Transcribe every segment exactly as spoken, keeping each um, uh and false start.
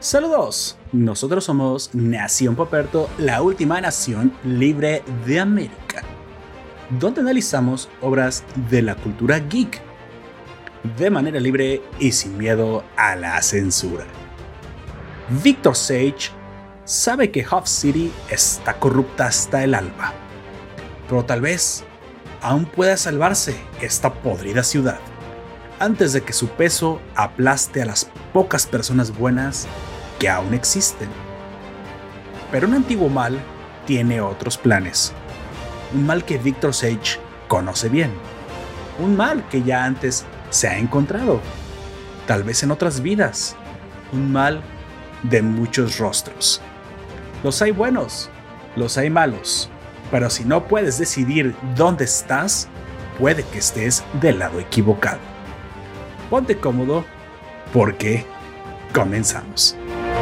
Saludos, nosotros somos Nación Poperto, la última nación libre de América, donde analizamos obras de la cultura geek de manera libre y sin miedo a la censura. Victor Sage sabe que Huff City está corrupta hasta el alba, pero tal vez aún pueda salvarse esta podrida ciudad antes de que su peso aplaste a las pocas personas buenas que aún existen. Pero un antiguo mal tiene otros planes. Un mal que Victor Sage conoce bien. Un mal que ya antes se ha encontrado. Tal vez en otras vidas. Un mal de muchos rostros. Los hay buenos, los hay malos. Pero si no puedes decidir dónde estás, puede que estés del lado equivocado. Ponte cómodo, porque comenzamos.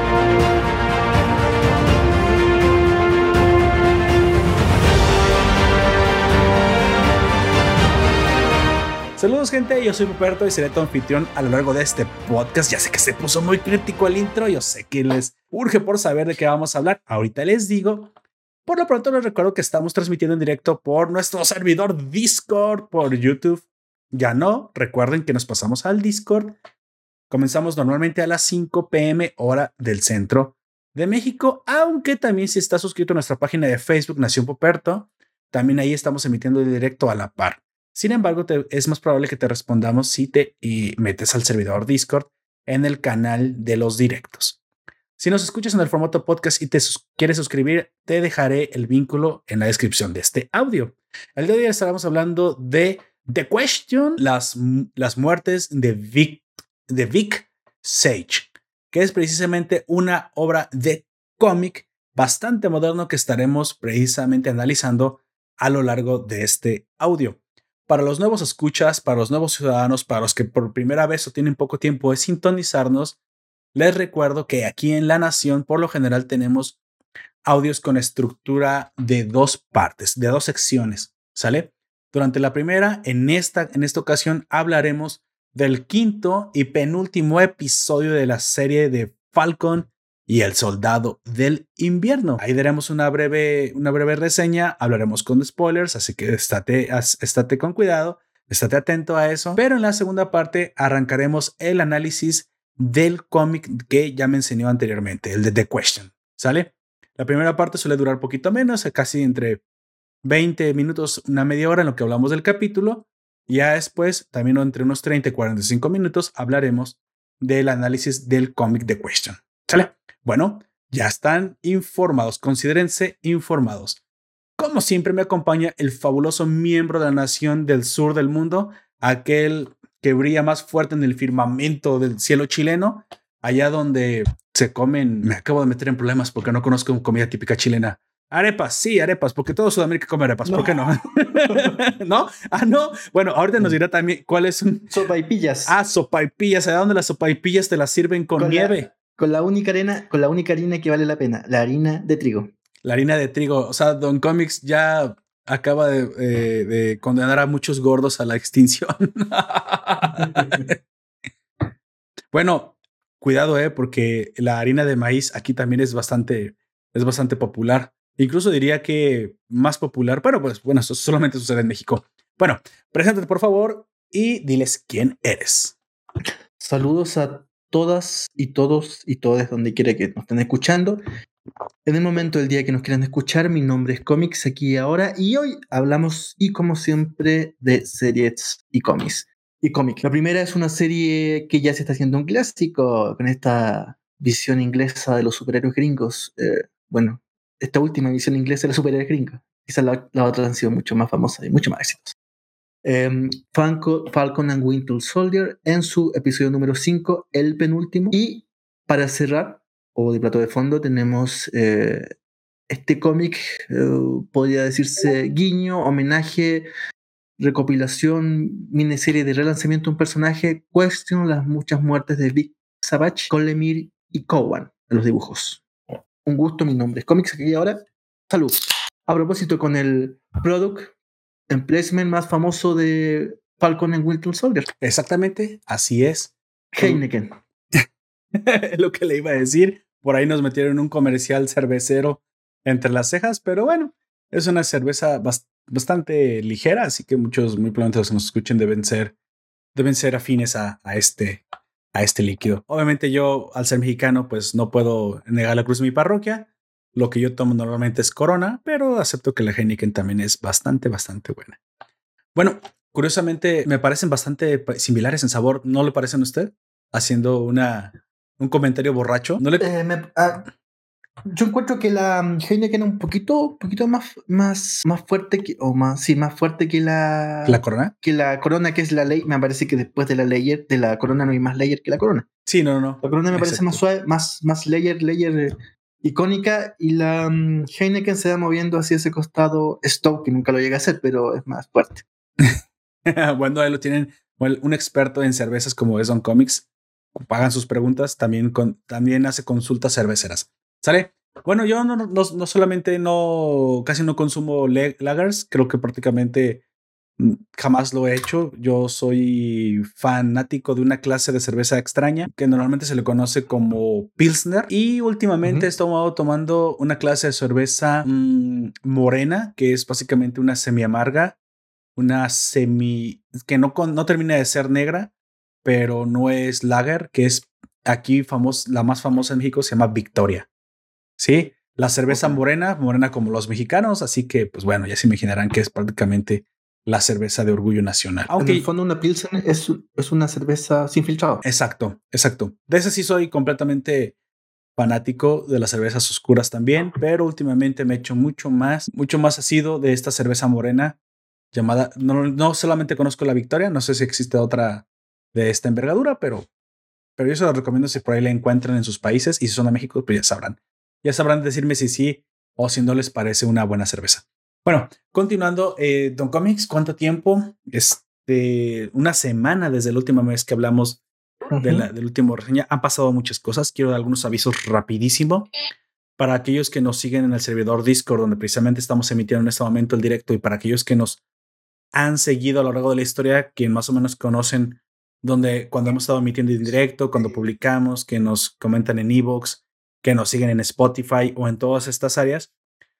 Saludos, gente, yo soy Poperto y seré tu anfitrión a lo largo de este podcast. Ya sé que se puso muy crítico el intro, yo sé que les urge por saber de qué vamos a hablar. Ahorita les digo. Por lo pronto les recuerdo que estamos transmitiendo en directo por nuestro servidor Discord, por YouTube. Ya no, recuerden que nos pasamos al Discord. Comenzamos normalmente a las cinco p m hora del centro de México, aunque también si estás suscrito a nuestra página de Facebook Nación Poperto, también ahí estamos emitiendo en directo a la par. Sin embargo, te, es más probable que te respondamos si te y metes al servidor Discord en el canal de los directos. Si nos escuchas en el formato podcast y te sus quieres suscribir, te dejaré el vínculo en la descripción de este audio. El día de hoy estaremos hablando de The Question, las, las muertes de Vic, de Vic Sage, que es precisamente una obra de cómic bastante moderno que estaremos precisamente analizando a lo largo de este audio. Para los nuevos escuchas, para los nuevos ciudadanos, para los que por primera vez o tienen poco tiempo de sintonizarnos, les recuerdo que aquí en La Nación por lo general tenemos audios con estructura de dos partes, de dos secciones, ¿sale? Durante la primera, en esta, en esta ocasión, hablaremos del quinto y penúltimo episodio de la serie de Falcon y el Soldado del Invierno. Ahí daremos una breve, una breve reseña, hablaremos con spoilers, así que estate, estate con cuidado, estate atento a eso. Pero en la segunda parte arrancaremos el análisis del cómic que ya me enseñó anteriormente, el de The Question, ¿sale? La primera parte suele durar poquito menos, casi entre veinte minutos, una media hora en lo que hablamos del capítulo. Ya después, también entre unos treinta y cuarenta y cinco minutos, hablaremos del análisis del cómic The Question, ¿sale? Bueno, ya están informados, considérense informados. Como siempre me acompaña el fabuloso miembro de la nación del sur del mundo, aquel que brilla más fuerte en el firmamento del cielo chileno, allá donde se comen, me acabo de meter en problemas porque no conozco comida típica chilena. Arepas, sí, arepas, porque todo Sudamérica come arepas, no. ¿Por qué no? ¿No? Ah, no. Bueno, ahorita nos dirá también cuál es un... Sopaipillas. Ah, sopaipillas. ¿A dónde las sopaipillas te las sirven con, con nieve? La, con la única arena, con la única harina que vale la pena, la harina de trigo. La harina de trigo. O sea, Don Comics ya acaba de, eh, de condenar a muchos gordos a la extinción. Bueno, cuidado, eh, porque la harina de maíz aquí también es bastante, es bastante popular. Incluso diría que más popular, pero pues bueno, esto solamente sucede en México. Bueno, preséntate por favor y diles quién eres. Saludos a todas y todos y todas donde quiera que nos estén escuchando. En el momento del día que nos quieran escuchar, mi nombre es Comics aquí y ahora y hoy hablamos y como siempre de series y cómics. Y cómics. La primera es una serie que ya se está haciendo un clásico con esta visión inglesa de los superhéroes gringos. Eh, bueno, esta última visión inglesa de los superhéroes gringos. Quizás la, la otra han sido mucho más famosa y mucho más exitosa. Um, Falcon, Falcon and Winter Soldier en su episodio número cinco, el penúltimo. Y para cerrar, o de plato de fondo, tenemos eh, este cómic, eh, podría decirse guiño, homenaje, recopilación, miniserie de relanzamiento de un personaje, Question, las muchas muertes de Vic Savage, con Lemire y Cowan en los dibujos. Un gusto, mi nombre es Comics aquí y ahora. Salud. A propósito, con el product and placement más famoso de Falcon and Winter Soldier. Exactamente, así es. Heineken. Lo que le iba a decir. Por ahí nos metieron un comercial cervecero entre las cejas, pero bueno, es una cerveza bast- bastante ligera, así que muchos, muy probablemente los que nos escuchen deben ser, deben ser afines a, a este, a este líquido. Obviamente yo, al ser mexicano, pues no puedo negar la cruz de mi parroquia. Lo que yo tomo normalmente es Corona, pero acepto que la Heineken también es bastante, bastante buena. Bueno, curiosamente me parecen bastante pa- similares en sabor. ¿No le parecen a usted? Haciendo una, un comentario borracho. ¿No le... Eh, me- ah, yo encuentro que la mm, Heineken es un poquito, poquito más, más, más fuerte que, o más, sí, más fuerte que ¿La la, Corona? que la Corona, que es la ley. Me parece que después de la layer, de la Corona no hay más layer que la Corona. Sí, no, no, La Corona me no. parece más Exacto. suave, más, más layer, layer eh, icónica, y la mm, Heineken se va moviendo hacia ese costado Stout, que nunca lo llega a hacer, pero es más fuerte. Bueno, ahí lo tienen. Bueno, un experto en cervezas como es Don Comics. Pagan sus preguntas. También, con, también hace consultas cerveceras. ¿Sale? Bueno, yo no, no, no solamente no, casi no consumo le- lagers. Creo que prácticamente mm, jamás lo he hecho. Yo soy fanático de una clase de cerveza extraña que normalmente se le conoce como Pilsner. Y últimamente he Ujú. estado tomando una clase de cerveza mmm, morena, que es básicamente una semi amarga, una semi que no, con, no termina de ser negra, pero no es lager, que es aquí famosa, la más famosa en México se llama Victoria. Sí, la Ok. cerveza morena, morena como los mexicanos, así que pues bueno, ya se imaginarán que es prácticamente la cerveza de orgullo nacional. En el Aunque, fondo, una Pilsen es, es una cerveza sin filtrado. exacto, exacto. De ese sí soy completamente fanático de las cervezas oscuras también, pero últimamente me he hecho mucho más, mucho más asido de esta cerveza morena llamada, no, no solamente conozco la Victoria, no sé si existe otra de esta envergadura, pero, pero yo se la recomiendo si por ahí la encuentran en sus países, y si son de México, pues ya sabrán. Ya sabrán decirme si sí o si no les parece una buena cerveza. Bueno, continuando, eh, Don Comics, ¿cuánto tiempo? Este, una semana desde la última vez que hablamos de la, Ujú. del último reseña. Han pasado muchas cosas. Quiero dar algunos avisos rapidísimo para aquellos que nos siguen en el servidor Discord, donde precisamente estamos emitiendo en este momento el directo, y para aquellos que nos han seguido a lo largo de la historia, que más o menos conocen donde cuando hemos estado emitiendo en directo, cuando publicamos, que nos comentan en iVoox, que nos siguen en Spotify o en todas estas áreas,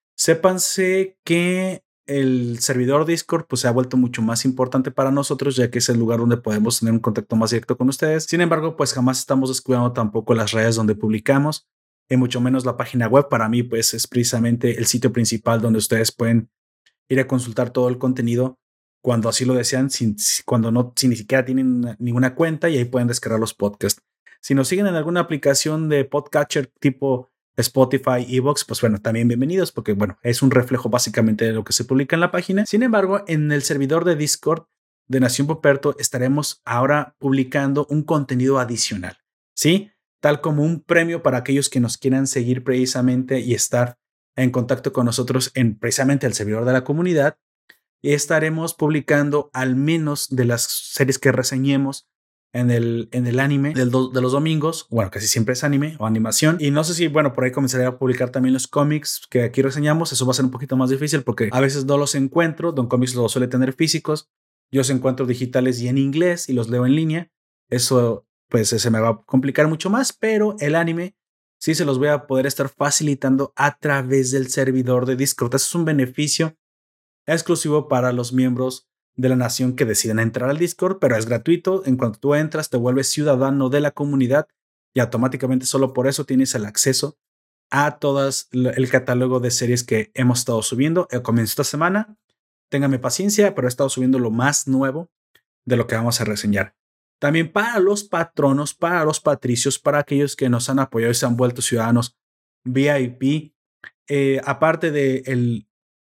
sépanse que el servidor Discord pues se ha vuelto mucho más importante para nosotros, ya que es el lugar donde podemos tener un contacto más directo con ustedes. Sin embargo, pues jamás estamos descuidando tampoco las redes donde publicamos, y mucho menos la página web. Para mí pues es precisamente el sitio principal donde ustedes pueden ir a consultar todo el contenido cuando así lo desean, sin, cuando no, sin ni siquiera tienen ninguna cuenta, y ahí pueden descargar los podcasts. Si nos siguen en alguna aplicación de podcatcher tipo Spotify, Evox, pues bueno, también bienvenidos, porque bueno, es un reflejo básicamente de lo que se publica en la página. Sin embargo, en el servidor de Discord de Nación Poperto estaremos ahora publicando un contenido adicional, ¿sí? Tal como un premio para aquellos que nos quieran seguir precisamente y estar en contacto con nosotros en precisamente el servidor de la comunidad. Y estaremos publicando al menos de las series que reseñemos en el, en el anime del do, de los domingos. Bueno, casi siempre es anime o animación. Y no sé si, bueno, por ahí comenzaré a publicar también los cómics que aquí reseñamos. Eso va a ser un poquito más difícil porque a veces no los encuentro. Don Comics los suele tener físicos. Yo los encuentro digitales y en inglés y los leo en línea. Eso pues se me va a complicar mucho más, pero el anime sí se los voy a poder estar facilitando a través del servidor de Discord. Eso es un beneficio exclusivo para los miembros de la nación que deciden entrar al Discord, pero es gratuito. En cuanto tú entras, te vuelves ciudadano de la comunidad y automáticamente solo por eso tienes el acceso a todas el catálogo de series que hemos estado subiendo. Comienzo esta semana. Téngame paciencia, pero he estado subiendo lo más nuevo de lo que vamos a reseñar. También para los patronos, para los patricios, para aquellos que nos han apoyado y se han vuelto ciudadanos V I P, eh, aparte del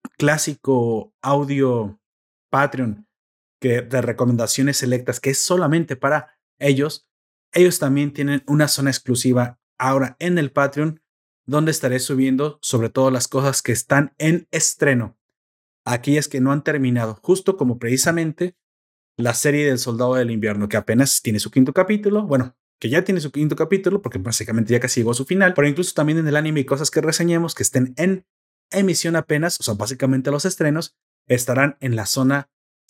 clásico audio Patreon que de recomendaciones selectas, que es solamente para ellos, ellos también tienen una zona exclusiva ahora en el Patreon, donde estaré subiendo sobre todo las cosas que están en estreno, aquellas que no han terminado, justo como precisamente la serie del Soldado del Invierno, que apenas tiene su quinto capítulo, bueno, que ya tiene su quinto capítulo, porque básicamente ya casi llegó a su final, pero incluso también en el anime y cosas que reseñemos que estén en emisión apenas, o sea, básicamente los estrenos, estarán en la zona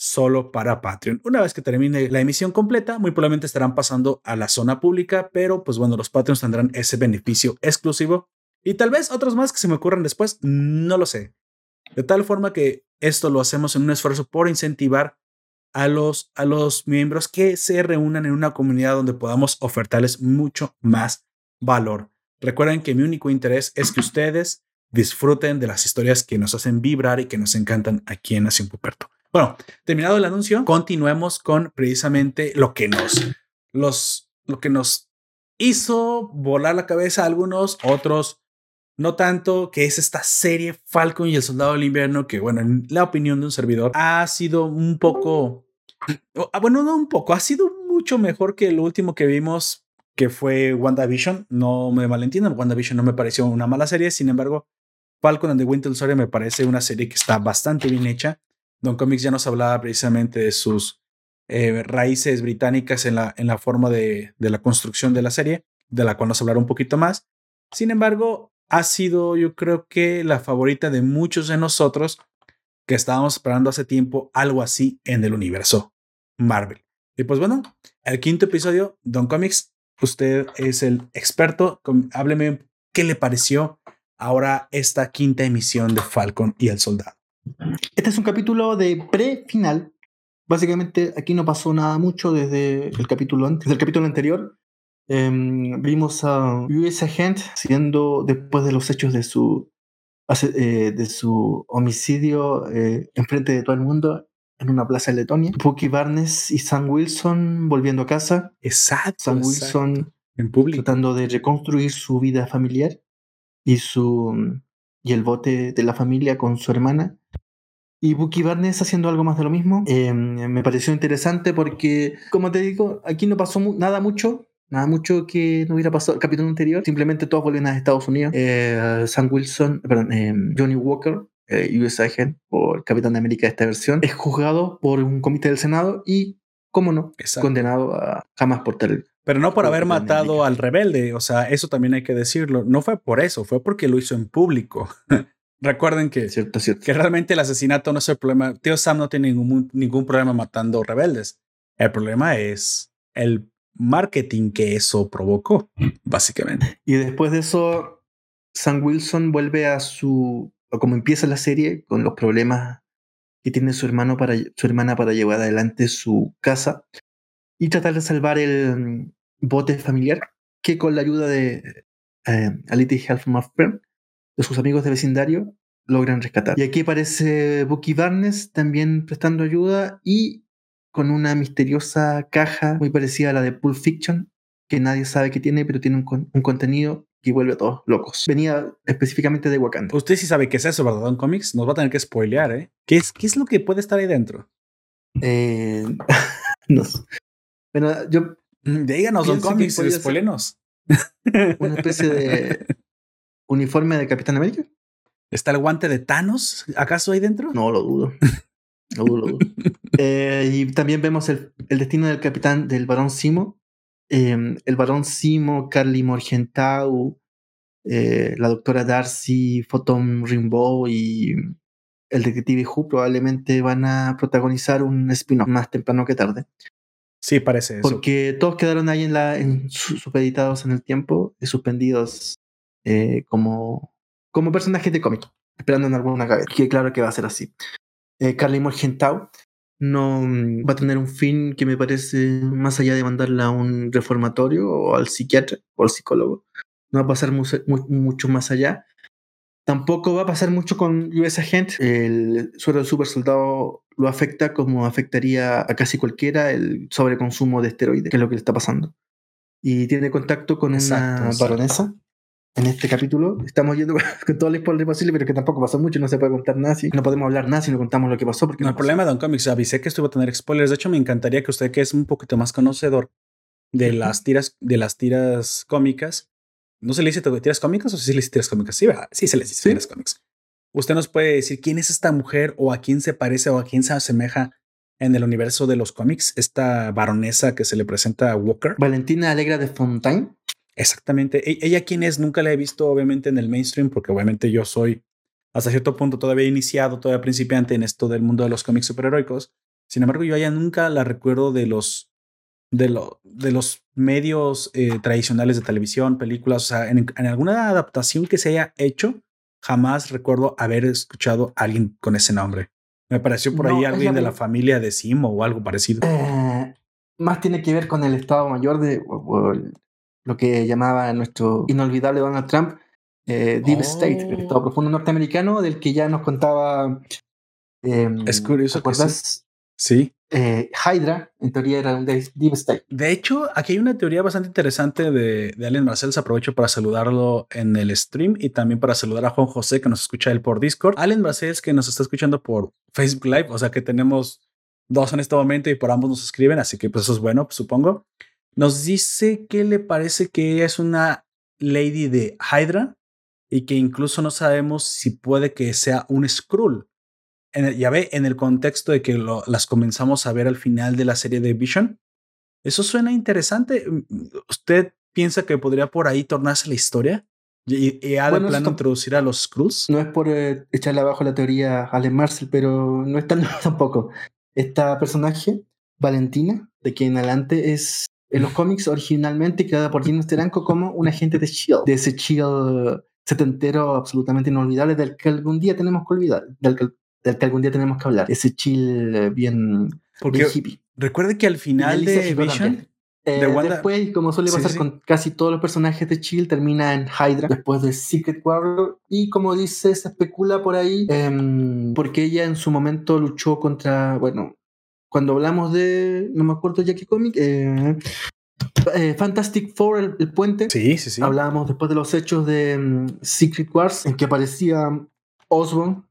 solo para Patreon. Una vez que termine la emisión completa, muy probablemente estarán pasando a la zona pública, pero pues bueno, los Patreons tendrán ese beneficio exclusivo y tal vez otros más que se me ocurran después, no lo sé. De tal forma que esto lo hacemos en un esfuerzo por incentivar a los, a los miembros que se reúnan en una comunidad donde podamos ofertarles mucho más valor. Recuerden que mi único interés es que ustedes disfruten de las historias que nos hacen vibrar y que nos encantan aquí en Nación Puperto. Bueno, terminado el anuncio, continuemos con precisamente lo que nos, los, lo que nos hizo volar la cabeza a algunos, otros no tanto, que es esta serie Falcon y el Soldado del Invierno, que bueno, en la opinión de un servidor ha sido un poco, bueno, no un poco, ha sido mucho mejor que lo último que vimos, que fue WandaVision. No me malentiendan, WandaVision no me pareció una mala serie, sin embargo, Falcon and the Winter Soldier me parece una serie que está bastante bien hecha. Don Comics ya nos hablaba precisamente de sus eh, raíces británicas en la, en la forma de, de la construcción de la serie, de la cual nos hablará un poquito más. Sin embargo, ha sido, yo creo que la favorita de muchos de nosotros que estábamos esperando hace tiempo algo así en el universo Marvel. Y pues bueno, el quinto episodio, Don Comics, usted es el experto. Hábleme qué le pareció ahora esta quinta emisión de Falcon y el Soldado. Este es un capítulo de pre-final. Básicamente aquí no pasó nada mucho desde el capítulo, desde el capítulo anterior. Eh, vimos a U S Agent siendo, después de los hechos de su, eh, de su homicidio eh, enfrente de todo el mundo en una plaza en Letonia. Bucky Barnes y Sam Wilson volviendo a casa. Exacto. Sam exacto. Wilson en público, tratando de reconstruir su vida familiar y, su, y el bote de la familia con su hermana. Y Bucky Barnes haciendo algo más de lo mismo. Eh, me pareció interesante porque, como te digo, aquí no pasó mu- nada mucho. Nada mucho que no hubiera pasado el capítulo anterior. Simplemente todos vuelven a Estados Unidos. Eh, Sam Wilson, perdón, eh, Johnny Walker, eh, U S Agent, por Capitán de América de esta versión, es juzgado por un comité del Senado y, cómo no, Exacto. condenado a jamás portar. Pero no por haber matado al rebelde. O sea, eso también hay que decirlo. No fue por eso, fue porque lo hizo en público. Recuerden que, cierto, cierto. que realmente el asesinato no es el problema. Tío Sam no tiene ningún, ningún problema matando rebeldes. El problema es el marketing que eso provocó, básicamente. Y después de eso, Sam Wilson vuelve a su, o como empieza la serie, con los problemas que tiene su hermano para su hermana para llevar adelante su casa y tratar de salvar el bote familiar, que con la ayuda de eh, A Little Help from a Friend, de sus amigos de vecindario, logran rescatar. Y aquí aparece Bucky Barnes también prestando ayuda y con una misteriosa caja muy parecida a la de Pulp Fiction, que nadie sabe que tiene, pero tiene un, con- un contenido que vuelve a todos locos. Venía específicamente de Wakanda. Usted sí sabe qué es eso, ¿verdad, Don Comics? Nos va a tener que spoilear, ¿eh? ¿Qué es, qué es lo que puede estar ahí dentro? Eh, no sé. Bueno, yo Díganos, Don pienso que Comics, podría ser spoilenos. una especie de uniforme de Capitán América. ¿Está el guante de Thanos acaso ahí dentro? No, lo dudo. Lo dudo, lo dudo. Eh, y también vemos el, el destino del capitán, del Barón Simo. Eh, el Barón Simo, Carly Morgenthau, eh, la doctora Darcy, Photon Rimbaud y el detective Who probablemente van a protagonizar un spin-off más temprano que tarde. Sí, parece eso. Porque todos quedaron ahí en la, en, supeditados en el tiempo y suspendidos eh, como, como personajes de cómic, esperando en alguna cabeza. Que claro que va a ser así. Eh, Carly Morgenthau no mm, va a tener un fin que me parece, más allá de mandarla a un reformatorio o al psiquiatra o al psicólogo, no va a pasar mu mu mucho más allá. Tampoco va a pasar mucho con U S Agent. El suero del super soldado lo afecta como afectaría a casi cualquiera el sobreconsumo de esteroides, que es lo que le está pasando. Y tiene contacto con Exacto, una exacto. baronesa. En este capítulo estamos yendo con todo el spoiler posible, pero que tampoco pasó mucho, no se puede contar nada. ¿Sí? No podemos hablar nada si no contamos lo que pasó. Porque No, no el problema, Don Comics, avisé que esto iba a tener spoilers. De hecho, me encantaría que usted, que es un poquito más conocedor de uh-huh. las tiras, de las tiras cómicas, ¿no se le dice tiras cómicas o sí se le dice tiras cómicas? Sí, ¿verdad? Sí se le dice ¿Sí? tiras cómicas. Usted nos puede decir quién es esta mujer o a quién se parece o a quién se asemeja en el universo de los cómics, esta baronesa que se le presenta a Walker. Valentina Alegra de Fontaine. Exactamente. E- ella quién es, nunca la he visto obviamente en el mainstream porque obviamente yo soy hasta cierto punto todavía iniciado, todavía principiante en esto del mundo de los cómics superheroicos. Sin embargo, yo ya nunca la recuerdo de los, de, lo, de los medios eh, tradicionales de televisión, películas. O sea, en, en alguna adaptación que se haya hecho, jamás recuerdo haber escuchado a alguien con ese nombre. Me pareció por ahí No, es alguien la de la prim- familia de Simo o algo parecido. eh, más tiene que ver con el Estado Mayor de o- o el- lo que llamaba nuestro inolvidable Donald Trump, eh, Deep State, el Estado Oh, Profundo norteamericano, del que ya nos contaba, es em, ¿te curioso que sí. acuerdas? Sí. Eh, Hydra, en teoría era un de- Deep State. De hecho, aquí hay una teoría bastante interesante de, de Allen Marcels. Aprovecho para saludarlo en el stream y también para saludar a Juan José, que nos escucha él por Discord. Allen Marcels, que nos está escuchando por Facebook Live, o sea que tenemos dos en este momento y por ambos nos escriben, así que pues eso es bueno, pues, supongo. Nos dice que le parece que ella es una lady de Hydra y que incluso no sabemos si puede que sea un Skrull. En el- ya ve, en el contexto de que lo- las comenzamos a ver al final de la serie de Vision. Eso suena interesante. Mm, ¿Usted piensa que podría por ahí tornarse la historia? ¿Y, y ha de Bueno, plano esto introducir a los Skrulls? no es por eh, echarle abajo la teoría a Allen Marcel, pero no es tan nuevo tampoco. Esta personaje, Valentina, de quien en adelante es en los cómics originalmente creada por Gene Steranko como un agente de Shield, de ese Shield setentero absolutamente inolvidable del que algún día tenemos que olvidar, del que, del que algún día tenemos que hablar. Ese Shield eh, bien, bien Porque hippie. recuerde que al Y final Alicia de Shield Vision, también. de Eh, Wanda, después, y como suele sí, sí, pasar sí, con casi todos los personajes de Shield, termina en Hydra, después de Secret Warrior, y como dice, se especula por ahí, em, porque ella en su momento luchó contra, bueno, cuando hablamos de, no me acuerdo ya qué cómic, eh, eh, Fantastic Four, el, el puente, sí, sí, sí. hablábamos después de los hechos de em, Secret Wars, en que aparecía Osborn,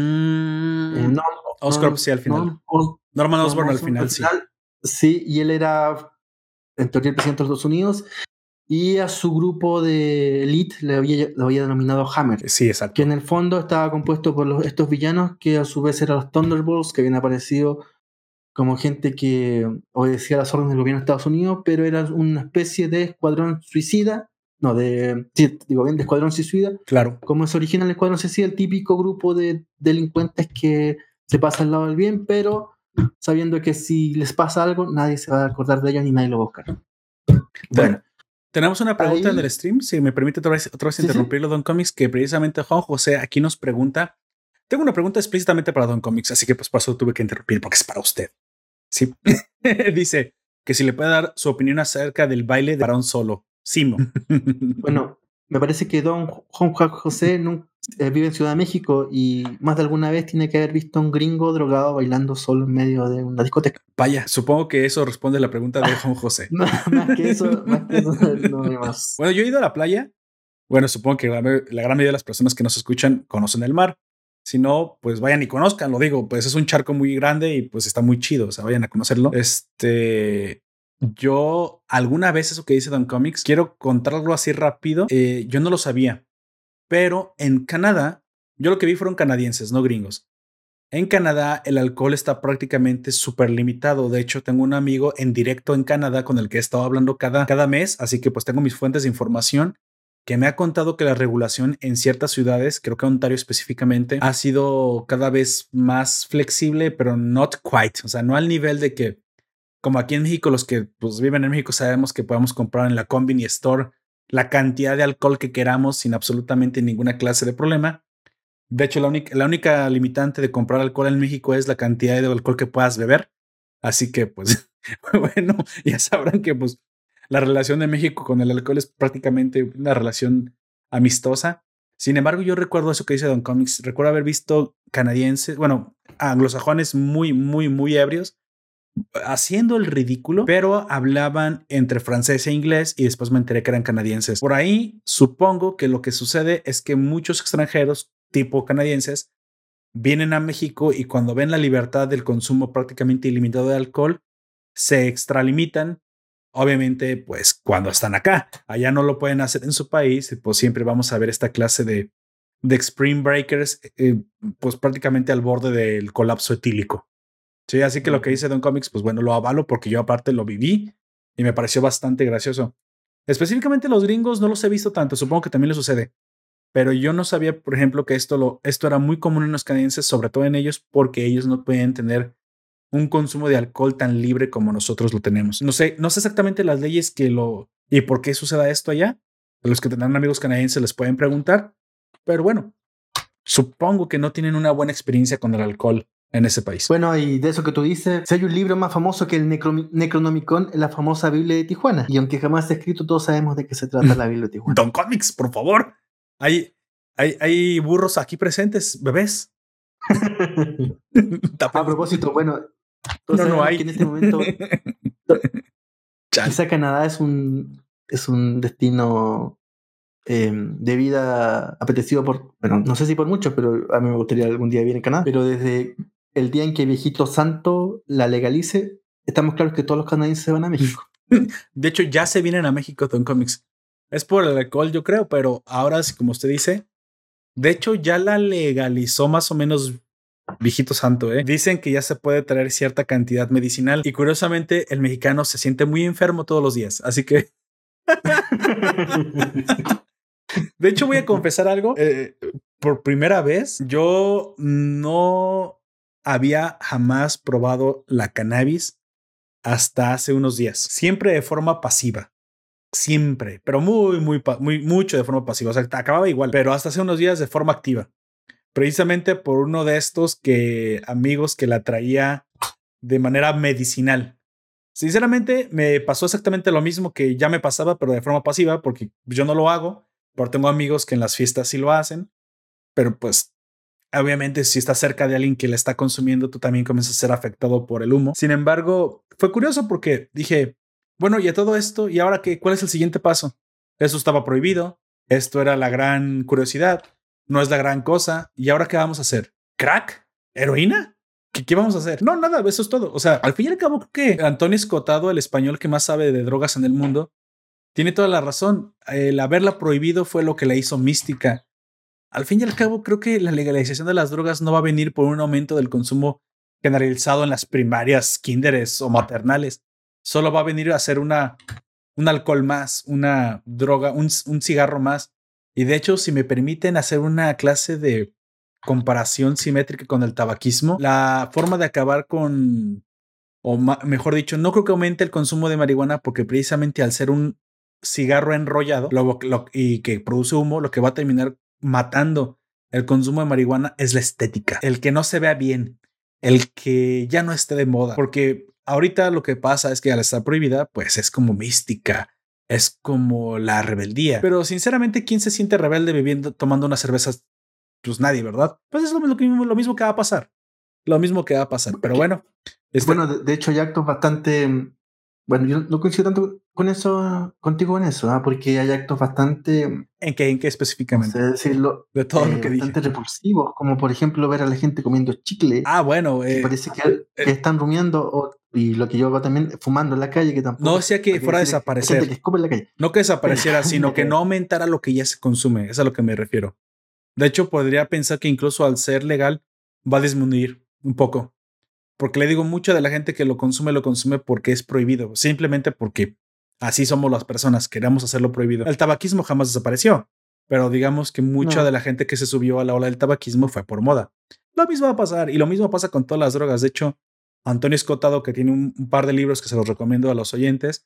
eh, Mm, no, Oscorp, no, sí, al final. no, Os- Norman Norman Osborn al Osborn, al final, sí. final, sí, y él era en teoría el presidente de los Estados Unidos, y a su grupo de elite le había, lo había denominado Hammer, Sí, que en exacto. el fondo estaba compuesto por los, estos villanos que a su vez eran los Thunderbolts, que habían aparecido como gente que obedecía las órdenes del gobierno de Estados Unidos, pero era una especie de escuadrón suicida, no, de, sí, digo bien, de escuadrón suicida, Claro. como se origina el escuadrón suicida, el típico grupo de delincuentes que se pasa al lado del bien, pero sabiendo que si les pasa algo, nadie se va a acordar de ellos ni nadie lo va a buscar. Ten- Bueno, tenemos una pregunta en el ahí, stream, si me permite otra vez, otra vez sí, sí. interrumpirlo, Don Comics, que precisamente Juan José aquí nos pregunta. Tengo una pregunta explícitamente para Don Comics, así que pues por eso tuve que interrumpir, porque es para usted. Sí. Dice que si le puede dar su opinión acerca del baile de varón solo. Simo. Bueno, me parece que don Juan Juan José nun- eh, vive en Ciudad de México y más de alguna vez tiene que haber visto a un gringo drogado bailando solo en medio de una discoteca. Vaya, supongo que eso responde a la pregunta de Juan José. No, más que eso, más que eso, no hay más. Bueno, yo he ido a la playa. Bueno, supongo que la, la gran mayoría de las personas que nos escuchan conocen el mar. Si no, pues vayan y conozcan, lo digo, pues es un charco muy grande y pues está muy chido, o sea, vayan a conocerlo. Este, yo alguna vez eso que dice Don Comics, quiero contarlo así rápido, eh, yo no lo sabía, pero en Canadá, yo lo que vi fueron canadienses, no gringos. En Canadá el alcohol está prácticamente súper limitado. De hecho, tengo un amigo en directo en Canadá con el que he estado hablando cada, cada mes, así que pues tengo mis fuentes de información que me ha contado que la regulación en ciertas ciudades, creo que Ontario específicamente, ha sido cada vez más flexible, pero not quite. O sea, no al nivel de que, como aquí en México, los que pues, viven en México sabemos que podemos comprar en la Conveni Store la cantidad de alcohol que queramos sin absolutamente ninguna clase de problema. De hecho, la única, la única limitante de comprar alcohol en México es la cantidad de alcohol que puedas beber. Así que, pues, bueno, ya sabrán que pues la relación de México con el alcohol es prácticamente una relación amistosa. Sin embargo, yo recuerdo eso que dice Don Comics. Recuerdo haber visto canadienses, bueno, anglosajones muy, muy, muy ebrios haciendo el ridículo, pero hablaban entre francés e inglés y después me enteré que eran canadienses. Por ahí supongo que lo que sucede es que muchos extranjeros tipo canadienses vienen a México y cuando ven la libertad del consumo prácticamente ilimitado de alcohol, se extralimitan. Obviamente, pues cuando están acá, allá no lo pueden hacer en su país, pues siempre vamos a ver esta clase de, de Spring Breakers, eh, pues prácticamente al borde del colapso etílico. Sí, así que lo que dice Don Comics, pues bueno, lo avalo porque yo aparte lo viví y me pareció bastante gracioso. Específicamente los gringos no los he visto tanto, supongo que también les sucede, pero yo no sabía, por ejemplo, que esto, lo, esto era muy común en los canadienses, sobre todo en ellos, porque ellos no pueden tener un consumo de alcohol tan libre como nosotros lo tenemos. No sé, no sé exactamente las leyes que lo y por qué suceda esto allá. A los que tendrán amigos canadienses les pueden preguntar, pero bueno, supongo que no tienen una buena experiencia con el alcohol en ese país. Bueno, y de eso que tú dices, si hay un libro más famoso que el Necro- Necronomicon, es la famosa Biblia de Tijuana. Y aunque jamás se ha escrito, todos sabemos de qué se trata la Biblia de Tijuana. Don Comics, por favor. Hay, hay, hay burros aquí presentes, bebés. A propósito, bueno, todos no, no sabemos hay. que en este momento quizá Canadá es un, es un destino eh, de vida apetecido por, bueno, no sé si por muchos, pero a mí me gustaría algún día vivir en Canadá. Pero desde el día en que Viejito Santo la legalice, estamos claros que todos los canadienses se van a México. De hecho, ya se vienen a México Don Comics. Es por el alcohol, yo creo, pero ahora, como usted dice, de hecho, ya la legalizó más o menos Viejito Santo, ¿eh? Dicen que ya se puede traer cierta cantidad medicinal y curiosamente el mexicano se siente muy enfermo todos los días, así que... De hecho, voy a confesar algo. Eh, por primera vez, yo no había jamás probado la cannabis hasta hace unos días. Siempre de forma pasiva. Siempre, pero muy, muy, muy, mucho de forma pasiva. O sea, acababa igual, pero hasta hace unos días de forma activa. Precisamente por uno de estos que amigos que la traía de manera medicinal. Sinceramente, me pasó exactamente lo mismo que ya me pasaba, pero de forma pasiva, porque yo no lo hago, pero tengo amigos que en las fiestas sí lo hacen. Pero pues, obviamente, si estás cerca de alguien que la está consumiendo, tú también comienzas a ser afectado por el humo. Sin embargo, fue curioso porque dije, bueno, y a todo esto, ¿y ahora qué? ¿Cuál es el siguiente paso? Eso estaba prohibido. Esto era la gran curiosidad. No es la gran cosa. ¿Y ahora qué vamos a hacer? ¿Crack? ¿Heroína? ¿Qué, ¿Qué vamos a hacer? No, nada, eso es todo. O sea, al fin y al cabo, creo que Antonio Escotado, el español que más sabe de drogas en el mundo, tiene toda la razón. El haberla prohibido fue lo que la hizo mística. Al fin y al cabo, creo que la legalización de las drogas no va a venir por un aumento del consumo generalizado en las primarias, kinderes o maternales. Solo va a venir a ser una, un alcohol más, una droga, un, un cigarro más. Y de hecho, si me permiten hacer una clase de comparación simétrica con el tabaquismo, la forma de acabar con, o mejor dicho, no creo que aumente el consumo de marihuana porque precisamente al ser un cigarro enrollado lo, lo, y que produce humo, lo que va a terminar matando el consumo de marihuana es la estética, el que no se vea bien, el que ya no esté de moda, porque ahorita lo que pasa es que al estar prohibida, pues es como mística, es como la rebeldía, pero sinceramente, ¿quién se siente rebelde bebiendo, tomando unas cervezas? Pues nadie, ¿verdad? Pues es lo, lo, lo mismo que va a pasar, lo mismo que va a pasar, pero bueno. Este... Bueno, de, de hecho hay actos bastante... Bueno, yo no coincido tanto con eso, contigo en eso, ¿eh? Porque hay actos bastante... ¿En qué, en qué específicamente? No sé decirlo. De todo eh, lo que dije. Bastante repulsivos, como por ejemplo ver a la gente comiendo chicle. Ah, bueno. Que eh, parece que, eh, que están rumiando, o, y lo que yo hago también, fumando en la calle, que tampoco... No decía que fuera a desaparecer. Gente que escupe en la calle. No que desapareciera, sino que no aumentara lo que ya se consume. Es a lo que me refiero. De hecho, podría pensar que incluso al ser legal va a disminuir un poco. Porque le digo, mucha de la gente que lo consume, lo consume porque es prohibido. Simplemente porque así somos las personas, queremos hacerlo prohibido. El tabaquismo jamás desapareció, pero digamos que mucha no. de la gente que se subió a la ola del tabaquismo fue por moda. Lo mismo va a pasar, y lo mismo pasa con todas las drogas. De hecho, Antonio Escotado, que tiene un, un par de libros que se los recomiendo a los oyentes,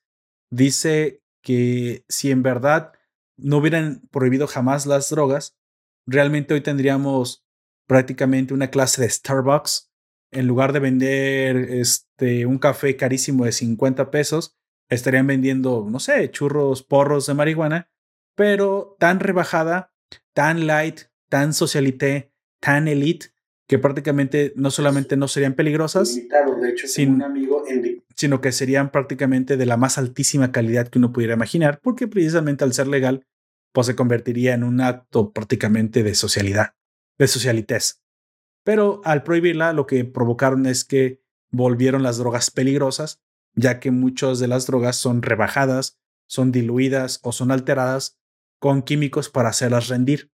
dice que si en verdad no hubieran prohibido jamás las drogas, realmente hoy tendríamos prácticamente una clase de Starbucks. En lugar de vender este, un café carísimo de cincuenta pesos, estarían vendiendo, no sé, churros, porros de marihuana, pero tan rebajada, tan light, tan socialité, tan elite, que prácticamente no solamente no serían peligrosas, de hecho, sin, un amigo en... sino que serían prácticamente de la más altísima calidad que uno pudiera imaginar, porque precisamente al ser legal, pues se convertiría en un acto prácticamente de socialidad, de socialités. Pero al prohibirla, lo que provocaron es que volvieron las drogas peligrosas, ya que muchas de las drogas son rebajadas, son diluidas o son alteradas con químicos para hacerlas rendir.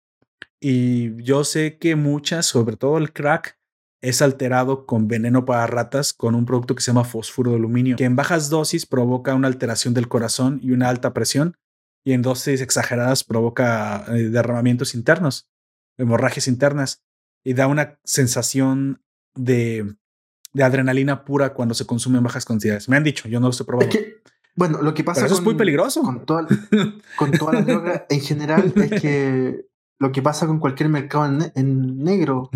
Y yo sé que muchas, sobre todo el crack, es alterado con veneno para ratas con un producto que se llama fosfuro de aluminio, que en bajas dosis provoca una alteración del corazón y una alta presión, y en dosis exageradas provoca eh, derramamientos internos, hemorragias internas, y da una sensación de de adrenalina pura cuando se consume en bajas cantidades. Me han dicho, yo no lo estoy probando. Es que, bueno, lo que pasa Pero eso con, es muy peligroso. Con, toda, con todas las drogas en general es que lo que pasa con cualquier mercado en, ne en negro,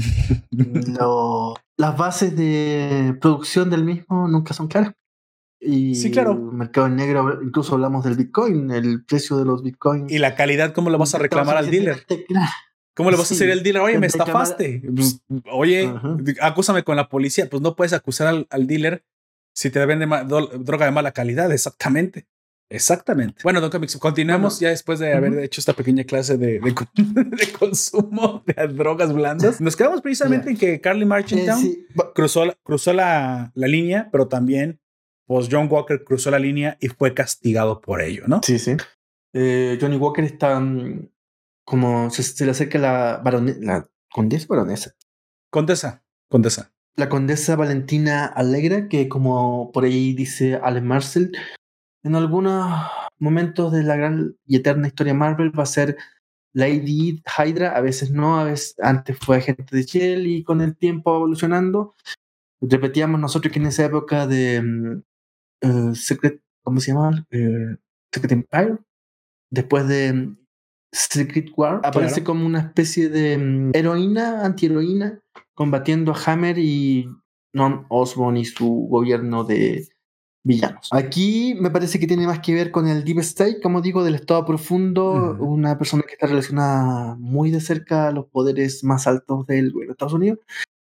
lo, las bases de producción del mismo nunca son claras. Y sí, claro. el mercado en negro, incluso hablamos del Bitcoin, el precio de los Bitcoins. Y la calidad, ¿cómo lo vas a reclamar al dealer? ¿Cómo le vas sí, a decir al dealer? Oye, me estafaste. Pues, oye, uh-huh. acúsame con la policía. Pues no puedes acusar al, al dealer si te vende droga de mala calidad. Exactamente. Exactamente. Bueno, Don Comics, continuamos bueno, ya después de haber uh-huh. hecho esta pequeña clase de, de, de consumo de drogas blandas. Nos quedamos precisamente yeah. en que Carly Marchingtown eh, sí. cruzó, cruzó la, la línea, pero también pues John Walker cruzó la línea y fue castigado por ello, ¿no? Sí, sí. Eh, Johnny Walker está um, como se, se le acerca la baronesa, la condesa baronesa. Condesa, condesa. La condesa Valentina Allegra, que como por ahí dice Alan Marcel, en algunos momentos de la gran y eterna historia Marvel va a ser Lady Hydra, a veces no, a veces antes fue agente de Shield y con el tiempo evolucionando. Repetíamos nosotros que en esa época de uh, Secret, ¿cómo se llama? Uh, Secret Empire, después de um, Secret War, aparece claro. como una especie de um, heroína, antiheroína, combatiendo a Hammer y Norm Osborn y su gobierno de villanos. Aquí me parece que tiene más que ver con el Deep State, como digo, del estado profundo, uh-huh. una persona que está relacionada muy de cerca a los poderes más altos del gobierno de Estados Unidos,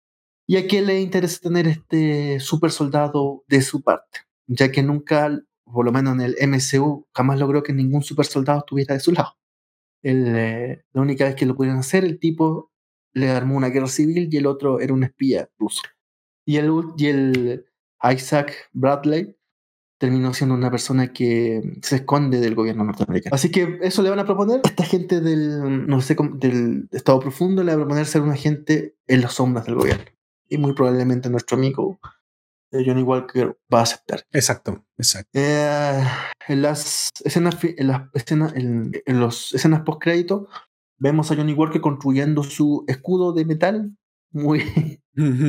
y a quien le interesa tener este super soldado de su parte, ya que nunca, por lo menos en el M C U, jamás logró que ningún super soldado estuviera de su lado. El, eh, la única vez que lo pudieron hacer, el tipo le armó una guerra civil y el otro era un espía ruso. Y el, y el Isaac Bradley terminó siendo una persona que se esconde del gobierno norteamericano. Así que eso le van a proponer. Esta gente del, no sé, del estado profundo le va a proponer ser un agente en las sombras del gobierno. Y muy probablemente nuestro amigo Johnny Walker va a aceptar. Exacto, exacto. Eh, en las escenas, en las escenas, en, en los escenas post crédito vemos a Johnny Walker construyendo su escudo de metal, muy,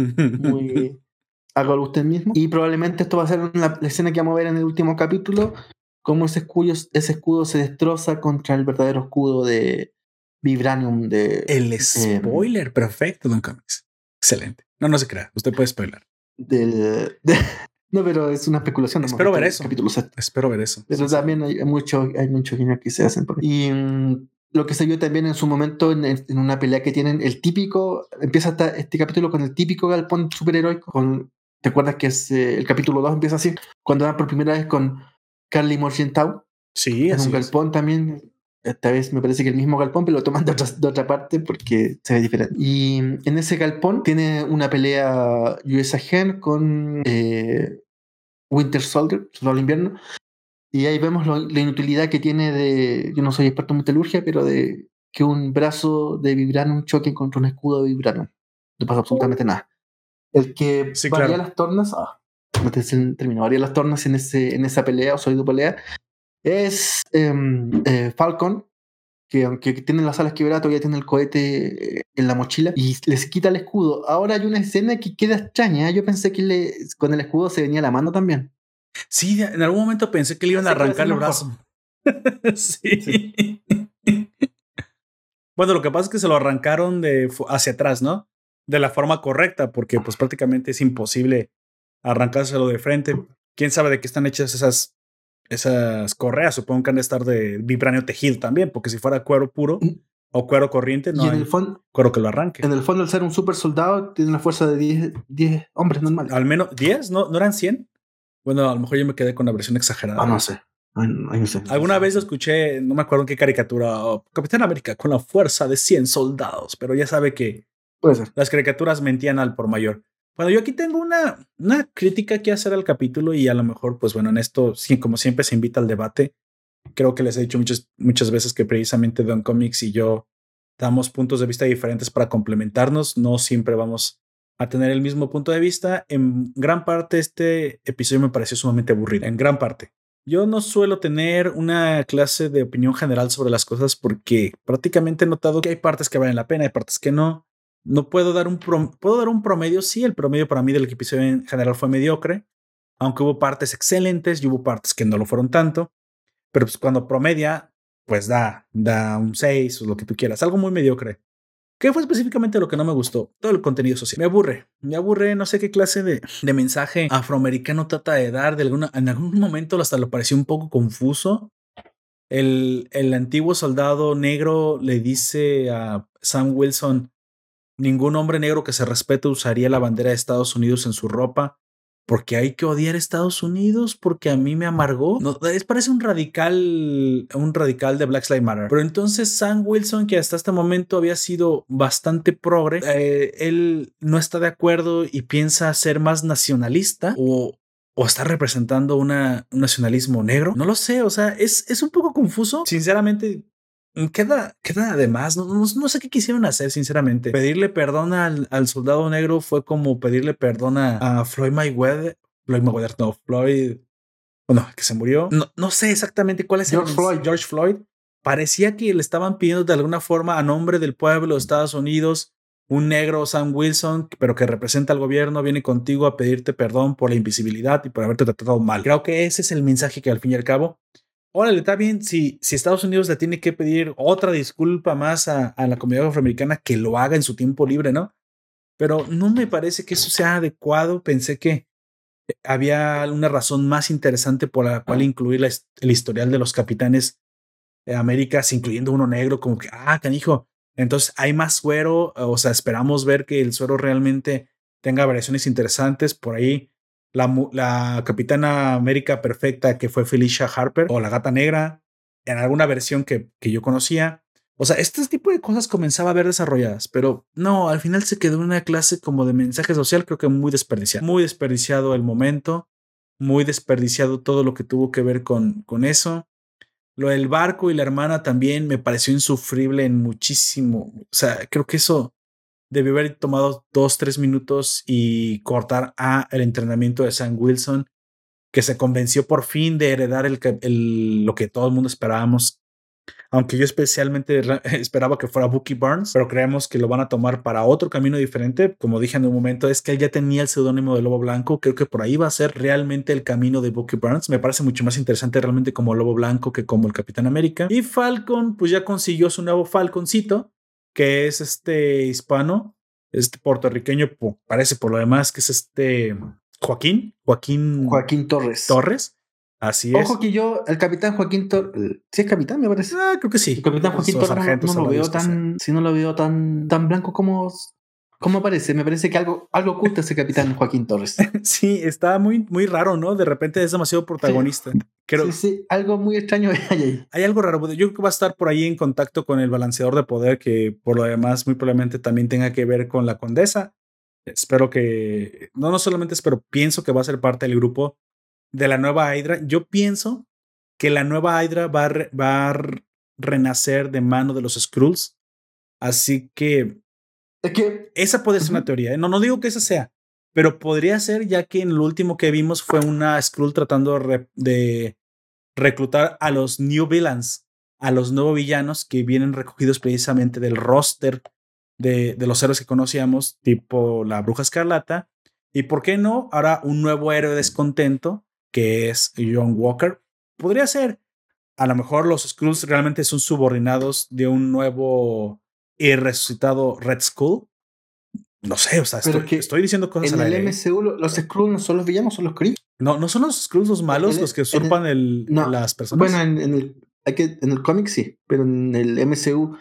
muy, hágalo usted mismo. Y probablemente esto va a ser la, la escena que vamos a ver en el último capítulo, cómo ese escudo, ese escudo se destroza contra el verdadero escudo de Vibranium de... El spoiler, eh, perfecto, Don Comics. Excelente. No, no se crea, usted puede spoiler. Del, de, no, pero es una especulación. Espero ver eso. Capítulo siete. Espero ver eso. Pero sí, también sí. hay mucho, hay mucho guiño que se hacen por ahí. Y um, lo que se vio también en su momento en, en una pelea que tienen, el típico, empieza hasta este capítulo con el típico galpón superheroico, con... ¿Te acuerdas que es, eh, el capítulo dos empieza así? Cuando van por primera vez con Carly Marchingtown. Sí, en un galpón es. también. Esta vez me parece que el mismo galpón, pero lo toman de otra, de otra parte porque se ve diferente. Y en ese galpón tiene una pelea U S Agent con eh, Winter Soldier, Soldado Invierno. Y ahí vemos lo, la inutilidad que tiene de... Yo no soy experto en metalurgia, pero de que un brazo de Vibranium choque contra un escudo de Vibranium. No pasa absolutamente nada. El que sí, varía claro. las tornas, ah, no te termino, varía las tornas en, ese, en esa pelea o sólido pelea, es eh, eh, Falcon, que aunque tiene las alas quebradas, todavía tiene el cohete en la mochila y les quita el escudo. Ahora hay una escena que queda extraña. Yo pensé que le, con el escudo se venía la mano también. Sí, en algún momento pensé que le iban a arrancar el brazo. sí. sí. Bueno, lo que pasa es que se lo arrancaron de hacia atrás, ¿no? De la forma correcta, porque pues prácticamente es imposible arrancárselo de frente. ¿Quién sabe de qué están hechas esas, esas correas? Supongo que han de estar de vibranio tejido también, porque si fuera cuero puro o cuero corriente, no y en hay el fondo, cuero que lo arranque. En el fondo, al ser un super soldado, tiene una fuerza de diez hombres normales. Al menos diez, ¿no, ¿no eran cien? Bueno, a lo mejor yo me quedé con la versión exagerada. Ah, no sé. Ay, no, ay, no sé. Alguna no sé. vez lo escuché, no me acuerdo en qué caricatura, oh, Capitán América con la fuerza de cien soldados, pero ya sabe que puede ser. Las caricaturas mentían al por mayor. Bueno, yo aquí tengo una, una crítica que hacer al capítulo y a lo mejor, pues bueno, en esto, como siempre se invita al debate. Creo que les he dicho muchas, muchas veces que precisamente Don Comics y yo damos puntos de vista diferentes para complementarnos. No siempre vamos a tener el mismo punto de vista. En gran parte este episodio me pareció sumamente aburrido, en gran parte. Yo no suelo tener una clase de opinión general sobre las cosas porque prácticamente he notado que hay partes que valen la pena, hay partes que no. No puedo dar un prom puedo dar un promedio, sí, el promedio para mí del episodio en general fue mediocre, aunque hubo partes excelentes y hubo partes que no lo fueron tanto, pero pues cuando promedia, pues da, da un seis o lo que tú quieras, algo muy mediocre. ¿Qué fue específicamente lo que no me gustó? Todo el contenido social. Me aburre, me aburre, no sé qué clase de, de mensaje afroamericano trata de dar. De alguna, en algún momento hasta lo pareció un poco confuso. El, el antiguo soldado negro le dice a Sam Wilson: ningún hombre negro que se respete usaría la bandera de Estados Unidos en su ropa, porque hay que odiar a Estados Unidos, porque a mí me amargó. No, es, parece un radical, un radical de Black Lives Matter. Pero entonces Sam Wilson, que hasta este momento había sido bastante progre, eh, él no está de acuerdo y piensa ser más nacionalista o, o está representando una, un nacionalismo negro. No lo sé, o sea, es, es un poco confuso. Sinceramente, Queda, queda además, no, no, no sé qué quisieron hacer, sinceramente. Pedirle perdón al, al soldado negro fue como pedirle perdón a, a Floyd Mayweather. Floyd Mayweather, no, Floyd, bueno, que se murió. No, no sé exactamente cuál es George el Floyd. George Floyd. Parecía que le estaban pidiendo de alguna forma a nombre del pueblo de Estados Unidos, un negro, Sam Wilson, pero que representa al gobierno, viene contigo a pedirte perdón por la invisibilidad y por haberte tratado mal. Creo que ese es el mensaje que al fin y al cabo, órale, está bien, si, si Estados Unidos le tiene que pedir otra disculpa más a, a la comunidad afroamericana, que lo haga en su tiempo libre, ¿no? Pero no me parece que eso sea adecuado. Pensé que había una razón más interesante por la cual incluir la, el historial de los capitanes de Américas, incluyendo uno negro, como que, ah, canijo, entonces hay más suero, o sea, esperamos ver que el suero realmente tenga variaciones interesantes. Por ahí la, la Capitana América Perfecta, que fue Felicia Harper, o la Gata Negra, en alguna versión que, que yo conocía. O sea, este tipo de cosas comenzaba a ver desarrolladas, pero no, al final se quedó en una clase como de mensaje social, creo que muy desperdiciado. Muy desperdiciado el momento, muy desperdiciado todo lo que tuvo que ver con, con eso. Lo del barco y la hermana también me pareció insufrible en muchísimo. O sea, creo que eso debió haber tomado dos, tres minutos y cortar a el entrenamiento de Sam Wilson, que se convenció por fin de heredar el, el, lo que todo el mundo esperábamos. Aunque yo especialmente esperaba que fuera Bucky Barnes, pero creemos que lo van a tomar para otro camino diferente. Como dije en un momento, es que él ya tenía el seudónimo de Lobo Blanco. Creo que por ahí va a ser realmente el camino de Bucky Barnes. Me parece mucho más interesante realmente como Lobo Blanco que como el Capitán América. Y Falcon, pues ya consiguió su nuevo Falconcito, que es este hispano, este puertorriqueño, parece por lo demás, que es este Joaquín, Joaquín, Joaquín Torres. Torres. Así es. Ojo que yo, el capitán Joaquín Torres, ¿sí es capitán, me parece? Ah, creo que sí. El capitán Joaquín Torres no, no lo veo tan, si no lo veo tan, tan blanco como, como parece. Me parece que algo, algo oculta ese capitán Joaquín Torres. Sí, está muy, muy raro, ¿no? De repente es demasiado protagonista. Sí, creo, sí, sí, algo muy extraño hay ahí. Hay algo raro. Yo creo que va a estar por ahí en contacto con el balanceador de poder, que por lo demás muy probablemente también tenga que ver con la condesa. Espero que, no, no solamente espero, pienso que va a ser parte del grupo de la nueva Hydra. Yo pienso que la nueva Hydra va a, re, va a renacer de mano de los Skrulls. Así que, es que esa puede ser uh-huh. una teoría. ¿eh? No, no digo que esa sea, pero podría ser, ya que en lo último que vimos fue una Skrull tratando de, re, de reclutar a los new villains, a los nuevos villanos que vienen recogidos precisamente del roster de, de los héroes que conocíamos, tipo la Bruja Escarlata. Y por qué no, ahora un nuevo héroe descontento, que es John Walker. Podría ser, a lo mejor los Skrulls realmente son subordinados de un nuevo y resucitado Red Skull. No sé, o sea, estoy, que estoy diciendo cosas en a la el M C U los Skrulls no son los villanos, son los Kree. No, no son los Skrulls los malos, el, los que usurpan el, el, no, las personas. Bueno, en, en el hay que, en el cómic sí, pero en el M C U,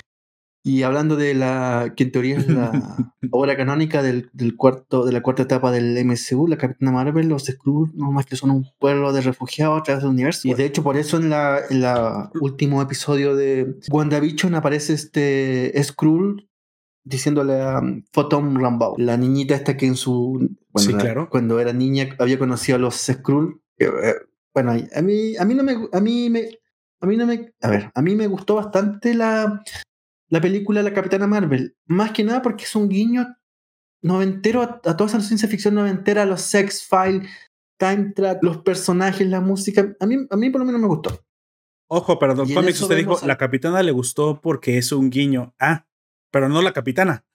y hablando de la que en teoría es la obra canónica del, del cuarto, de la cuarta etapa del M C U, la Capitana Marvel, los Skrulls no más que son un pueblo de refugiados a través del universo. Y de hecho por eso en la, en la último episodio de WandaVision aparece este Skrull diciéndole a um, Photon Rambeau, la niñita esta que en su bueno, sí, claro. cuando era niña había conocido a los Skrull. Eh, eh, bueno, a mí a mí no me a mí me a mí no me a ver, a mí me gustó bastante la la película La Capitana Marvel, más que nada porque es un guiño noventero a, a toda esa ciencia ficción noventera, los sex files, time track, los personajes, la música. A mí a mí por lo menos me gustó. Ojo, pero Don Comics, usted dijo, a... la Capitana le gustó porque es un guiño. Ah, pero no la Capitana.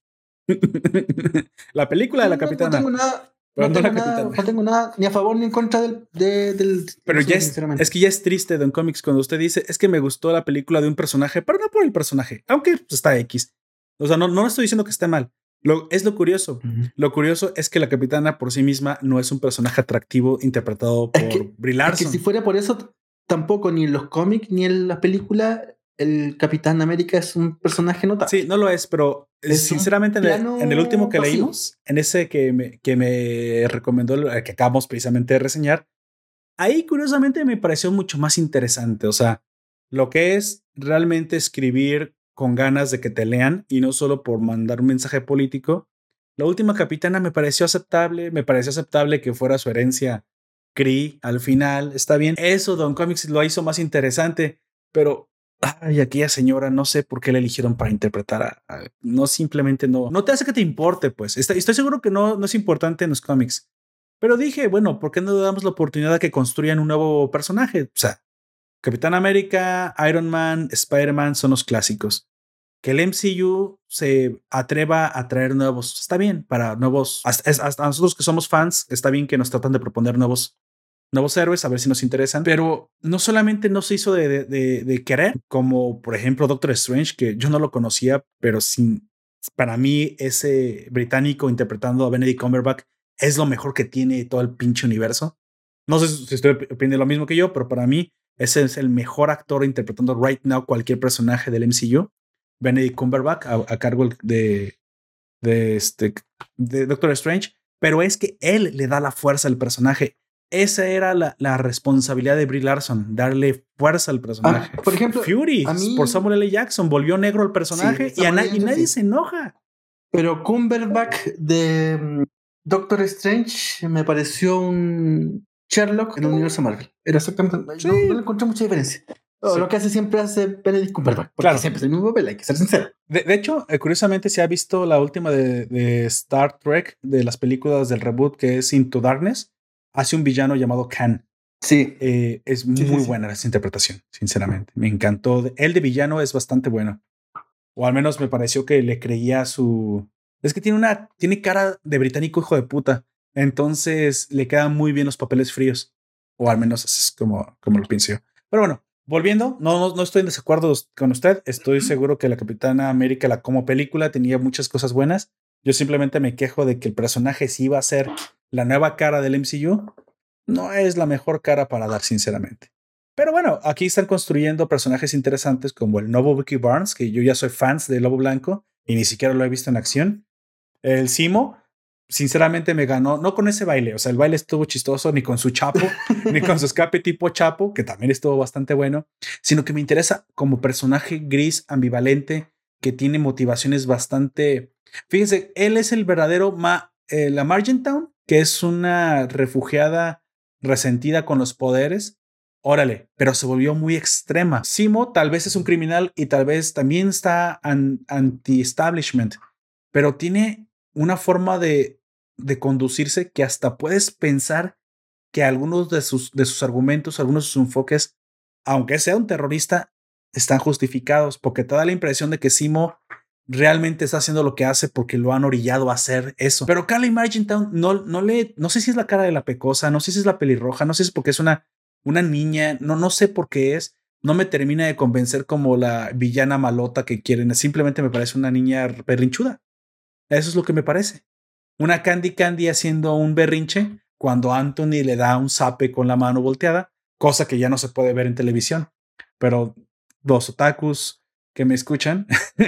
La película de la No, no, Capitana. no tengo nada. Pero No no la tengo, nada, Capitana. no tengo nada ni a favor ni en contra del. De, del Pero ya es, sinceramente. es que ya es triste, Don Comics, cuando usted dice es que me gustó la película de un personaje, pero no por el personaje, aunque pues, está X. O sea, no, no estoy diciendo que esté mal. Lo, es lo curioso. Uh-huh. Lo curioso es que la Capitana por sí misma no es un personaje atractivo interpretado por Es que, Brie Larson. es que si fuera por eso, tampoco ni en los cómics ni en las películas el Capitán América es un personaje notable. Sí, no lo es, pero es sinceramente en el, en el último que pasivo. leímos, en ese que me, que me recomendó, el que acabamos precisamente de reseñar, ahí curiosamente me pareció mucho más interesante. O sea, lo que es realmente escribir con ganas de que te lean y no solo por mandar un mensaje político. La última Capitana me pareció aceptable, me pareció aceptable que fuera su herencia Kree al final, está bien. Eso Don Comics lo hizo más interesante, pero ay, aquella señora, no sé por qué la eligieron para interpretar a, a no simplemente no, no te hace que te importe, pues. Estoy, estoy seguro que no, no es importante en los cómics. Pero dije, bueno, ¿por qué no le damos la oportunidad de que construyan un nuevo personaje? O sea, Capitán América, Iron Man, Spider-Man son los clásicos. Que el M C U se atreva a traer nuevos, está bien, para nuevos, hasta, hasta nosotros que somos fans, está bien que nos tratan de proponer nuevos, nuevos héroes, a ver si nos interesan, pero no solamente no se hizo de, de, de, de querer, como por ejemplo Doctor Strange, que yo no lo conocía, pero sin, para mí ese británico interpretando a Benedict Cumberbatch es lo mejor que tiene todo el pinche universo. No sé si estoy opinando lo mismo que yo, pero para mí ese es el mejor actor interpretando right now cualquier personaje del M C U. Benedict Cumberbatch a, a cargo de, de, este, de Doctor Strange, pero es que él le da la fuerza al personaje. Esa era la, la responsabilidad de Brie Larson, darle fuerza al personaje. Ah, por ejemplo, Fury, a mí, por Samuel L. Jackson, volvió negro al personaje sí, y, a na y nadie sí. se enoja. Pero Cumberbatch de um, Doctor Strange me pareció un Sherlock en el universo Marvel. Era exactamente. Sí. No, no le encontré mucha diferencia. Sí. Lo que hace siempre hace Benedict Cumberbatch. Porque claro. Siempre es el mismo papel, hay que ser sincero. De, de hecho, eh, curiosamente se ha visto la última de, de Star Trek, de las películas del reboot, que es Into Darkness. Hace un villano llamado Khan. Sí. Eh, es muy sí, sí, buena sí. esa interpretación, sinceramente. Me encantó. Él de villano es bastante bueno. O al menos me pareció que le creía su... Es que tiene una... Tiene cara de británico hijo de puta. Entonces le quedan muy bien los papeles fríos. O al menos es como, como lo pienso yo. Pero bueno, volviendo, no, no, no estoy en desacuerdo con usted. Estoy seguro que la Capitana América, la como película, tenía muchas cosas buenas. Yo simplemente me quejo de que el personaje sí iba a ser la nueva cara del M C U. No es la mejor cara para dar, sinceramente. Pero bueno, aquí están construyendo personajes interesantes como el nuevo Bucky Barnes, que yo ya soy fan de Lobo Blanco y ni siquiera lo he visto en acción. El Simo, sinceramente me ganó, no con ese baile, o sea, el baile estuvo chistoso, ni con su chapo, ni con su escape tipo chapo, que también estuvo bastante bueno, sino que me interesa como personaje gris, ambivalente, que tiene motivaciones bastante... Fíjense, él es el verdadero, ma, eh, la Margentown, que es una refugiada resentida con los poderes. Órale, pero se volvió muy extrema. Simo tal vez es un criminal y tal vez también está an, anti-establishment, pero tiene una forma de, de conducirse que hasta puedes pensar que algunos de sus, de sus argumentos, algunos de sus enfoques, aunque sea un terrorista, están justificados, porque te da la impresión de que Simo realmente está haciendo lo que hace porque lo han orillado a hacer eso. Pero Carly Margentown no, no le, no sé si es la cara de la pecosa, no sé si es la pelirroja, no sé si es porque es una Una niña, no, no sé por qué es, no me termina de convencer como la villana malota que quieren, simplemente me parece una niña berrinchuda. Eso es lo que me parece. Una Candy Candy haciendo un berrinche cuando Anthony le da un zape con la mano volteada, cosa que ya no se puede ver en televisión. Pero los otakus que me escuchan,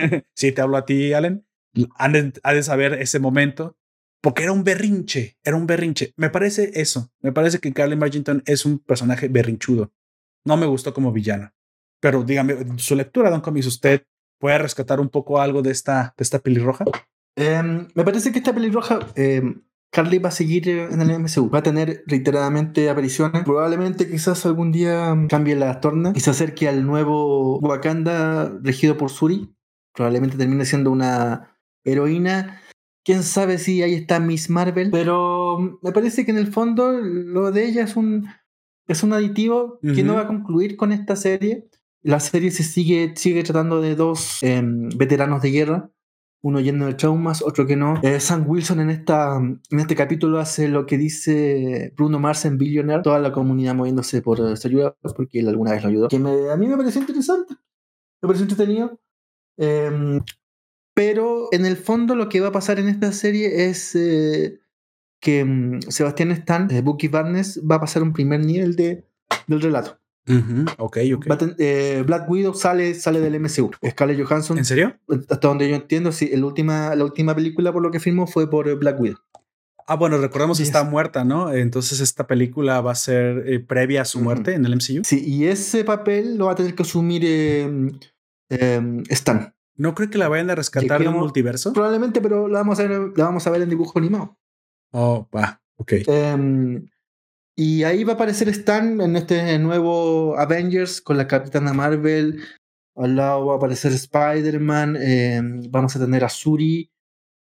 si te hablo a ti, Allen, han de, han de saber ese momento. Porque era un berrinche, era un berrinche. Me parece eso. Me parece que Carly Margentown es un personaje berrinchudo. No me gustó como villano. Pero dígame, su lectura, Don Comics, ¿usted puede rescatar un poco algo de esta, de esta pelirroja? Eh, me parece que esta pelirroja, eh, Carly va a seguir en el M C U. Va a tener reiteradamente apariciones. Probablemente quizás algún día cambie la torna y se acerque al nuevo Wakanda regido por Shuri. Probablemente termine siendo una heroína. Quién sabe si ahí está Miss Marvel, pero me parece que en el fondo lo de ella es un, es un aditivo uh-huh. que no va a concluir con esta serie. La serie se sigue, sigue tratando de dos eh, veteranos de guerra, uno lleno de traumas, otro que no. Eh, Sam Wilson en, esta, en este capítulo hace lo que dice Bruno Mars en Billionaire, toda la comunidad moviéndose por uh, su ayuda, porque él alguna vez lo ayudó. Que me, a mí me pareció interesante, me pareció entretenido. Eh, pero en el fondo lo que va a pasar en esta serie es eh, que um, Sebastián Stan, eh, Bucky Barnes, va a pasar un primer nivel de, del relato. Uh-huh. Ok, ok. Ten, eh, Black Widow sale, sale del M C U. Scarlett Johansson. ¿En serio? Hasta donde yo entiendo, sí, la última, la última película por lo que firmó fue por Black Widow. Ah, bueno, recordemos que yes. está muerta, ¿no? Entonces esta película va a ser eh, previa a su uh-huh. muerte en el M C U. Sí, y ese papel lo va a tener que asumir eh, eh, Stan. ¿No creo que la vayan a rescatar de un multiverso? Probablemente, pero la vamos a ver, la vamos a ver en dibujo animado. Oh, va, ok. Eh, y ahí va a aparecer Stan en este nuevo Avengers con la Capitana Marvel. Al lado va a aparecer Spider-Man. Eh, vamos a tener a Shuri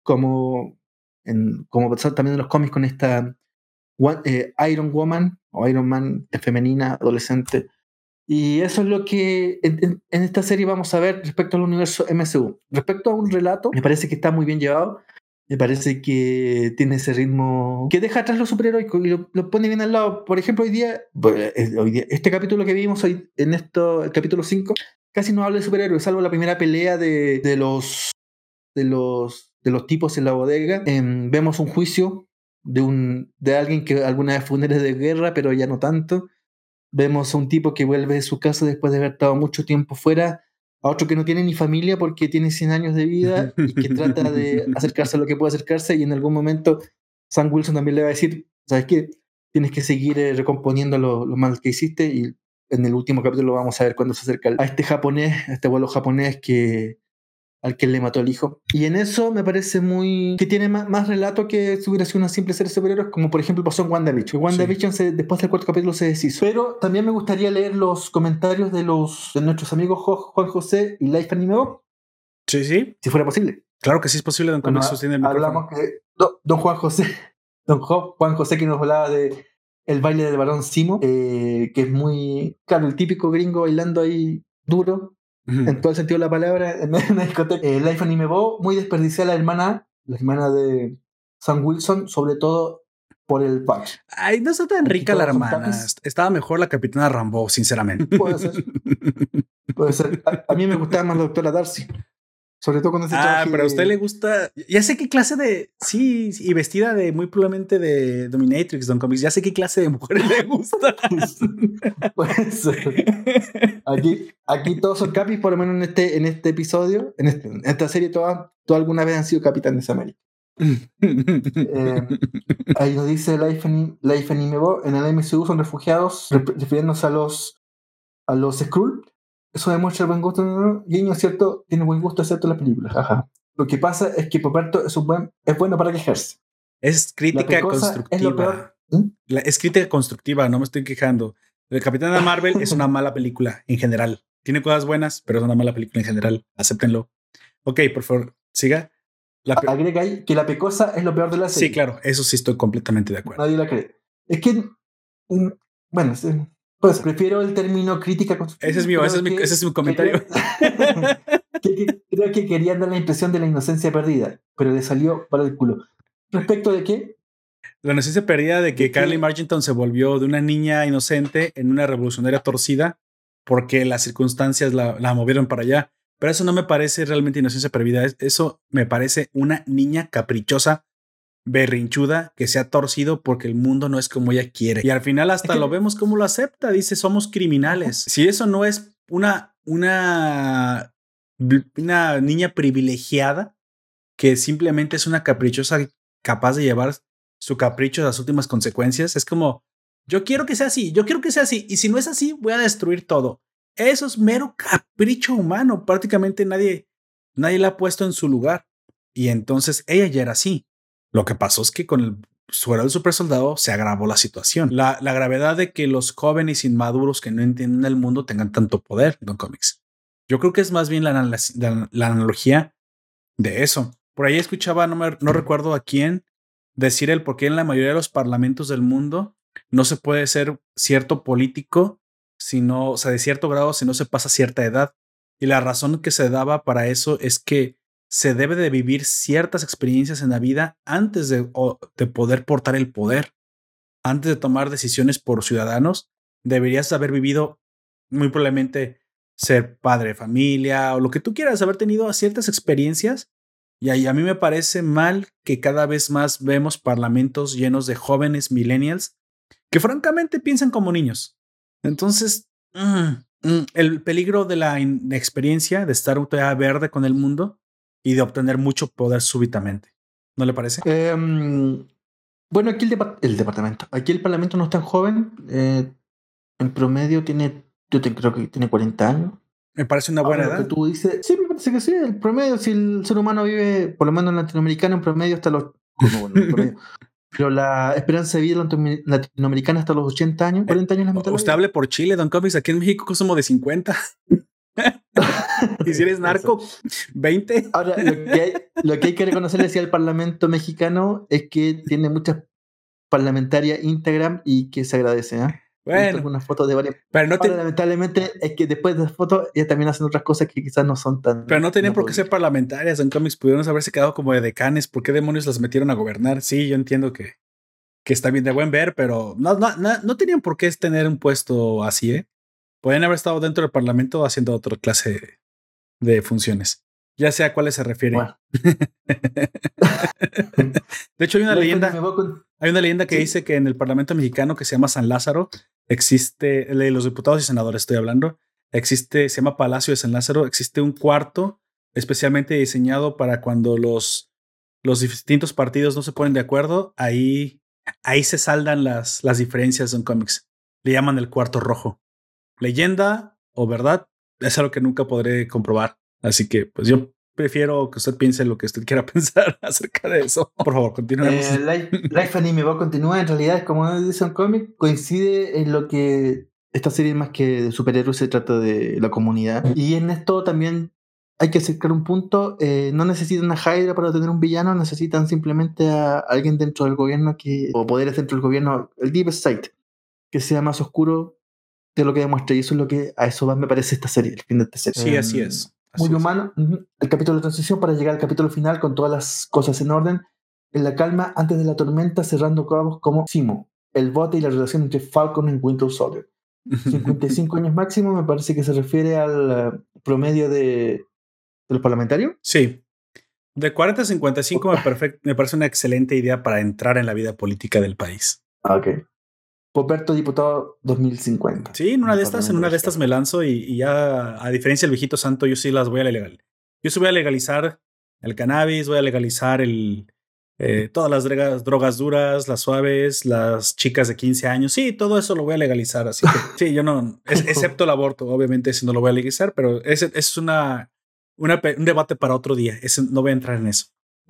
como, en, como también en los cómics con esta one, eh, Iron Woman o Iron Man femenina, adolescente. Y eso es lo que en, en, en esta serie vamos a ver respecto al universo M C U. Respecto a un relato, me parece que está muy bien llevado. Me parece que tiene ese ritmo que deja atrás los superheroicos y lo, lo pone bien al lado. Por ejemplo, hoy día, hoy día este capítulo que vimos hoy, en esto, el capítulo cinco, casi no habla de superhéroes, salvo la primera pelea de, de, los, de, los, de los tipos en la bodega. Eh, vemos un juicio de, un, de alguien que alguna vez fue un héroe de guerra, pero ya no tanto. Vemos a un tipo que vuelve de su casa después de haber estado mucho tiempo fuera, a otro que no tiene ni familia porque tiene cien años de vida y que trata de acercarse a lo que puede acercarse, y en algún momento Sam Wilson también le va a decir, ¿sabes qué? Tienes que seguir eh, recomponiendo lo, lo mal que hiciste, y en el último capítulo vamos a ver cuando se acerca a este japonés, a este abuelo japonés que al que le mató al hijo. Y en eso me parece muy... que tiene más, más relato que si hubiera sido una simple serie de superhéroes, como por ejemplo pasó en WandaVision. WandaVision sí. se, después del cuarto capítulo se deshizo. Pero también me gustaría leer los comentarios de los de nuestros amigos Juan José y Life Anime Bob. Sí, sí. Si fuera posible. Claro que sí es posible, don bueno, sostiene el micrófono. Hablamos que don, don Juan José, don Juan José que nos hablaba de el baile del varón Simo, eh, que es muy... claro, el típico gringo bailando ahí duro. En todo el sentido de la palabra, en una discoteca. Eh, Life Anime Bo, muy desperdiciada la hermana, la hermana de Sam Wilson, sobre todo por el patch. Ay, no está tan rica la hermana. Estaba mejor la Capitana Rambeau, sinceramente. Puede ser. Puede ser. A, a mí me gustaba más la doctora Darcy. Sobre todo cuando se Ah, pero a usted le gusta. Ya sé qué clase de. Sí, y vestida de muy probablemente de Dominatrix, Don Comics. Ya sé qué clase de mujer le gusta. Puede ser. Aquí, aquí todos son capis, por lo menos en este, en este episodio. En, este, en esta serie, todas, todas alguna vez han sido capitanes de América. eh, ahí nos dice Life Anime Bo, en el M C U son refugiados, refiriéndose a los, a los Skrull. Eso demuestra el buen gusto, ¿no? Guiño, ¿cierto? Tiene buen gusto, excepto las películas. Ajá. Lo que pasa es que Poperto es, un buen, es bueno para quejarse. Es crítica constructiva. Es, lo peor. ¿Mm? La, es crítica constructiva, no me estoy quejando. El Capitán de Marvel es una mala película en general. Tiene cosas buenas, pero es una mala película en general. Acéptenlo. Ok, por favor, siga. La pe- Agrega ahí que la pecosa es lo peor de la serie. Sí, claro, eso sí estoy completamente de acuerdo. Nadie la cree. Es que, um, bueno, sí. Pues prefiero el término crítica constructiva. Ese es mi, ese es mi, ese es mi comentario. Creo que, que, creo que querían dar la impresión de la inocencia perdida, pero le salió para el culo. ¿Respecto de qué? La inocencia perdida de que ¿De Carly Marginton se volvió de una niña inocente en una revolucionaria torcida porque las circunstancias la, la movieron para allá. Pero eso no me parece realmente inocencia perdida. Eso me parece una niña caprichosa, berrinchuda, que se ha torcido porque el mundo no es como ella quiere. Y al final hasta lo vemos como lo acepta. Dice, somos criminales. Si eso no es una, una, una niña privilegiada, que simplemente es una caprichosa capaz de llevar su capricho a las últimas consecuencias, es como, yo quiero que sea así, yo quiero que sea así. Y si no es así, voy a destruir todo. Eso es mero capricho humano. Prácticamente nadie, nadie la ha puesto en su lugar. Y entonces ella ya era así. Lo que pasó es que con el suero del super soldado se agravó la situación. La, la gravedad de que los jóvenes inmaduros que no entienden el mundo tengan tanto poder, Don Comics. Yo creo que es más bien la, la, la analogía de eso. Por ahí escuchaba, no, me, no recuerdo a quién, decir el por qué en la mayoría de los parlamentos del mundo no se puede ser cierto político, sino, o sea, de cierto grado, si no se pasa cierta edad. Y la razón que se daba para eso es que se debe de vivir ciertas experiencias en la vida antes de, o, de poder portar el poder. Antes de tomar decisiones por ciudadanos, deberías haber vivido muy probablemente ser padre de familia o lo que tú quieras, haber tenido ciertas experiencias. Y ahí a mí me parece mal que cada vez más vemos parlamentos llenos de jóvenes millennials que francamente piensan como niños. Entonces, mm, mm, el peligro de la inexperiencia, de estar todavía verde con el mundo y de obtener mucho poder súbitamente. ¿No le parece? Eh, bueno, aquí el, depart- el departamento, aquí el parlamento no es tan joven. Eh, en promedio tiene, yo te, creo que tiene cuarenta años. Me parece una buena Ahora, lo que edad. tú dices, sí, me parece que sí, el promedio, si el ser humano vive, por lo menos en latinoamericano, en promedio hasta los... Bueno, bueno, en promedio. Pero la esperanza de vida latino- latinoamericana hasta los ochenta años, cuarenta años es la mitad de la Usted vida. hable por Chile, Don Comics. Aquí en México somos de cincuenta. Y si eres narco, veinte. Ahora, lo que hay, lo que, hay que reconocerle hacia el Parlamento mexicano es que tiene muchas parlamentarias Instagram y que se agradece. ¿eh? He visto Bueno, algunas fotos de varias. pero no, Ahora, te, lamentablemente, es que después de las fotos, ellas también hacen otras cosas que quizás no son tan. pero no tenían no por qué ser públicas. parlamentarias. Don Comics pudieron haberse quedado como de decanes. ¿Por qué demonios las metieron a gobernar? Sí, yo entiendo que, que está bien de buen ver, pero no, no, no, no tenían por qué tener un puesto así, ¿eh? Podrían haber estado dentro del Parlamento haciendo otra clase de funciones. Ya sé a cuáles se refiere. Bueno. De hecho, hay una La leyenda. me voy con- Hay una leyenda que ¿Sí? dice que en el Parlamento mexicano, que se llama San Lázaro, existe, el de los diputados y senadores estoy hablando, existe, se llama Palacio de San Lázaro, existe un cuarto especialmente diseñado para cuando los, los distintos partidos no se ponen de acuerdo, ahí, ahí se saldan las, las diferencias en cómics. Le llaman el cuarto rojo. Leyenda o verdad, es algo que nunca podré comprobar. Así que, pues yo prefiero que usted piense lo que usted quiera pensar acerca de eso. Por favor, continuemos. Eh, Life, Life Anime va a continuar. En realidad, como dice un cómic, coincide en lo que esta serie, más que de superhéroes, se trata de la comunidad. Y en esto también hay que acercar un punto. Eh, no necesitan a Hydra para tener un villano, necesitan simplemente a alguien dentro del gobierno que, o poderes dentro del gobierno, el Deep State, que sea más oscuro de lo que demuestra. Y eso es lo que a eso va, me parece, esta serie, el fin de esta serie. Sí, así es. Así Muy es. humano. Uh-huh. El capítulo de transición para llegar al capítulo final con todas las cosas en orden, en la calma antes de la tormenta, cerrando cabos como Simo, el bote y la relación entre Falcon y Winter Soldier. cincuenta y cinco años máximo, me parece que se refiere al uh, promedio de, de los parlamentarios. Sí. De cuarenta a cincuenta y cinco me, perfect, me parece una excelente idea para entrar en la vida política del país. Ok. Poperto, diputado dos mil cincuenta. Sí, en una de estas, en una de estas me lanzo y, y ya, a diferencia del viejito santo, yo sí las voy a legal. Yo sí voy a legalizar el cannabis, voy a legalizar el, eh, todas las drogas, drogas duras, las suaves, las chicas de quince años. Sí, todo eso lo voy a legalizar. Así que sí, yo no, es, excepto el aborto, obviamente, ese no lo voy a legalizar, pero ese es una, una, un debate para otro día. Ese, no voy a entrar en eso.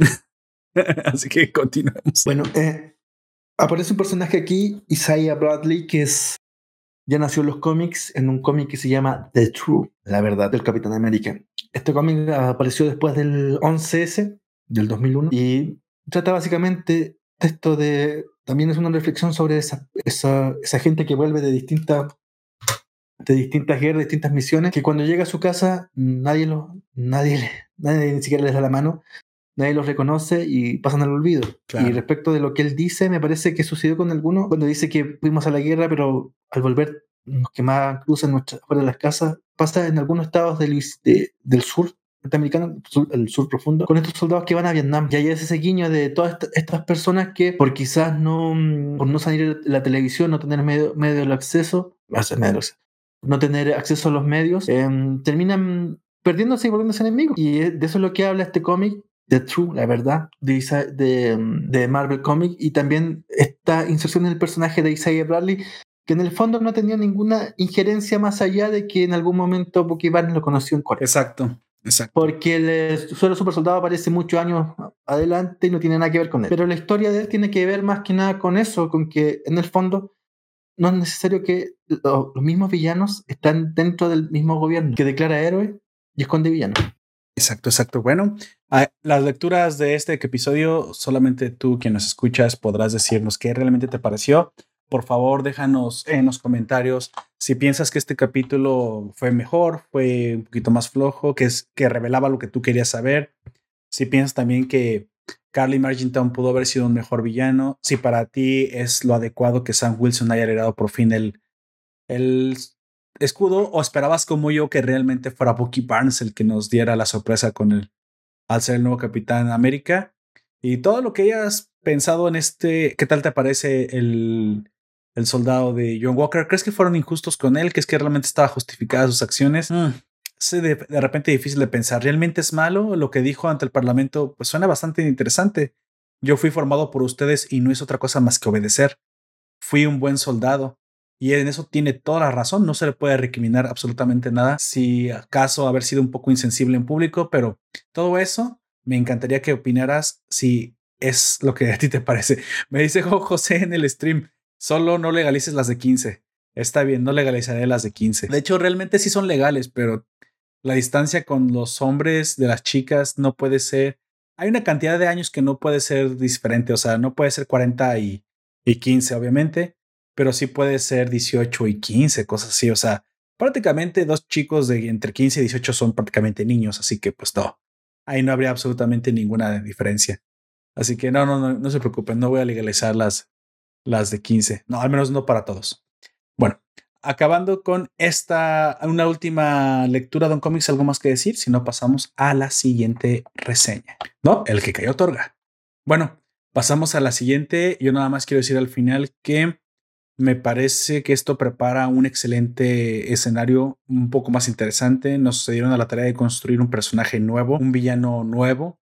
Así que continuemos. Bueno, eh, aparece un personaje aquí, Isaiah Bradley, que es ya nació en los cómics, en un cómic que se llama The True, la verdad, del Capitán América. Este cómic apareció después del once ese, del dos mil uno, y trata básicamente esto de... También es una reflexión sobre esa, esa, esa gente que vuelve de distintas de distintas guerras, distintas misiones, que cuando llega a su casa nadie, lo, nadie, nadie ni siquiera les da la mano, nadie los reconoce y pasan al olvido. Claro. Y respecto de lo que él dice, me parece que sucedió con algunos cuando dice que fuimos a la guerra, pero al volver nos quemaban cruces fuera de las casas. Pasa en algunos estados del, de, del sur norteamericano, el sur profundo, con estos soldados que van a Vietnam. Y ahí es ese guiño de todas est estas personas que por quizás no, por no salir de la televisión, no tener medio, medio del acceso, no tener acceso a los medios, eh, terminan perdiéndose y volviéndose enemigos. Y de eso es lo que habla este cómic, The True, la verdad, de, de, de Marvel Comics, y también esta inserción en el personaje de Isaiah Bradley, que en el fondo no tenía ninguna injerencia más allá de que en algún momento Bucky Barnes lo conoció en Corea. Exacto, exacto. Porque el suelo super soldado aparece muchos años adelante y no tiene nada que ver con él. Pero la historia de él tiene que ver más que nada con eso, con que en el fondo no es necesario que los, los mismos villanos están dentro del mismo gobierno, que declara héroe y esconde villanos. Exacto, exacto. Bueno, las lecturas de este episodio, solamente tú, quien nos escuchas, podrás decirnos qué realmente te pareció. Por favor, déjanos en los comentarios si piensas que este capítulo fue mejor, fue un poquito más flojo, que, es, que revelaba lo que tú querías saber. Si piensas también que Carly Marginton pudo haber sido un mejor villano, si para ti es lo adecuado que Sam Wilson haya heredado por fin el, el escudo, o esperabas como yo que realmente fuera Bucky Barnes el que nos diera la sorpresa con el, al ser el nuevo Capitán América. Y todo lo que hayas pensado en este, ¿qué tal te parece el, el soldado de John Walker? ¿Crees que fueron injustos con él? ¿Crees que realmente estaba justificada sus acciones? Mm. Es de, de repente difícil de pensar. ¿Realmente es malo? Lo que dijo ante el Parlamento pues suena bastante interesante. Yo fui formado por ustedes y no hice otra cosa más que obedecer. Fui un buen soldado. Y en eso tiene toda la razón. No se le puede recriminar absolutamente nada. Si acaso haber sido un poco insensible en público, pero todo eso me encantaría que opinaras si es lo que a ti te parece. Me dice José en el stream, solo no legalices las de quince. Está bien, no legalizaré las de quince. De hecho, realmente sí son legales, pero la distancia con los hombres de las chicas no puede ser. Hay una cantidad de años que no puede ser diferente. O sea, no puede ser cuarenta y, y quince, obviamente, pero sí puede ser dieciocho y quince, cosas así. O sea, prácticamente dos chicos de entre quince y dieciocho son prácticamente niños. Así que, pues no, ahí no habría absolutamente ninguna diferencia. Así que no, no, no, no se preocupen. No voy a legalizar las, las de quince. No, al menos no para todos. Bueno, acabando con esta, una última lectura de un cómics, algo más que decir, si no pasamos a la siguiente reseña. No, el que cayó otorga. Bueno, pasamos a la siguiente. Yo nada más quiero decir al final que me parece que esto prepara un excelente escenario un poco más interesante. Nos dieron a la tarea de construir un personaje nuevo, un villano nuevo.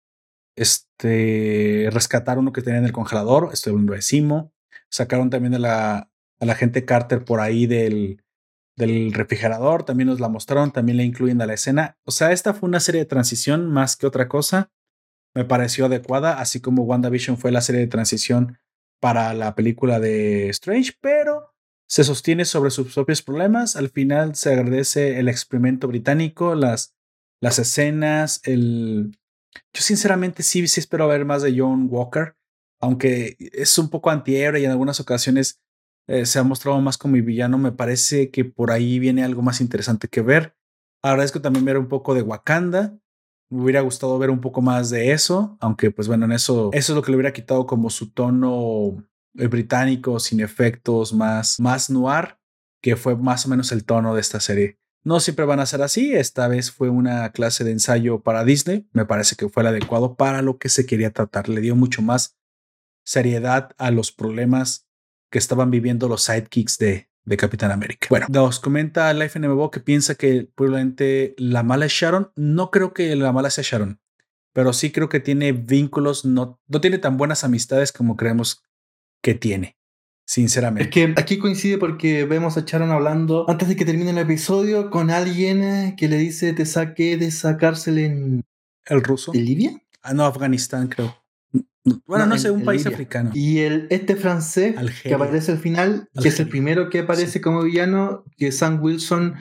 Este, rescatar uno que tenía en el congelador. Estoy hablando de Simo. Sacaron también a la, a la gente Carter por ahí del, del refrigerador. También nos la mostraron. También la incluyen a la escena. O sea, esta fue una serie de transición más que otra cosa. Me pareció adecuada, así como WandaVision fue la serie de transición para la película de Strange, pero se sostiene sobre sus propios problemas. Al final se agradece el experimento británico, las, las escenas, el... Yo sinceramente sí, sí espero ver más de John Walker, aunque es un poco antihéroe y en algunas ocasiones eh, se ha mostrado más como mi villano. Me parece que por ahí viene algo más interesante que ver. Agradezco también ver un poco de Wakanda. Me hubiera gustado ver un poco más de eso, aunque pues bueno, en eso, eso es lo que le hubiera quitado como su tono eh, británico, sin efectos, más, más noir, que fue más o menos el tono de esta serie. No siempre van a ser así. Esta vez fue una clase de ensayo para Disney. Me parece que fue el adecuado para lo que se quería tratar. Le dio mucho más seriedad a los problemas que estaban viviendo los sidekicks de, de Capitán América. Bueno, nos comenta Life N M O que piensa que probablemente la mala es Sharon. No creo que la mala sea Sharon, pero sí creo que tiene vínculos. No, no tiene tan buenas amistades como creemos que tiene. Sinceramente. Es que aquí coincide porque vemos a Sharon hablando antes de que termine el episodio con alguien que le dice te saqué de esa cárcel en... ¿El ruso? ¿En Libia? Ah, no, Afganistán, creo. Bueno, no, no sé, un país Libia. africano. Y el, este francés Algeria. Que aparece al final, Algeria. Que es el primero que aparece sí. como villano, que Sam Wilson,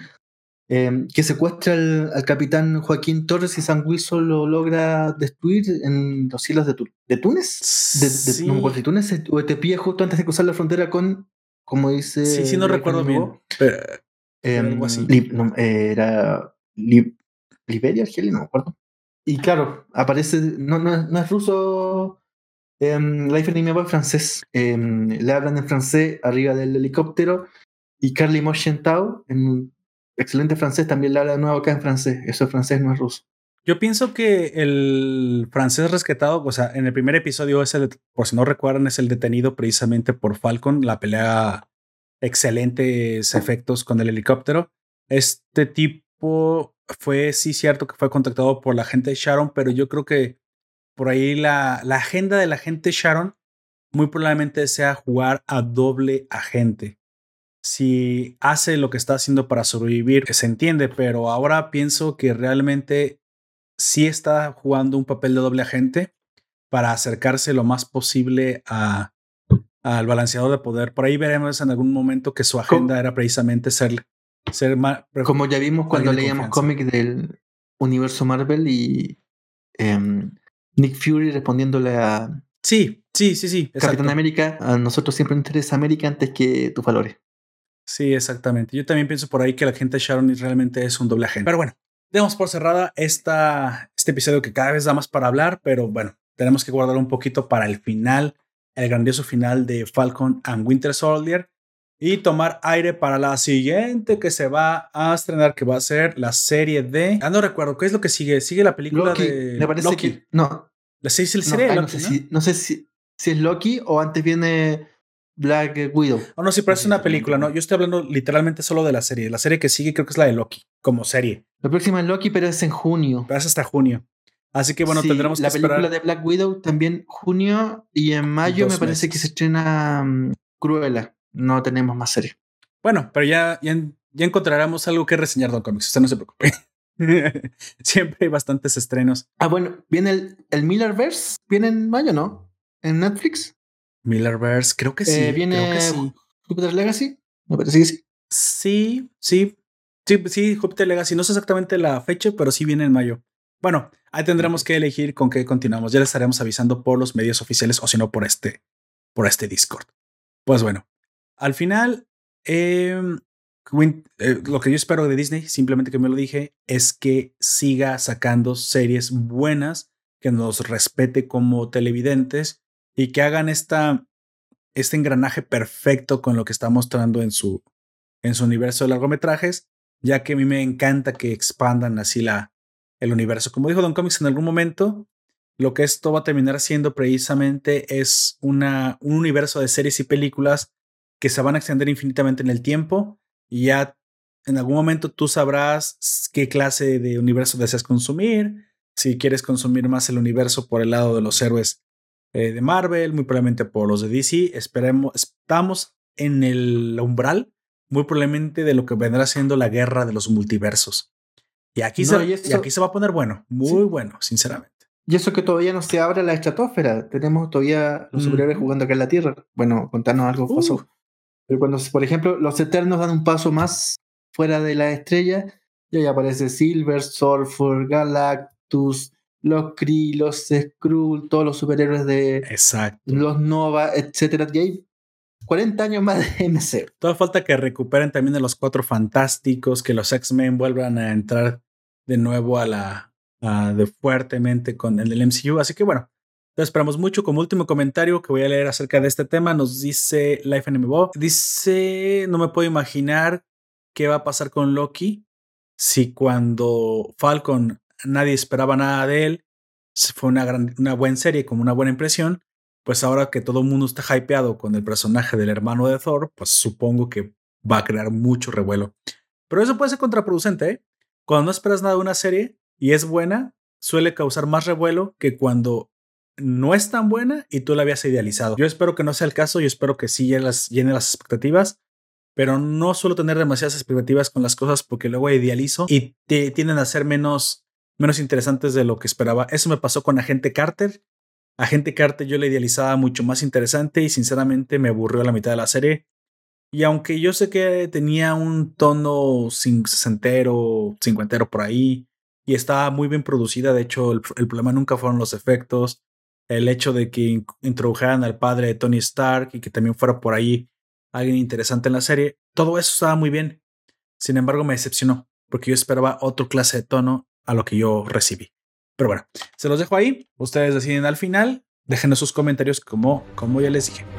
eh, que secuestra al, al capitán Joaquín Torres y Sam Wilson lo logra destruir en los cielos de, tu, de Túnez. De, de, sí. No me acuerdo si Túnez o te pilla justo antes de cruzar la frontera con, como dice... Sí, sí, no recuerdo bien. Pero, eh, pero algo así. Li, no, era li, Liberia, Argelia, no me acuerdo. Y claro, aparece, no, no, no es ruso... Um, Life N M O es francés. Um, le hablan en francés arriba del helicóptero. Y Carly Moshentau, en excelente francés, también le habla de nuevo acá en francés. Eso es francés, no es ruso. Yo pienso que el francés rescatado, o sea, en el primer episodio, es el, por si no recuerdan, es el detenido precisamente por Falcon, la pelea, excelentes efectos con el helicóptero. Este tipo fue, sí, cierto que fue contactado por la gente de Sharon, pero yo creo que por ahí la, la agenda de la gente Sharon muy probablemente sea jugar a doble agente. Si hace lo que está haciendo para sobrevivir, se entiende, pero ahora pienso que realmente sí está jugando un papel de doble agente para acercarse lo más posible a, al balanceador de poder. Por ahí veremos en algún momento que su agenda ¿Cómo? Era precisamente ser, ser más... Como ya vimos cuando leíamos cómics del universo Marvel y... Um, Nick Fury respondiéndole a... Sí, sí, sí, sí. Capitán exacto. América, a nosotros siempre nos interesa América antes que tus valores. Sí, exactamente. Yo también pienso por ahí que la gente de Sharon realmente es un doble agente. Pero bueno, demos por cerrada esta, este episodio que cada vez da más para hablar, pero bueno, tenemos que guardar un poquito para el final, el grandioso final de Falcon and Winter Soldier y tomar aire para la siguiente que se va a estrenar, que va a ser la serie de... Ah, no recuerdo, ¿qué es lo que sigue? Sigue la película Loki, de me parece Loki. que no. La serie, la No, serie de ay, no Loki, sé ¿no? si, no sé si, si es Loki o antes viene Black Widow. Oh, no, sí, pero No es sé una exactamente película, ¿no? cuál. Yo estoy hablando literalmente solo de la serie. La serie que sigue creo que es la de Loki, como serie. La próxima es Loki, pero es en junio. Pero es hasta junio. Así que bueno, Sí, tendremos que la película esperar. de Black Widow también junio y en mayo me Dos parece que se meses. estrena um, Cruella. No tenemos más serie. Bueno, pero ya, ya, ya encontraremos algo que reseñar, Don Comics. Usted no se preocupe. Siempre hay bastantes estrenos. Ah, bueno, viene el, el Millerverse, viene en mayo, ¿no? En Netflix. Millerverse, creo que sí, Eh, creo que viene sí. Jupiter Legacy, me parece que sí. Sí, sí, sí, sí, Jupiter Legacy. No sé exactamente la fecha, pero sí viene en mayo. Bueno, ahí tendremos que elegir con qué continuamos. Ya les estaremos avisando por los medios oficiales o si no por este, por este Discord. Pues bueno, al final, eh, eh, lo que yo espero de Disney, simplemente que me lo dije, es que siga sacando series buenas, que nos respete como televidentes y que hagan esta, este engranaje perfecto con lo que está mostrando en su, en su universo de largometrajes, ya que a mí me encanta que expandan así la, el universo. Como dijo Don Comics en algún momento, lo que esto va a terminar siendo precisamente es una, un universo de series y películas que se van a extender infinitamente en el tiempo y ya en algún momento tú sabrás qué clase de universo deseas consumir, si quieres consumir más el universo por el lado de los héroes eh, de Marvel, muy probablemente por los de D C. Esperemos, estamos en el umbral muy probablemente de lo que vendrá siendo la guerra de los multiversos. Y aquí, No, se, y y aquí eso, se va a poner bueno, muy sí. bueno, sinceramente. Y eso que todavía no se abre la estratosfera. Tenemos todavía los superhéroes Uh-huh. jugando acá en la Tierra. Bueno, contanos algo Uh, pasó. Pero cuando, por ejemplo, los Eternos dan un paso más fuera de la estrella, y ahí aparece Silver, Surfer, Galactus, los Kree, los Skrull, todos los superhéroes de exacto. los Nova, etcétera. Y hay cuarenta años más de M C U. Toda falta que recuperen también a los Cuatro Fantásticos, que los X-Men vuelvan a entrar de nuevo a la a de fuertemente con el M C U. Así que bueno, te esperamos mucho. Como último comentario que voy a leer acerca de este tema, nos dice Life N M O. Dice: no me puedo imaginar qué va a pasar con Loki si cuando Falcon nadie esperaba nada de él, fue una, gran, una buena serie, como una buena impresión. Pues ahora que todo el mundo está hypeado con el personaje del hermano de Thor, pues supongo que va a crear mucho revuelo. Pero eso puede ser contraproducente, ¿eh? Cuando no esperas nada de una serie y es buena, suele causar más revuelo que cuando no es tan buena y tú la habías idealizado. Yo espero que no sea el caso, yo espero que sí llene las, llene las expectativas, pero no suelo tener demasiadas expectativas con las cosas porque luego idealizo y te tienden a ser menos, menos interesantes de lo que esperaba. Eso me pasó con Agente Carter. Agente Carter yo la idealizaba mucho más interesante y sinceramente me aburrió a la mitad de la serie. Y aunque yo sé que tenía un tono sesentero, cincuentero por ahí y estaba muy bien producida, de hecho el, el problema nunca fueron los efectos, el hecho de que introdujeran al padre de Tony Stark y que también fuera por ahí alguien interesante en la serie, todo eso estaba muy bien. Sin embargo me decepcionó porque yo esperaba otro clase de tono a lo que yo recibí. Pero bueno, se los dejo ahí. Ustedes deciden al final. Déjenos sus comentarios como, como ya les dije.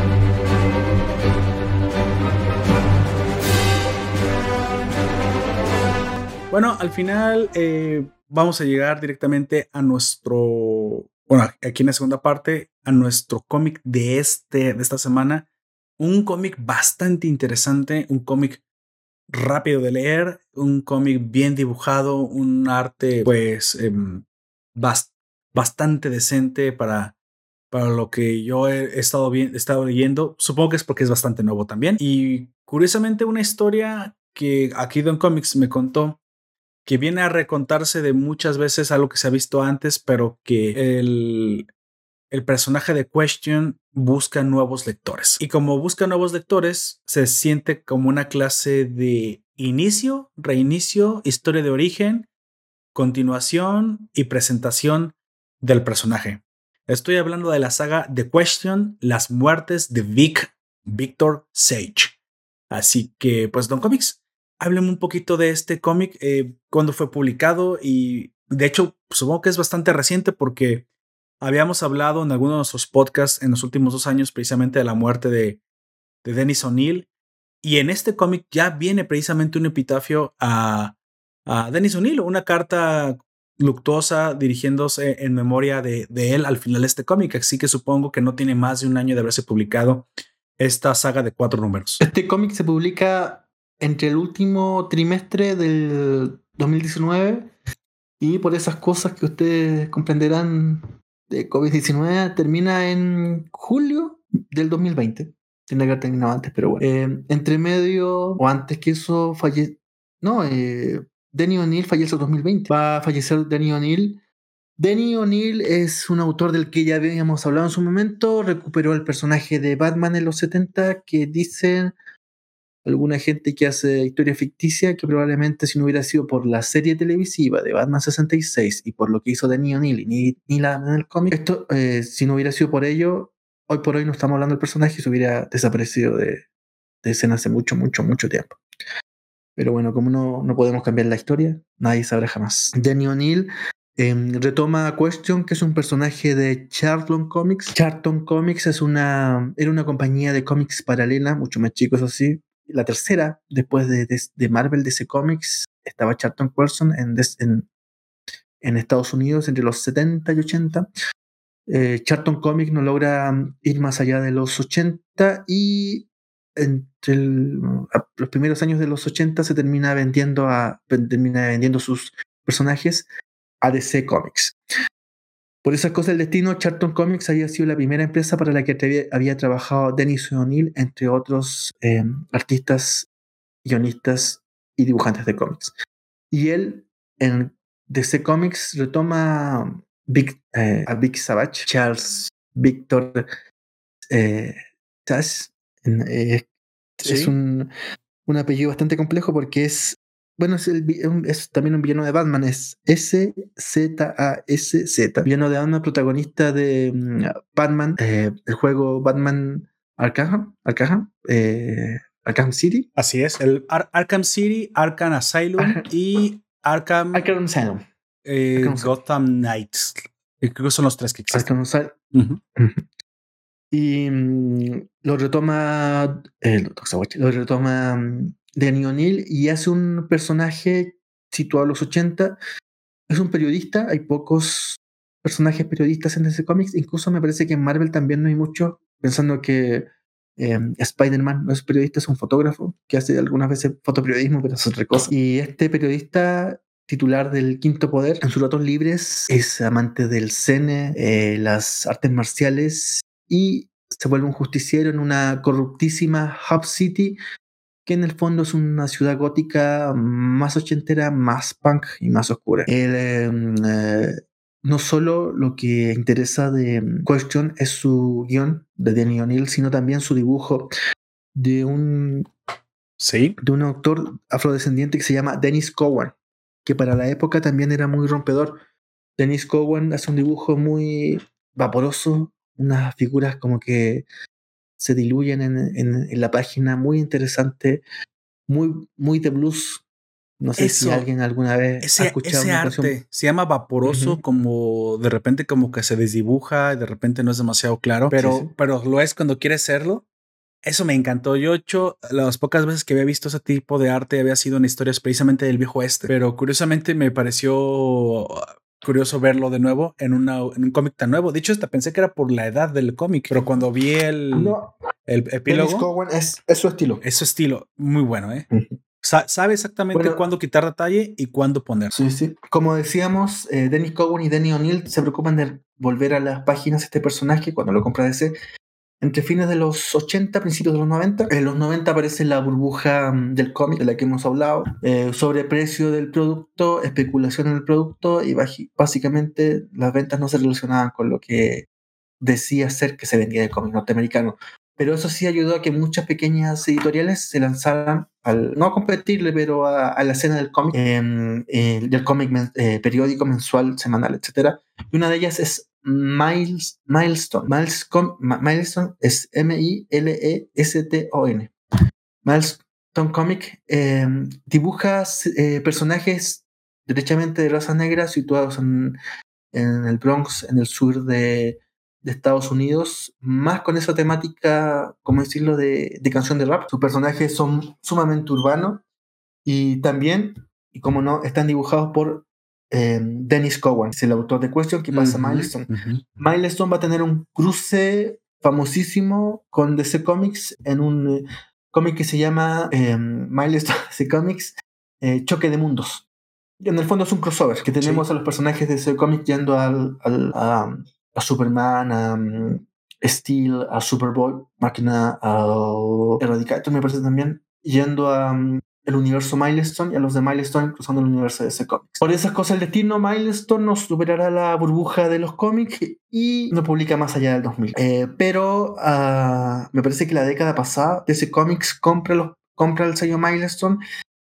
Bueno, al final eh, vamos a llegar directamente a nuestro, bueno, aquí en la segunda parte, a nuestro cómic de, este, de esta semana. Un cómic bastante interesante, un cómic rápido de leer, un cómic bien dibujado, un arte pues eh, bast bastante decente para, para lo que yo he estado, bien, he estado leyendo. Supongo que es porque es bastante nuevo también. Y curiosamente una historia que aquí Don Comics me contó que viene a recontarse de muchas veces algo que se ha visto antes, pero que el, el personaje de Question busca nuevos lectores. Y como busca nuevos lectores, se siente como una clase de inicio, reinicio, historia de origen, continuación y presentación del personaje. Estoy hablando de la saga The Question, las muertes de Vic, Victor Sage. Así que, pues, Don Comics, hábleme un poquito de este cómic, eh, cuándo fue publicado y de hecho supongo que es bastante reciente porque habíamos hablado en algunos de nuestros podcasts en los últimos dos años precisamente de la muerte de, de Dennis O'Neil y en este cómic ya viene precisamente un epitafio a, a Dennis O'Neil, una carta luctuosa dirigiéndose en memoria de, de él al final de este cómic, así que supongo que no tiene más de un año de haberse publicado esta saga de cuatro números. Este cómic se publica entre el último trimestre del dos mil diecinueve y por esas cosas que ustedes comprenderán de COVID diecinueve termina en julio del dos mil veinte. Tiene que haber terminado antes, pero bueno. Eh, entre medio o antes que eso falle... No, eh, Denny O'Neil fallece en dos mil veinte. Va a fallecer Denny O'Neil. Denny O'Neil es un autor del que ya habíamos hablado en su momento. Recuperó el personaje de Batman en los setenta que dicen alguna gente que hace historia ficticia que probablemente si no hubiera sido por la serie televisiva de Batman sesenta y seis y por lo que hizo Denny O'Neil y ni, ni la en el cómic, esto, eh, si no hubiera sido por ello, hoy por hoy no estamos hablando del personaje y se hubiera desaparecido de, de escena hace mucho, mucho, mucho tiempo. Pero bueno, como no, no podemos cambiar la historia, nadie sabrá jamás. Denny O'Neil eh, retoma Question, que es un personaje de Charlton Comics. Charlton Comics es una, era una compañía de cómics paralela, mucho más chicos así. La tercera, después de, de, de Marvel D C Comics, estaba Charlton Coulson en, en, en Estados Unidos entre los setenta y ochenta. Eh, Charlton Comics no logra ir más allá de los ochenta y entre el, los primeros años de los ochenta se termina vendiendo, a, termina vendiendo sus personajes a D C Comics. Por esas cosas del destino, Charlton Comics había sido la primera empresa para la que había, había trabajado Dennis O'Neil, entre otros eh, artistas, guionistas y dibujantes de cómics. Y él en D C Comics retoma Big, eh, a Big Savage, Charles Victor eh, Sass. Eh, ¿Sí? Es un, un apellido bastante complejo porque es Bueno, es, el, es también un villano de Batman, es S Z A S Z. Villano de Batman, protagonista de um, Batman, eh, el juego Batman Arkham, Arkham, eh, Arkham City. Así es, el Ar Arkham City, Arkham Asylum Arkham, y Arkham, Arkham Asylum. Eh, Arkham Gotham Knights. Creo que son los tres que existen. Arkham Asylum. Uh-huh. Uh-huh. Y um, lo retoma, eh, lo retoma um, Denny O'Neil y hace un personaje situado a los ochenta. Es un periodista, hay pocos personajes periodistas en D C Comics, incluso me parece que en Marvel también no hay mucho, pensando que eh, Spider-Man no es periodista, es un fotógrafo que hace algunas veces fotoperiodismo, pero es otra cosa. Y este periodista titular del Quinto Poder, en sus ratos libres, es amante del cine, eh, las artes marciales y se vuelve un justiciero en una corruptísima Hub City que en el fondo es una ciudad gótica más ochentera, más punk y más oscura. El, eh, eh, no solo lo que interesa de Question es su guión de Denny O'Neil, sino también su dibujo de un, ¿Sí? de un autor afrodescendiente que se llama Dennis Cowan, que para la época también era muy rompedor. Dennis Cowan hace un dibujo muy vaporoso, unas figuras como que se diluyen en, en, en la página, muy interesante, muy, muy de blues. No sé Eso, si alguien alguna vez ese, ha escuchado ese una arte canción. se llama vaporoso, uh-huh. como de repente como que se desdibuja y de repente no es demasiado claro, pero, sí, sí. pero lo es cuando quieres serlo. Eso me encantó. Yo, hecho, las pocas veces que había visto ese tipo de arte había sido en historias precisamente del viejo oeste, pero curiosamente me pareció curioso verlo de nuevo en, una, en un cómic tan nuevo. De hecho, hasta pensé que era por la edad del cómic, pero cuando vi el, no. el epílogo, Dennis Cowan es, es su estilo. Es su estilo, muy bueno, ¿eh? Uh-huh. Sa sabe exactamente bueno, cuándo quitar detalle y cuándo poner. Sí, sí. Como decíamos, eh, Dennis Cowan y Denny O'Neil se preocupan de volver a las páginas de este personaje cuando lo compra D C. Entre fines de los ochenta, principios de los noventa. En los noventa aparece la burbuja um, del cómic de la que hemos hablado, eh, sobreprecio del producto, especulación en el producto y básicamente las ventas no se relacionaban con lo que decía ser que se vendía de cómic norteamericano. Pero eso sí ayudó a que muchas pequeñas editoriales se lanzaran, al, no a competirle, pero a, a la escena del cómic, eh, eh, del cómic men, eh, periódico, mensual, semanal, etcétera. Y una de ellas es Miles, Milestone. Milestone, Milestone es M I L E S T O N. Miles, Charlton Comic eh, dibuja eh, personajes derechamente de raza negra situados en, en el Bronx, en el sur de, de Estados Unidos, más con esa temática, como decirlo, de, de canción de rap. Sus personajes son sumamente urbanos y también, y como no, están dibujados por eh, Dennis Cowan, es el autor de Question, que pasa Uh-huh, Milestone. uh-huh. Milestone va a tener un cruce famosísimo con D C Comics en un eh, cómic que se llama eh, Milestone D C Comics eh, Choque de Mundos. Y en el fondo es un crossover que tenemos Sí. a los personajes de D C Comics yendo al, al, a, a Superman, a um, Steel, a Superboy, Máquina, a Eradicator, me parece también, yendo a um, el universo Milestone y a los de Milestone cruzando el universo de D C Comics. Por esas cosas, el destino Milestone nos superará la burbuja de los cómics y no publica más allá del dos mil. Eh, pero uh, me parece que la década pasada D C Comics compra, los, compra el sello Milestone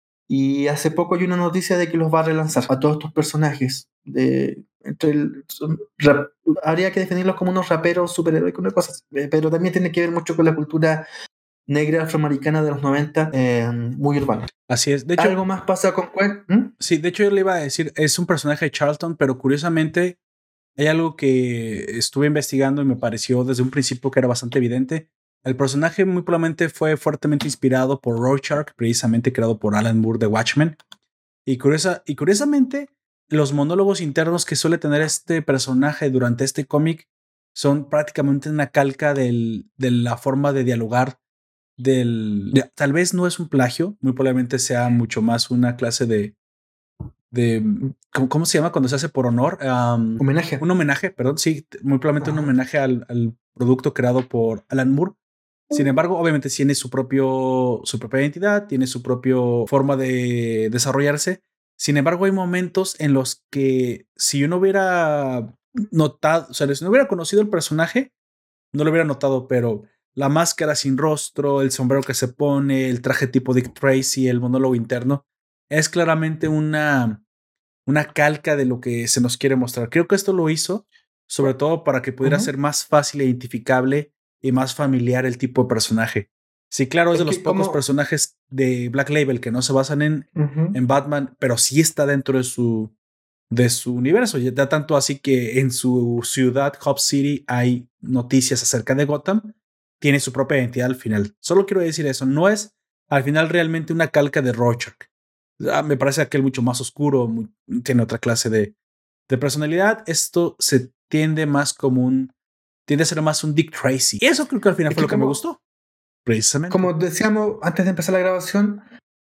y hace poco hay una noticia de que los va a relanzar a todos estos personajes. De, entre el, rap, habría que definirlos como unos raperos superhéroes, una cosa así, pero también tiene que ver mucho con la cultura negra afroamericana de los noventa, eh, muy urbana. Así es. De hecho, ¿algo más pasa con Quen? ¿Mm? Sí, de hecho yo le iba a decir, es un personaje de Charlton, pero curiosamente hay algo que estuve investigando y me pareció desde un principio que era bastante evidente. El personaje muy probablemente fue fuertemente inspirado por Rorschach, precisamente creado por Alan Moore de Watchmen. Y, curiosa, y curiosamente, los monólogos internos que suele tener este personaje durante este cómic son prácticamente una calca del, de la forma de dialogar del... De, tal vez no es un plagio, muy probablemente sea mucho más una clase de... de ¿cómo, cómo se llama cuando se hace por honor? Um, homenaje. Un homenaje, perdón, sí, muy probablemente uh-huh. un homenaje al, al producto creado por Alan Moore. Sin embargo, obviamente tiene su propio, su propia identidad, tiene su propia forma de desarrollarse. Sin embargo, hay momentos en los que si uno hubiera notado, o sea, si no hubiera conocido el personaje, no lo hubiera notado, pero la máscara sin rostro, el sombrero que se pone, el traje tipo Dick Tracy, el monólogo interno, es claramente una, una calca de lo que se nos quiere mostrar. Creo que esto lo hizo sobre todo para que pudiera uh-huh. ser más fácil e identificable y más familiar el tipo de personaje. Sí, claro, es, es de los pocos como... personajes de Black Label que no se basan en, uh-huh. en Batman, pero sí está dentro de su, de su universo. Ya tanto así que en su ciudad, Hub City, hay noticias acerca de Gotham. Tiene su propia identidad al final. Solo quiero decir eso. No es al final realmente una calca de Rorschach. Ah, me parece aquel mucho más oscuro, muy, tiene otra clase de, de personalidad. Esto se tiende más como un tiende a ser más un Dick Tracy. Y eso creo que al final es fue que lo que como, me gustó. Precisamente. Como decíamos antes de empezar la grabación,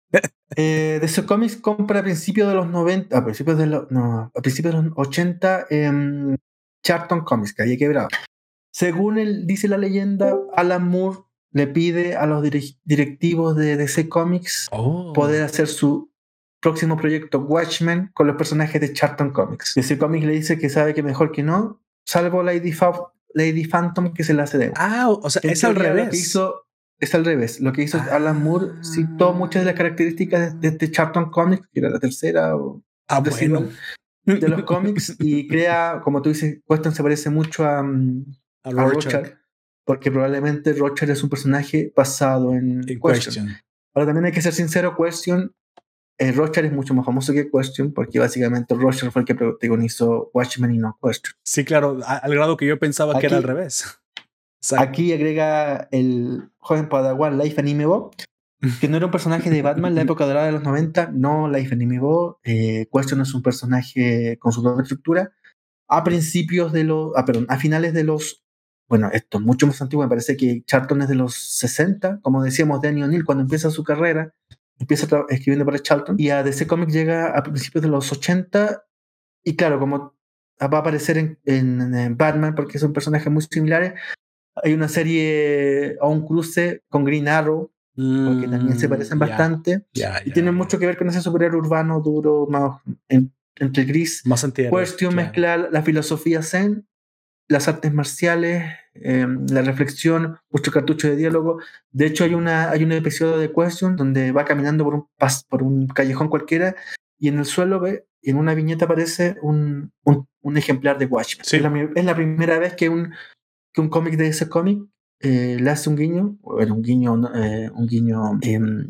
eh, D C Comics compra a principios de los noventa, a principios de los, no, a principios de los ochenta, eh, Charlton Comics, que había quebrado. Según él, dice la leyenda, Alan Moore le pide a los direct- directivos de D C Comics oh. poder hacer su próximo proyecto Watchmen con los personajes de Charlton Comics. D C Comics le dice que sabe que mejor que no, salvo Lady Fa- Lady Phantom, que se la hace de Ah, o sea, en es al revés. Lo que hizo, es al revés. Lo que hizo ah. Alan Moore citó muchas de las características de, de, de Charlton Comics, que era la tercera o ah, bueno. de los cómics, y crea, como tú dices, Weston se parece mucho a, a, a Rorschach, porque probablemente Rorschach es un personaje basado en, en Question. Question. Ahora también hay que ser sincero, Question, eh, Rorschach es mucho más famoso que Question, porque básicamente Rorschach fue el que protagonizó Watchmen y no Question. Sí, claro, a, al grado que yo pensaba aquí, que era al revés. Exacto. Aquí agrega el joven padawan Life Anime Bo, que no era un personaje de Batman en la época dorada de los noventa, no Life Anime Bo. Eh, Question es un personaje con su propia estructura. A principios de los, ah, perdón, a finales de los, bueno, esto es mucho más antiguo, me parece que Charlton es de los sesenta, como decíamos, Danny O'Neill cuando empieza su carrera, empieza tra- escribiendo para Charlton, y a D C Comics llega a principios de los ochenta, y claro, como va a aparecer en, en, en Batman, porque son personajes muy similares, hay una serie o un cruce con Green Arrow, mm, porque también se parecen yeah, bastante, yeah, y yeah, tienen yeah. mucho que ver con ese superhéroe urbano duro, más en, entre gris. Más antihéroe. Question claro. Mezcla la filosofía zen, las artes marciales, eh, la reflexión, mucho cartucho de diálogo. De hecho, hay, una, hay un episodio de Question donde va caminando por un, pas, por un callejón cualquiera y en el suelo ve, y en una viñeta aparece un, un, un ejemplar de Watchmen. Sí. Es, la, es la primera vez que un que un cómic de ese cómic eh, le hace un guiño, bueno, un guiño, eh, un guiño eh,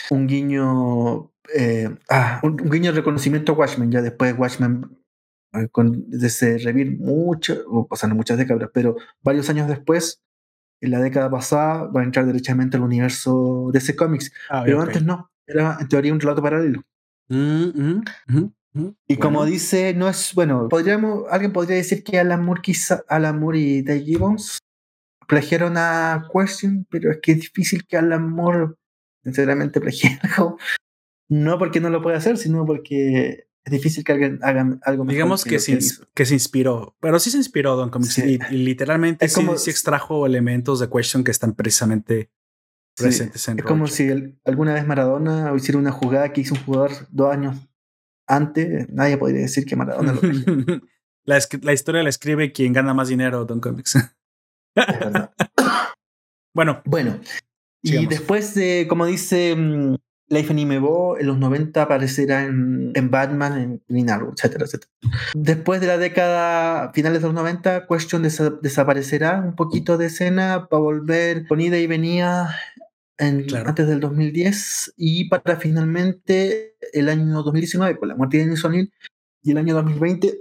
un guiño, eh, ah, un, un guiño de reconocimiento a Watchmen. Ya después Watchmen, eh, con, desde Revir mucho, o sea, no muchas décadas, pero varios años después, en la década pasada, va a entrar derechamente al universo de ese cómics. Ah, Pero ok. antes no, era en teoría un relato paralelo. Mm, mm, mm, mm. Y Bueno. como dice, no es, bueno, podríamos, alguien podría decir que Alan Moore, quizá, Alan Moore y Dave Gibbons plagiaron a Question, pero es que es difícil que Alan Moore sinceramente plagie algo. No porque no lo pueda hacer, sino porque es difícil que alguien haga algo mejor Digamos que, que, lo se que él ins- hizo. que se inspiró, pero sí se inspiró Don Comics Sí. y, y literalmente Es sí, como- sí extrajo elementos de Question que están precisamente Sí, presentes en es como Rorschach. si el- alguna vez Maradona hiciera una jugada que hizo un jugador dos años antes, nadie podría decir que Maradona lo plagió. la, escri- la historia la escribe quien gana más dinero, Don Comics. Es verdad. Bueno, Bueno, y sigamos. después de, como dice mm, Leif Nimebo, en los noventa aparecerá en, en Batman, en Green Arrow, etcétera, etcétera. Después de la década, finales de los noventa, Question desa- desaparecerá un poquito de escena para volver con ida y venida en, Claro. antes del dos mil diez y para finalmente el año dos mil diecinueve con la muerte de Dennis O'Neil y el año dos mil veinte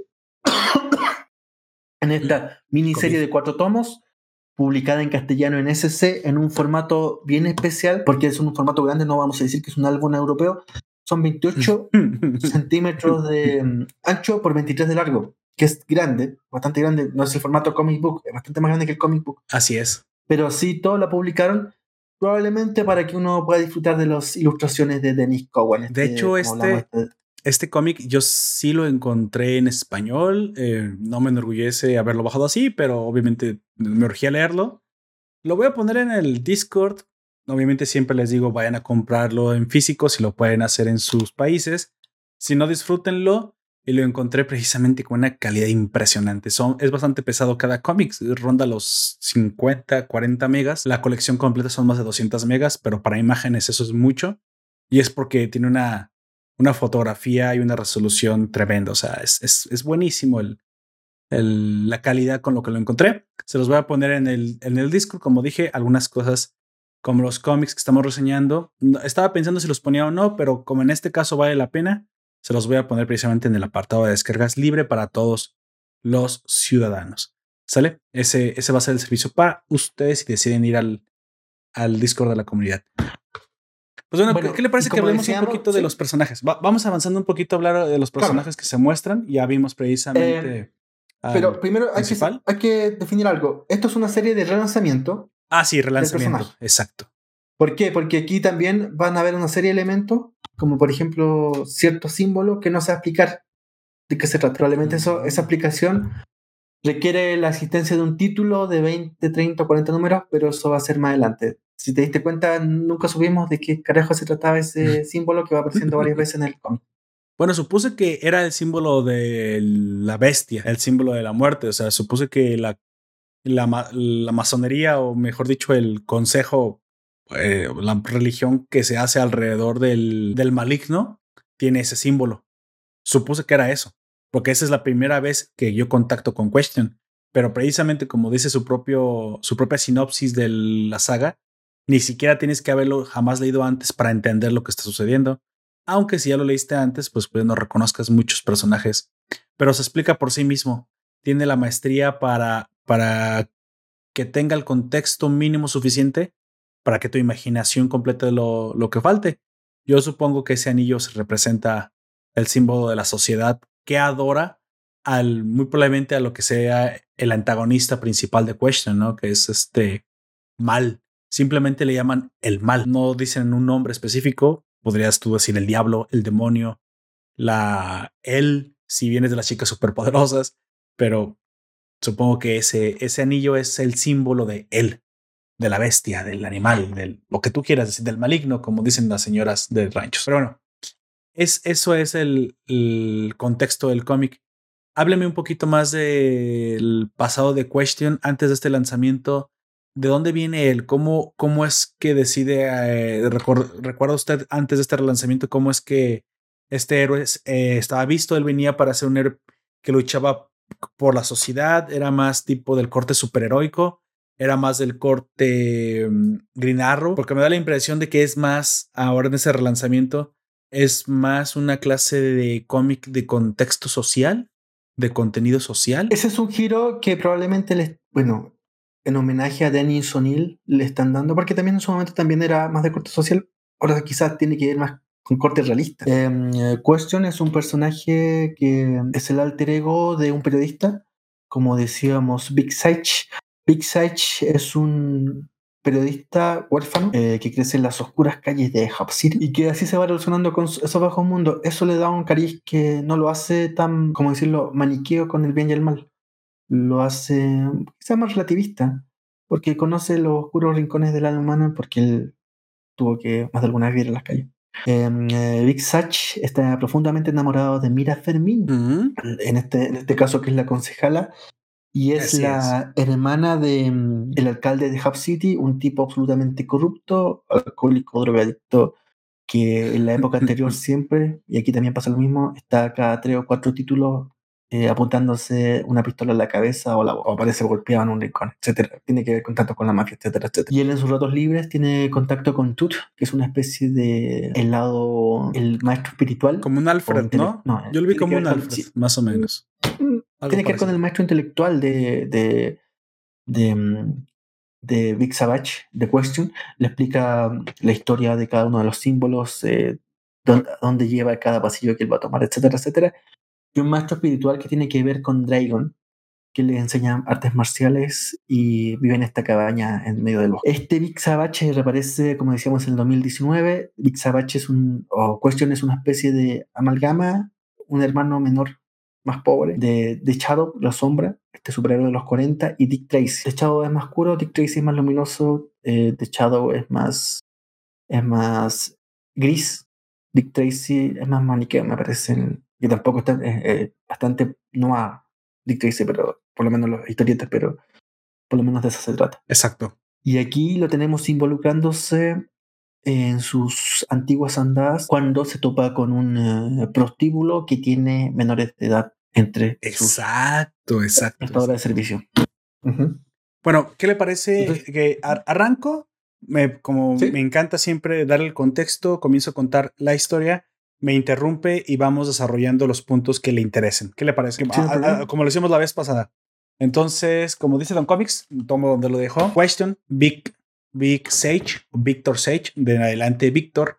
en esta miniserie COVID. de cuatro tomos publicada en castellano en S C en un formato bien especial porque es un formato grande, no vamos a decir que es un álbum europeo, son veintiocho centímetros de um, ancho por veintitrés de largo, que es grande, bastante grande, no es el formato comic book, es bastante más grande que el comic book. Así es. Pero así todo la publicaron probablemente para que uno pueda disfrutar de las ilustraciones de Dennis Cowan. De Este, hecho, como este, hablamos, este- este cómic yo sí lo encontré en español. Eh, no me enorgullece haberlo bajado así, pero obviamente me urgía leerlo. Lo voy a poner en el Discord. Obviamente siempre les digo, vayan a comprarlo en físico si lo pueden hacer en sus países. Si no, disfrútenlo. Y lo encontré precisamente con una calidad impresionante. Son, es bastante pesado cada cómic. Ronda los cincuenta, cuarenta megas. La colección completa son más de doscientas megas, pero para imágenes eso es mucho. Y es porque tiene una, una fotografía y una resolución tremenda. O sea, es, es, es buenísimo el, el, la calidad con lo que lo encontré. Se los voy a poner en el, en el Discord. Como dije, algunas cosas como los cómics que estamos reseñando. No, estaba pensando si los ponía o no, pero como en este caso vale la pena, se los voy a poner precisamente en el apartado de descargas libre para todos los ciudadanos. ¿Sale? Ese, ese va a ser el servicio para ustedes si deciden ir al, al Discord de la comunidad. Pues bueno, bueno, ¿qué le parece que hablemos decíamos, un poquito ¿sí? de los personajes? Va, vamos avanzando un poquito a hablar de los personajes claro. que se muestran. Ya vimos precisamente. Eh, pero primero hay que, hay que definir algo. Esto es una serie de relanzamiento. Ah, sí, relanzamiento. Exacto. ¿Por qué? Porque aquí también van a haber una serie de elementos, como por ejemplo ciertos símbolos que no se va a explicar de qué se trata. Probablemente eso, esa aplicación requiere la existencia de un título de veinte, treinta o cuarenta números, pero eso va a ser más adelante. Si te diste cuenta, nunca supimos de qué carajo se trataba ese símbolo que va apareciendo varias veces en el cómic. Bueno, supuse que era el símbolo de la bestia, el símbolo de la muerte. O sea, supuse que la, la, la masonería, o mejor dicho, el consejo, eh, la religión que se hace alrededor del, del maligno, tiene ese símbolo. Supuse que era eso, porque esa es la primera vez que yo contacto con Question. Pero precisamente como dice su, propio, su propia sinopsis de la saga, ni siquiera tienes que haberlo jamás leído antes para entender lo que está sucediendo. Aunque si ya lo leíste antes, pues, pues no reconozcas muchos personajes. Pero se explica por sí mismo. Tiene la maestría para, para que tenga el contexto mínimo suficiente para que tu imaginación complete lo, lo que falte. Yo supongo que ese anillo se representa el símbolo de la sociedad que adora al, muy probablemente a lo que sea el antagonista principal de Question, ¿no? Que es este mal. Simplemente le llaman el mal. No dicen un nombre específico. Podrías tú decir el diablo, el demonio, la él, si vienes de las chicas superpoderosas, pero supongo que ese, ese anillo es el símbolo de él, de la bestia, del animal, del lo que tú quieras decir, del maligno, como dicen las señoras de ranchos. Pero bueno, es, eso es el, el contexto del cómic. Hábleme un poquito más del pasado de Question antes de este lanzamiento. ¿De dónde viene él? ¿Cómo, cómo es que decide? Eh, recuerda, ¿Recuerda usted antes de este relanzamiento cómo es que este héroe eh, estaba visto? Él venía para ser un héroe que luchaba por la sociedad, era más tipo del corte superheroico. era más del corte um, Green Arrow, porque me da la impresión de que es más, ahora en ese relanzamiento, es más una clase de cómic de contexto social, de contenido social. Ese es un giro que probablemente, les, bueno, en homenaje a Dennis O'Neill le están dando, porque también en su momento también era más de corte social, ahora quizás tiene que ir más con corte realista. Eh, Question es un personaje que es el alter ego de un periodista, como decíamos, Big Sage. Big Sage es un periodista huérfano eh, que crece en las oscuras calles de Hub City y que así se va relacionando con esos bajos mundos. Eso le da un cariz que no lo hace tan, como decirlo, maniqueo con el bien y el mal. Lo hace quizás más relativista, porque conoce los oscuros rincones del alma humana, porque él tuvo que más de alguna vez vivir en las calles. Eh, eh, Big Sage está profundamente enamorado de Mira Fermín, ¿Mm? en, este, en este caso que es la concejala, y es Así la hermana del de, alcalde de Hub City, un tipo absolutamente corrupto, alcohólico, drogadicto, que en la época anterior siempre, y aquí también pasa lo mismo, está cada tres o cuatro títulos eh, apuntándose una pistola en la cabeza o, la, o aparece golpeado en un rincón, etcétera. Tiene que ver contacto con la mafia, etcétera, etcétera. Y él en sus ratos libres tiene contacto con Tut, que es una especie de el lado, el maestro espiritual. Como un Alfred, ¿no? no Yo lo vi como un con, Alfred, sí, más o menos. Algo tiene que ver con el maestro intelectual de, de, de, de Big Savage, The Question. Le explica la historia de cada uno de los símbolos, eh, dónde, dónde lleva cada pasillo que él va a tomar, etcétera, etcétera. Y un maestro espiritual que tiene que ver con Dragon, que le enseña artes marciales y vive en esta cabaña en medio del bosque. Este Big Savage reaparece, como decíamos, en el dos mil diecinueve. Big Savage es un, o Question es una especie de amalgama, un hermano menor más pobre de, de Shadow, la sombra, este superhéroe de los cuarenta, y Dick Tracy. The Shadow es más oscuro, Dick Tracy es más luminoso, eh, The Shadow es más, es más gris, Dick Tracy es más maniqueo, me parece, que tampoco está eh, eh, bastante noir Dick Tracy, pero por lo menos las historietas, pero por lo menos de eso se trata. Exacto. Y aquí lo tenemos involucrándose en sus antiguas andadas cuando se topa con un uh, prostíbulo que tiene menores de edad entre exacto, sus exacto, prestadoras de servicio. Uh-huh. Bueno, ¿qué le parece? Entonces, que ar- arranco, me, como ¿sí? Me encanta siempre dar el contexto, comienzo a contar la historia, me interrumpe y vamos desarrollando los puntos que le interesen. ¿Qué le parece? Sí, a, a, a, como lo hicimos la vez pasada. Entonces, como dice Don Comics, tomo donde lo dejó. Question, Big, Big Sage, Victor Sage, de en adelante Victor,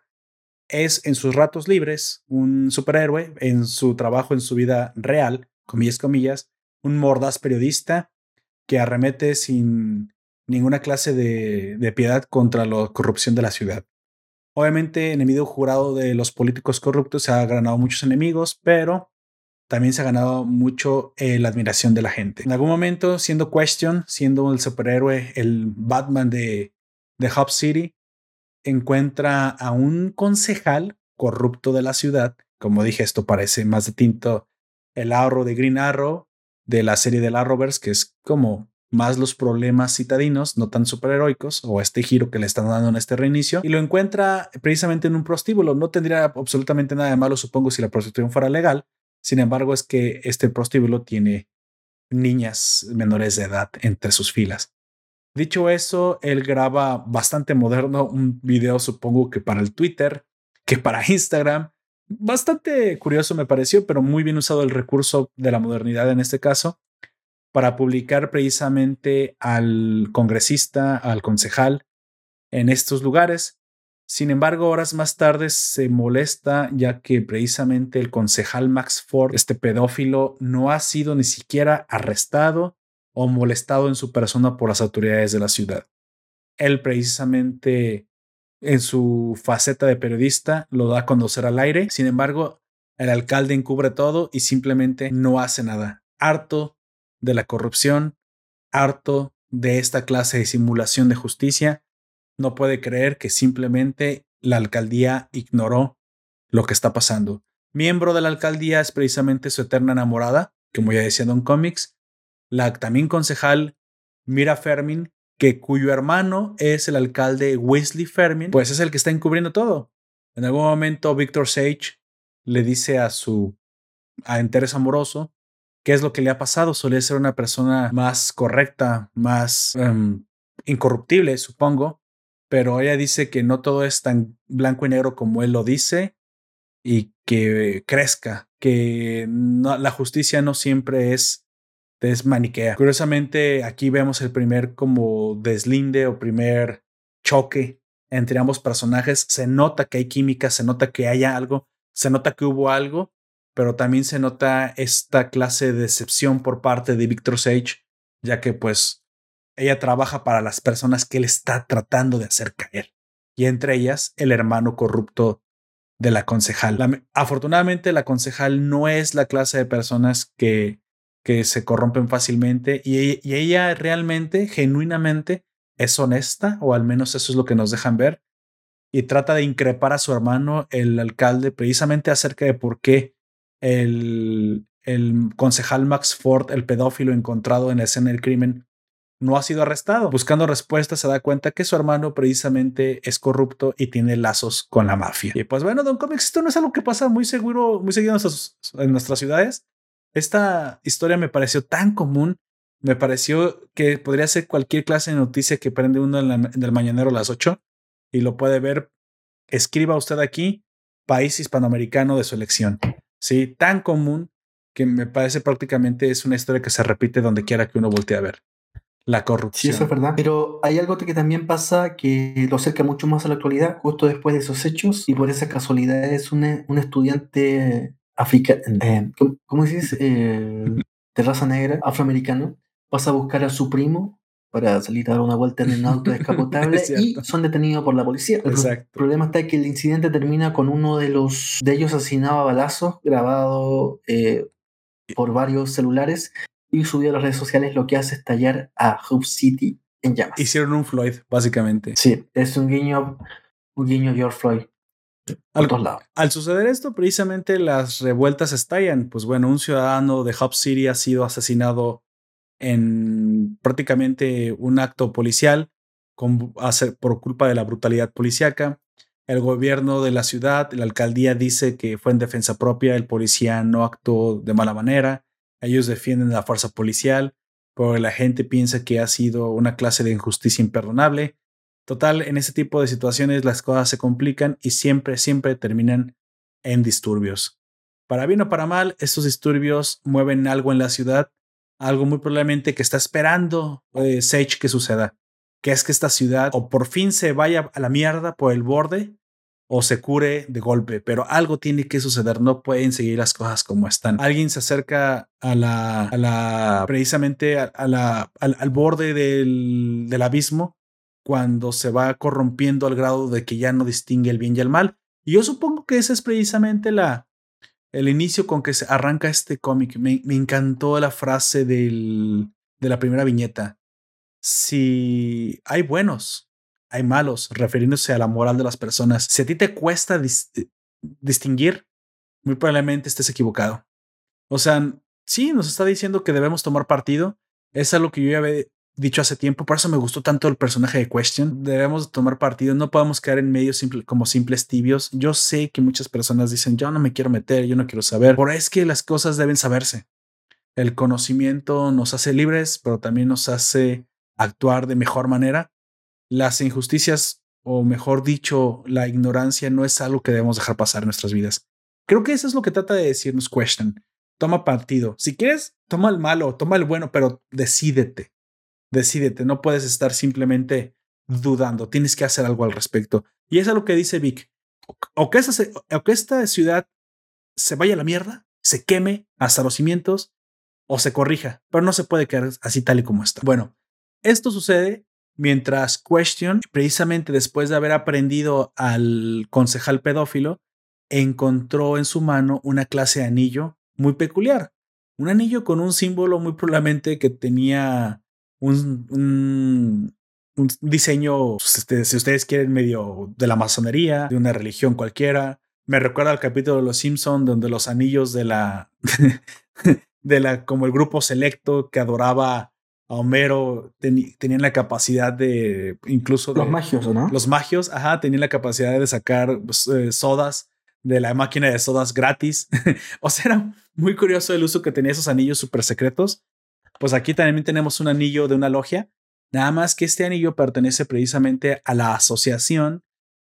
es en sus ratos libres un superhéroe, en su trabajo, en su vida real, comillas, comillas, un mordaz periodista que arremete sin ninguna clase de, de piedad contra la corrupción de la ciudad. Obviamente, enemigo jurado de los políticos corruptos, se ha ganado muchos enemigos, pero también se ha ganado mucho eh, la admiración de la gente. En algún momento, siendo Question, siendo el superhéroe, el Batman de, de Hub City, encuentra a un concejal corrupto de la ciudad. Como dije, esto parece más de tinto el Arrow de Green Arrow de la serie del Arrowverse, que es como más los problemas citadinos, no tan superheroicos, o este giro que le están dando en este reinicio, y lo encuentra precisamente en un prostíbulo. No tendría absolutamente nada de malo, supongo, si la prostitución fuera legal. Sin embargo, es que este prostíbulo tiene niñas menores de edad entre sus filas. Dicho eso, él graba bastante moderno un video, supongo que para el Twitter, que para Instagram. Bastante curioso me pareció, pero muy bien usado el recurso de la modernidad en este caso para publicar precisamente al congresista, al concejal en estos lugares. Sin embargo, horas más tarde se molesta ya que precisamente el concejal Max Ford, este pedófilo, no ha sido ni siquiera arrestado o molestado en su persona por las autoridades de la ciudad. Él precisamente en su faceta de periodista lo da a conocer al aire. Sin embargo, el alcalde encubre todo y simplemente no hace nada. Harto de la corrupción, harto de esta clase de simulación de justicia, no puede creer que simplemente la alcaldía ignoró lo que está pasando. Miembro de la alcaldía es precisamente su eterna enamorada, como ya decía Don Comics, la también concejal Mira Fermín, que cuyo hermano es el alcalde Wesley Fermín, pues es el que está encubriendo todo. En algún momento Victor Sage le dice a su a interés amoroso qué es lo que le ha pasado. Solía ser una persona más correcta, más um, incorruptible, supongo, pero ella dice que no todo es tan blanco y negro como él lo dice y que crezca, que no, la justicia no siempre es, es maniquea. Curiosamente, aquí vemos el primer como deslinde o primer choque entre ambos personajes. Se nota que hay química, se nota que hay algo, se nota que hubo algo, pero también se nota esta clase de decepción por parte de Victor Sage, ya que pues ella trabaja para las personas que él está tratando de hacer caer, y entre ellas el hermano corrupto de la concejal. La, afortunadamente la concejal no es la clase de personas que, que se corrompen fácilmente, y, y ella realmente, genuinamente es honesta, o al menos eso es lo que nos dejan ver, y trata de increpar a su hermano, el alcalde, precisamente acerca de por qué el, el concejal Max Ford, el pedófilo encontrado en la escena del crimen, no ha sido arrestado. Buscando respuestas se da cuenta que su hermano precisamente es corrupto y tiene lazos con la mafia. Y pues bueno, Don Comics, esto no es algo que pasa muy seguro, muy seguido en nuestras, en nuestras ciudades. Esta historia me pareció tan común, me pareció que podría ser cualquier clase de noticia que prende uno en, la, en el mañanero a las ocho y lo puede ver. Escriba usted aquí país hispanoamericano de su elección. Sí, tan común que me parece prácticamente es una historia que se repite donde quiera que uno voltee a ver. La corrupción. Sí, eso es verdad. Pero hay algo que también pasa que lo acerca mucho más a la actualidad, justo después de esos hechos, y por esa casualidad es un, un estudiante africano, eh, ¿cómo, cómo dices? Eh, de raza negra, afroamericano, pasa a buscar a su primo para salir a dar una vuelta en un auto descapotable y son detenidos por la policía. El Exacto. problema está que el incidente termina con uno de los de ellos asesinado a balazos, grabado eh, por varios celulares y subido a las redes sociales, lo que hace estallar a Hope City en llamas. Hicieron un Floyd, básicamente. Sí, es un guiño, un guiño George Floyd por al, todos lados. Al suceder esto, precisamente las revueltas estallan. Pues bueno, un ciudadano de Hope City ha sido asesinado en prácticamente un acto policial con, hacer, por culpa de la brutalidad policíaca. El gobierno de la ciudad, la alcaldía dice que fue en defensa propia, el policía no actuó de mala manera. Ellos defienden la fuerza policial, pero la gente piensa que ha sido una clase de injusticia imperdonable. Total, en ese tipo de situaciones las cosas se complican y siempre, siempre terminan en disturbios. Para bien o para mal, estos disturbios mueven algo en la ciudad, algo muy probablemente que está esperando eh, Sage que suceda, que es que esta ciudad o por fin se vaya a la mierda por el borde o se cure de golpe, pero algo tiene que suceder, no pueden seguir las cosas como están. Alguien se acerca a la, a la precisamente a, a la, al, al borde del, del abismo cuando se va corrompiendo al grado de que ya no distingue el bien y el mal. Y yo supongo que esa es precisamente la, el inicio con que se arranca este cómic. Me, me encantó la frase del, de la primera viñeta. Si hay buenos, hay malos, refiriéndose a la moral de las personas. Si a ti te cuesta dis- distinguir, muy probablemente estés equivocado. O sea, sí, nos está diciendo que debemos tomar partido. Es algo que yo ya había dicho hace tiempo. Por eso me gustó tanto el personaje de Question. Debemos tomar partido. No podemos quedar en medio simple, como simples tibios. Yo sé que muchas personas dicen, yo no me quiero meter, yo no quiero saber. Por es que las cosas deben saberse. El conocimiento nos hace libres, pero también nos hace actuar de mejor manera. Las injusticias, o mejor dicho, la ignorancia no es algo que debemos dejar pasar en nuestras vidas. Creo que eso es lo que trata de decirnos Question. Toma partido. Si quieres, toma el malo, toma el bueno, pero decídete. Decídete. No puedes estar simplemente dudando. Tienes que hacer algo al respecto. Y eso es lo que dice Vic. O que, esta, o que esta ciudad se vaya a la mierda, se queme hasta los cimientos, o se corrija, pero no se puede quedar así tal y como está. Bueno, esto sucede mientras Question, precisamente después de haber aprendido al concejal pedófilo, encontró en su mano una clase de anillo muy peculiar. Un anillo con un símbolo muy probablemente que tenía un, un, un diseño, este, si ustedes quieren, medio de la masonería, de una religión cualquiera. Me recuerda al capítulo de Los Simpson donde los anillos de la... de la como el grupo selecto que adoraba a Homero ten, tenían la capacidad de incluso de, los magios, ¿no? Los magios, ajá, tenían la capacidad de sacar pues, eh, sodas de la máquina de sodas gratis. O sea, era muy curioso el uso que tenía esos anillos súper secretos. Pues aquí también tenemos un anillo de una logia Nada más que este anillo pertenece precisamente a la asociación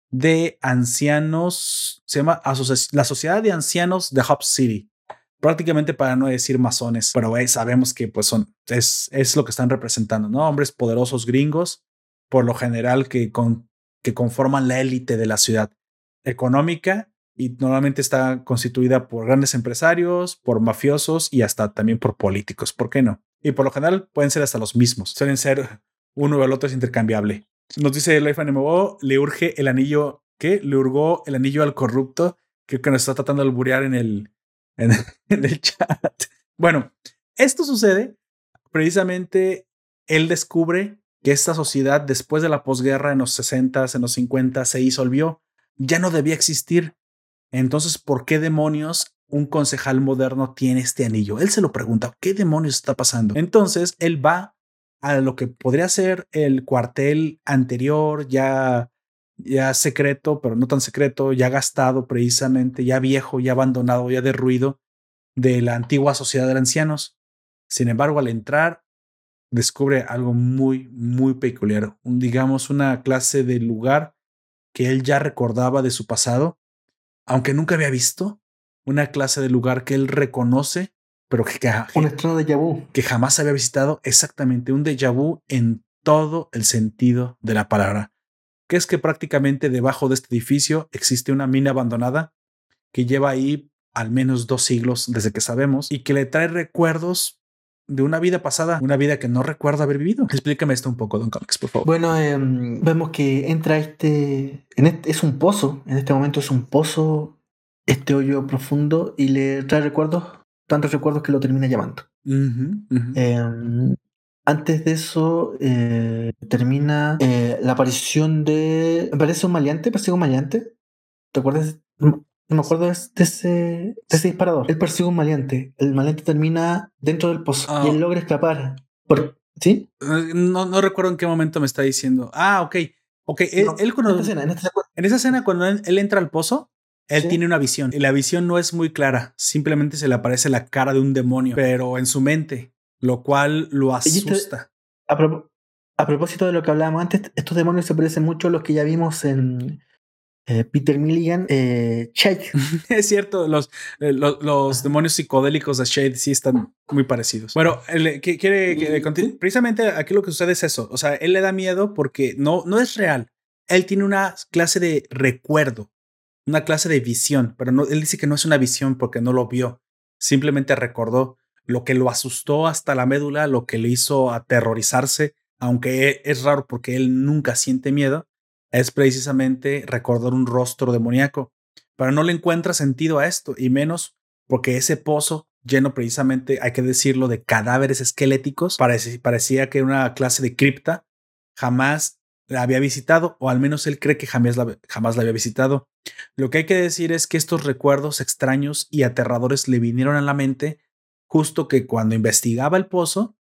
de ancianos, se llama Asoci- la Sociedad de Ancianos de Hub City, prácticamente para no decir masones, pero eh, sabemos que pues son, es, es lo que están representando, ¿no? Hombres poderosos gringos, por lo general que, con, que conforman la élite de la ciudad económica y normalmente está constituida por grandes empresarios, por mafiosos y hasta también por políticos, ¿por qué no? Y por lo general pueden ser hasta los mismos, suelen ser uno o el otro es intercambiable. Nos dice Life M M O, le urge el anillo, ¿qué? Le hurgó el anillo al corrupto, creo que nos está tratando de alburear en el, en, en el chat. Bueno, esto sucede precisamente, él descubre que esta sociedad después de la posguerra en los sesenta, en los cincuenta se disolvió, ya no debía existir. Entonces, ¿por qué demonios un concejal moderno tiene este anillo? Él se lo pregunta, ¿qué demonios está pasando? Entonces, él va a lo que podría ser el cuartel anterior, ya, ya secreto, pero no tan secreto, ya gastado precisamente, ya viejo, ya abandonado, ya derruido de la antigua sociedad de ancianos. Sin embargo, al entrar, descubre algo muy, muy peculiar, un, digamos, una clase de lugar que él ya recordaba de su pasado, aunque nunca había visto, una clase de lugar que él reconoce, pero que, que, Un estreno de déjà vu. que jamás había visitado, exactamente un déjà vu en todo el sentido de la palabra, que es que prácticamente debajo de este edificio existe una mina abandonada que lleva ahí al menos dos siglos desde que sabemos y que le trae recuerdos de una vida pasada, una vida que no recuerda haber vivido. Explícame esto un poco, Don Comics, por favor. Bueno, eh, vemos que entra este, en este, es un pozo, en este momento es un pozo, este hoyo profundo, y le trae recuerdos, tantos recuerdos que lo termina llamando. Uh-huh, uh-huh. Eh, antes de eso, eh, termina eh, la aparición de, me parece un maleante, persigue un maleante. ¿Te acuerdas? No me acuerdo de ese, de ese disparador. Él persigue un maleante. El maleante termina dentro del pozo Oh. y él logra escapar. ¿Por, ¿Sí? No, no recuerdo en qué momento me está diciendo. Ah, ok. Ok, él, No, él cuando, en, esta escena, en, esta en esa escena, cuando él, él entra al pozo, él ¿sí? tiene una visión. Y la visión no es muy clara. Simplemente se le aparece la cara de un demonio, pero en su mente, lo cual lo asusta. Este, a, pro, a propósito de lo que hablábamos antes, estos demonios se parecen mucho a los que ya vimos en eh, Peter Milligan, eh, Shade. Es cierto, los, eh, los, los demonios psicodélicos de Shade sí están muy parecidos. Bueno, él, que, quiere que, ¿sí? Precisamente aquí lo que sucede es eso. O sea, él le da miedo porque no, no es real. Él tiene una clase de recuerdo, una clase de visión, pero no, él dice que no es una visión porque no lo vio. Simplemente recordó lo que lo asustó hasta la médula, lo que le hizo aterrorizarse, aunque es raro porque él nunca siente miedo, es precisamente recordar un rostro demoníaco. Pero no le encuentra sentido a esto, y menos porque ese pozo lleno precisamente, hay que decirlo, de cadáveres esqueléticos, parecía, parecía que era una clase de cripta, jamás la había visitado, o al menos él cree que jamás la, jamás la había visitado. Lo que hay que decir es que estos recuerdos extraños y aterradores le vinieron a la mente justo que cuando investigaba el pozo,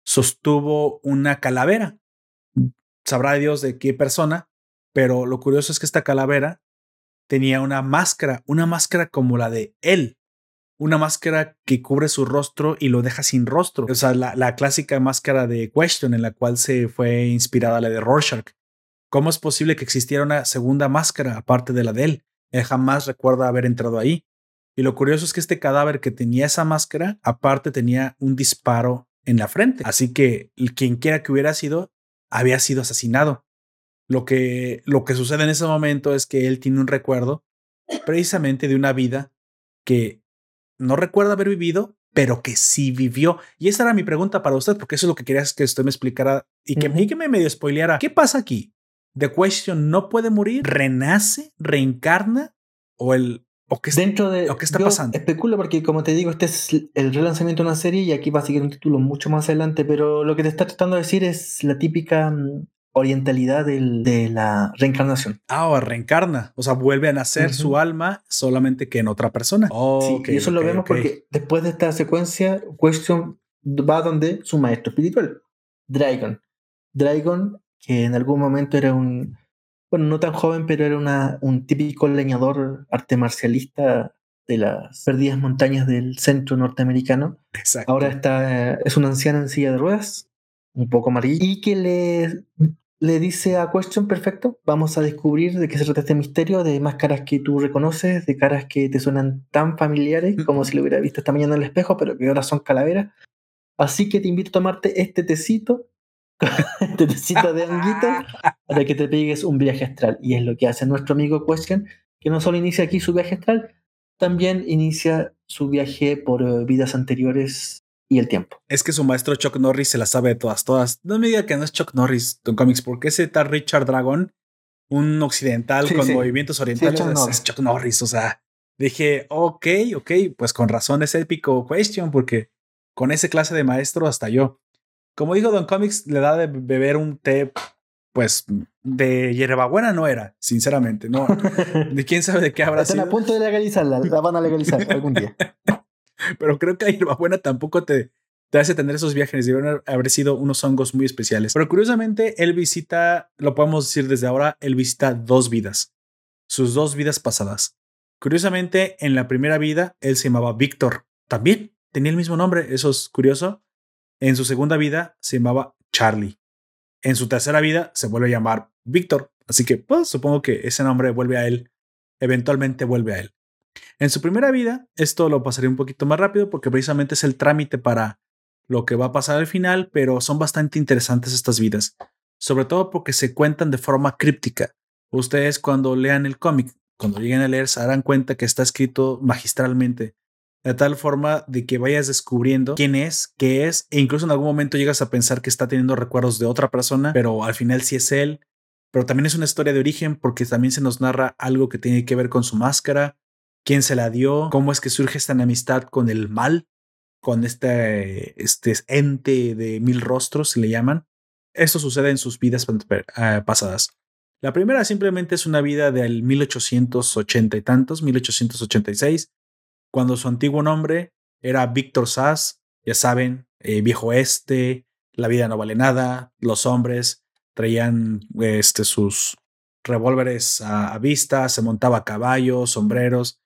sostuvo una calavera. Sabrá Dios de qué persona, pero lo curioso es que esta calavera tenía una máscara, una máscara como la de él, una máscara que cubre su rostro y lo deja sin rostro. O sea, la, la clásica máscara de Question en la cual se fue inspirada la de Rorschach. ¿Cómo es posible que existiera una segunda máscara aparte de la de él? Él jamás recuerda haber entrado ahí. Y lo curioso es que este cadáver que tenía esa máscara, aparte tenía un disparo en la frente. Así que quien quiera que hubiera sido, había sido asesinado. Lo que, lo que sucede en ese momento es que él tiene un recuerdo precisamente de una vida que no recuerda haber vivido, pero que sí vivió. Y esa era mi pregunta para usted, porque eso es lo que querías que usted me explicara y que, uh-huh. y que me medio spoileara. ¿Qué pasa aquí? ¿The Question no puede morir? ¿Renace? ¿Reencarna? ¿O el o qué, Dentro de, o qué está yo pasando? Especulo porque, como te digo, este es el relanzamiento de una serie y aquí va a seguir un título mucho más adelante, pero lo que te está tratando de decir es la típica um, orientalidad del, de la reencarnación. Ah, o reencarna, o sea, vuelve a nacer uh-huh. su alma, solamente que en otra persona. Oh, sí, okay, y eso okay, lo vemos okay. porque después de esta secuencia, Question va donde su maestro espiritual, Dragon. Dragon, que en algún momento era un, bueno, no tan joven, pero era una, un típico leñador arte marcialista de las perdidas montañas del centro norteamericano. Exacto. Ahora está, es un anciano en silla de ruedas, un poco amarillo, y que le, le dice a Question, perfecto, vamos a descubrir de qué se trata este misterio, de máscaras que tú reconoces, de caras que te suenan tan familiares como si lo hubiera visto esta mañana en el espejo, pero que ahora son calaveras. Así que te invito a tomarte este tecito, este tecito de honguito, para que te pegues un viaje astral. Y es lo que hace nuestro amigo Question, que no solo inicia aquí su viaje astral, también inicia su viaje por uh, vidas anteriores y el tiempo. Es que su maestro Chuck Norris se la sabe de todas, todas. No me diga que no es Chuck Norris Don Comics, porque ese tal Richard Dragon, un occidental Sí, con sí. movimientos Sí, orientales, Chuck es, Norris. es Chuck Norris. O sea, dije, ok, ok, pues con razón es épico Question, porque con ese clase de maestro hasta yo. Como dijo Don Comics, le da de beber un té, pues de hierbabuena no era, sinceramente, no. De quién sabe de qué habrá Están a sido. punto de legalizarla, la van a legalizar algún día. Pero creo que la hierbabuena tampoco te, te hace tener esos viajes. Deben haber sido unos hongos muy especiales. Pero curiosamente, él visita, lo podemos decir desde ahora, él visita dos vidas, sus dos vidas pasadas. Curiosamente, en la primera vida, él se llamaba Víctor. También tenía el mismo nombre, eso es curioso. En su segunda vida, se llamaba Charlie. En su tercera vida, se vuelve a llamar Víctor. Así que, pues, supongo que ese nombre vuelve a él. Eventualmente vuelve a él. En su primera vida, esto lo pasaré un poquito más rápido porque precisamente es el trámite para lo que va a pasar al final, pero son bastante interesantes estas vidas, sobre todo porque se cuentan de forma críptica. Ustedes cuando lean el cómic, cuando lleguen a leer, se darán cuenta que está escrito magistralmente, de tal forma de que vayas descubriendo quién es, qué es, e incluso en algún momento llegas a pensar que está teniendo recuerdos de otra persona, pero al final sí es él. Pero también es una historia de origen porque también se nos narra algo que tiene que ver con su máscara, quién se la dio, cómo es que surge esta enemistad con el mal, con este, este ente de mil rostros, se le llaman. Eso sucede en sus vidas uh, pasadas. La primera simplemente es una vida del mil ochocientos ochenta y tantos, mil ochocientos ochenta y seis, cuando su antiguo nombre era Víctor Sass, ya saben, eh, viejo este, la vida no vale nada, los hombres traían este, sus revólveres a, a vista, se montaba a caballo, sombreros,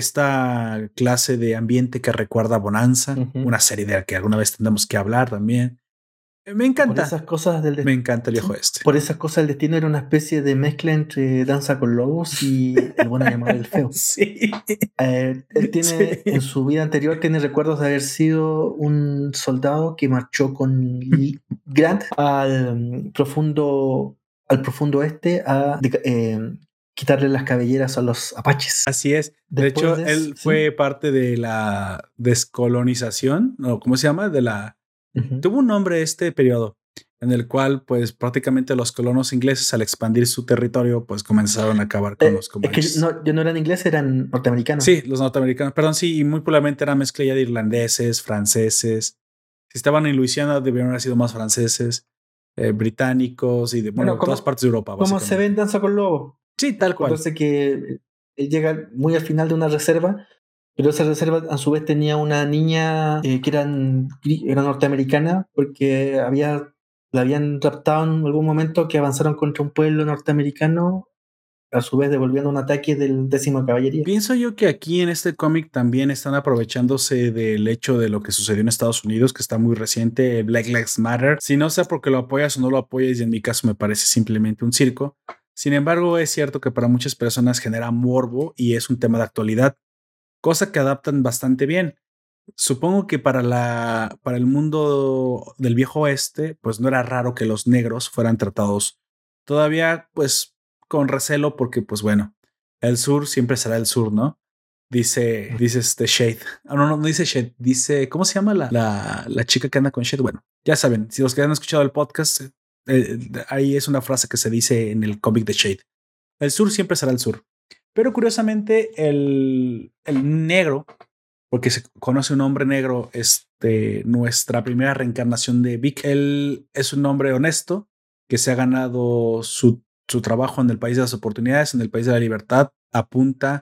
esta clase de ambiente que recuerda a Bonanza, uh-huh. Una serie de la que alguna vez tendremos que hablar también. Me encanta. Por esas cosas del Me encanta el viejo este. Por esas cosas el destino era una especie de mezcla entre Danza con Lobos y El bueno llamado el feo. Sí. Eh, él tiene, sí. En su vida anterior, tiene recuerdos de haber sido un soldado que marchó con Grant al um, profundo, al profundo este a de, eh, quitarle las cabelleras a los apaches. Así es. De Después hecho, de, él ¿sí? fue parte de la descolonización, ¿no? ¿Cómo se llama? De la Uh-huh. Tuvo un nombre este periodo en el cual pues prácticamente los colonos ingleses al expandir su territorio pues comenzaron a acabar con eh, los comanches. Es que no, yo no eran ingleses, eran norteamericanos. Sí, los norteamericanos, perdón, sí, y muy probablemente era mezcla ya de irlandeses, franceses. Si estaban en Luisiana debieron haber sido más franceses, eh, británicos y de, bueno, bueno, de todas partes de Europa. Como se ve en Danza con Lobos. Sí, tal cual. Entonces que él llega muy al final de una reserva. Pero esa reserva a su vez tenía una niña eh, que era, era norteamericana porque había, la habían raptado en algún momento, que avanzaron contra un pueblo norteamericano, a su vez devolviendo un ataque del décimo caballería. Pienso yo que aquí en este cómic también están aprovechándose del hecho de lo que sucedió en Estados Unidos, que está muy reciente, Black Lives Matter. Si no sé porque lo apoyas o no lo apoyas, y en mi caso me parece simplemente un circo. Sin embargo, es cierto que para muchas personas genera morbo y es un tema de actualidad, cosa que adaptan bastante bien. Supongo que para, la, para el mundo del viejo oeste, pues no era raro que los negros fueran tratados todavía, pues, con recelo, porque, pues bueno, el sur siempre será el sur, ¿no? Dice, dice este Shade. Ah, no, no, no dice Shade, dice, ¿cómo se llama la, la, la chica que anda con Shade? Bueno, ya saben, si los que han escuchado el podcast, eh, ahí es una frase que se dice en el cómic de Shade. El sur siempre será el sur. Pero curiosamente, el, el negro, porque se conoce un hombre negro, este, nuestra primera reencarnación de Vic, él es un hombre honesto que se ha ganado su, su trabajo en el país de las oportunidades, en el país de la libertad, a punta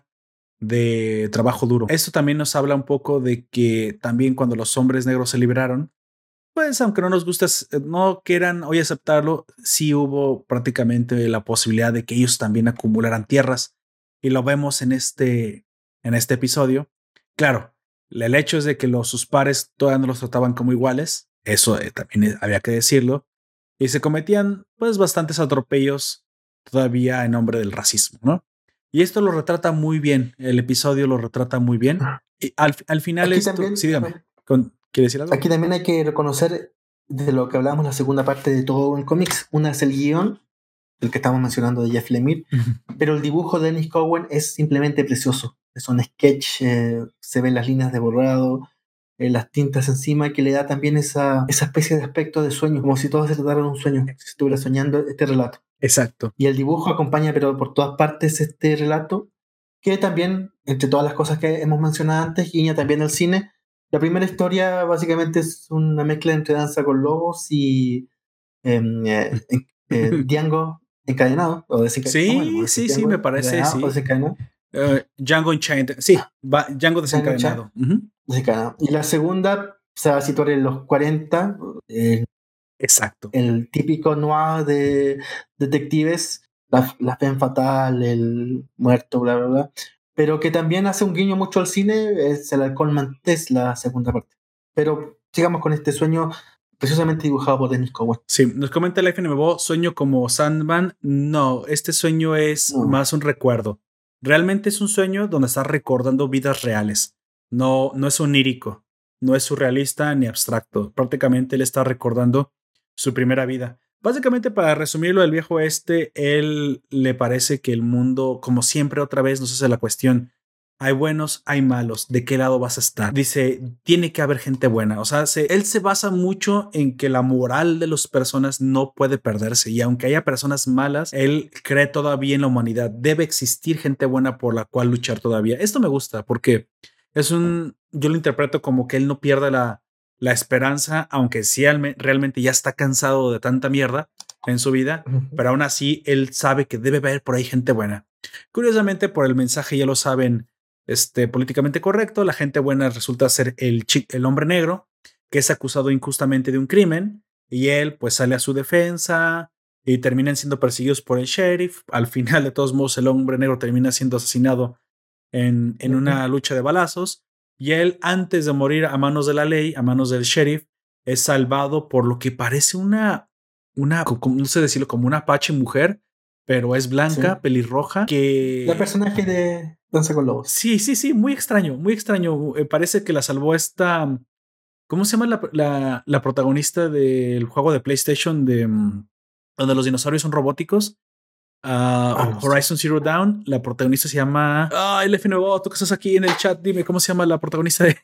de trabajo duro. Esto también nos habla un poco de que también cuando los hombres negros se liberaron, pues aunque no nos guste, no quieran hoy aceptarlo, sí hubo prácticamente la posibilidad de que ellos también acumularan tierras. Y lo vemos en este, en este episodio. Claro, el hecho es de que los, sus pares todavía no los trataban como iguales. eso eh, también había que decirlo, y se cometían pues bastantes atropellos todavía en nombre del racismo, ¿no? Y esto lo retrata muy bien, el episodio lo retrata muy bien. Y al, al final Aquí esto, también, sí, dígame, con, ¿quiere decir algo? aquí también hay que reconocer de lo que hablábamos en la segunda parte de todo en cómics. Una es el guión, el que estamos mencionando de Jeff Lemire, pero el dibujo de Dennis Cowan es simplemente precioso. Es un sketch, eh, se ven las líneas de borrado, eh, las tintas encima, que le da también esa, esa especie de aspecto de sueño, como si todo se tratara de un sueño, si estuviera soñando este relato. Exacto. Y el dibujo acompaña, pero por todas partes, este relato, que también, entre todas las cosas que hemos mencionado antes, guiña también al cine. La primera historia básicamente es una mezcla entre Danza con Lobos y em, eh, eh, Django encadenado o desencadenado. Sí, Bueno, sí, sí, Django me parece, encadenado o sí. desencadenado. Uh, Django Unchained, sí, va, Django desencadenado. Django Uh-huh. desencadenado. Y la segunda se va a situar en los cuarenta. Eh, Exacto. El típico noir de detectives, la, la Femme Fatale, el muerto, bla, bla, bla. Pero que también hace un guiño mucho al cine, es el Halcón Maltés, la segunda parte. Pero sigamos con este sueño precisamente dibujado por Dennis Cowan. Sí, nos comenta el F N M B O, sueño como Sandman. No, este sueño es no. más un recuerdo. Realmente es un sueño donde estás recordando vidas reales. No, no es onírico, no es surrealista ni abstracto. Prácticamente él está recordando su primera vida. Básicamente, para resumirlo, el viejo este, él le parece que el mundo, como siempre, otra vez nos hace la cuestión. Hay buenos, hay malos. ¿De qué lado vas a estar? Dice, tiene que haber gente buena. O sea, se, él se basa mucho en que la moral de las personas no puede perderse. Y aunque haya personas malas, él cree todavía en la humanidad. Debe existir gente buena por la cual luchar todavía. Esto me gusta porque es un... Yo lo interpreto como que él no pierde la, la esperanza, aunque sí realmente ya está cansado de tanta mierda en su vida. Uh-huh. Pero aún así, él sabe que debe haber por ahí gente buena. Curiosamente, por el mensaje ya lo saben... Este, políticamente correcto, la gente buena resulta ser el, el hombre negro que es acusado injustamente de un crimen y él pues sale a su defensa y terminan siendo perseguidos por el sheriff. Al final, de todos modos, el hombre negro termina siendo asesinado en, en uh-huh. una lucha de balazos y él, antes de morir a manos de la ley, a manos del sheriff, es salvado por lo que parece una, una no sé decirlo, como una apache mujer, pero es blanca, sí. pelirroja, que... La personaje de Danza con Lobos. Sí, sí, sí, muy extraño, muy extraño. Eh, parece que la salvó esta... ¿Cómo se llama la, la, la protagonista del juego de PlayStation de um, donde los dinosaurios son robóticos? Uh, ah, no Horizon sé. Zero Dawn. La protagonista se llama... Ah, el F N O, tú que estás aquí en el chat, dime cómo se llama la protagonista de...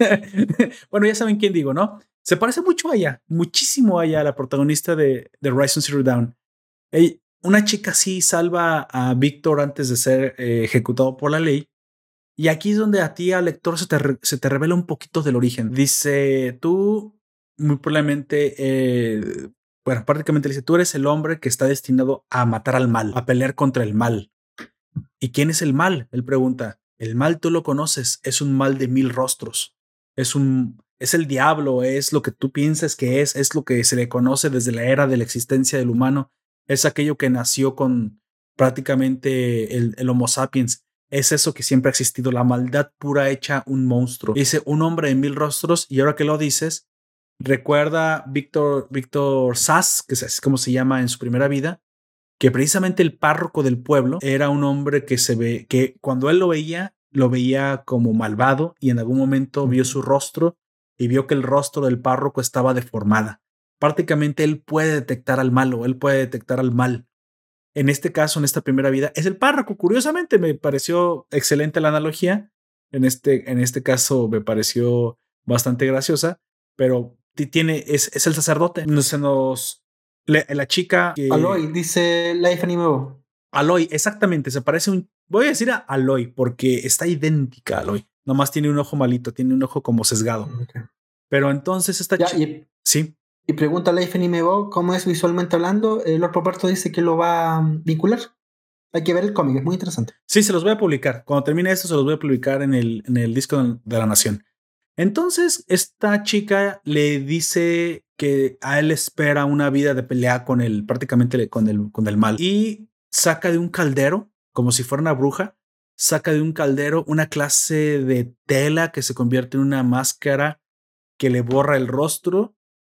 Bueno, ya saben quién digo, ¿no? Se parece mucho a ella, muchísimo a ella, la protagonista de, de Horizon Zero Dawn. Ella, una chica así salva a Víctor antes de ser eh, ejecutado por la ley. Y aquí es donde a ti, al lector, se te, re, se te revela un poquito del origen. Dice, tú, muy probablemente, eh, bueno, prácticamente dice, tú eres el hombre que está destinado a matar al mal, a pelear contra el mal. ¿Y quién es el mal? Él pregunta. El mal tú lo conoces, es un mal de mil rostros. Es un, es el diablo, es lo que tú piensas que es, es lo que se le conoce desde la era de la existencia del humano. Es aquello que nació con prácticamente el, el Homo sapiens. Es eso que siempre ha existido, la maldad pura hecha un monstruo. Dice un hombre de mil rostros, y ahora que lo dices, recuerda Víctor, Víctor Sass, que es como se llama en su primera vida, que precisamente el párroco del pueblo era un hombre que se ve, que cuando él lo veía, lo veía como malvado, y en algún momento vio su rostro y vio que el rostro del párroco estaba deformada. Prácticamente él puede detectar al malo, él puede detectar al mal. En este caso, en esta primera vida, es el párroco. Curiosamente, me pareció excelente la analogía. En este, en este caso, me pareció bastante graciosa, pero tiene, es, es el sacerdote. Se nos. La, la chica. Que, Aloy, dice Life Animeo. Aloy, exactamente. Se parece un. Voy a decir a Aloy porque está idéntica a Aloy. Nomás tiene un ojo malito, tiene un ojo como sesgado. Okay. Pero entonces esta chica. Y... Sí. Y pregunta a Life Anime Bo cómo es visualmente hablando. El Lord Poperto dice que lo va a vincular. Hay que ver el cómic, es muy interesante. Sí, se los voy a publicar. Cuando termine esto, se los voy a publicar en el, en el disco de la Nación. Entonces, esta chica le dice que a él espera una vida de pelea con el, prácticamente con el, con el mal. Y saca de un caldero, como si fuera una bruja, saca de un caldero una clase de tela que se convierte en una máscara que le borra el rostro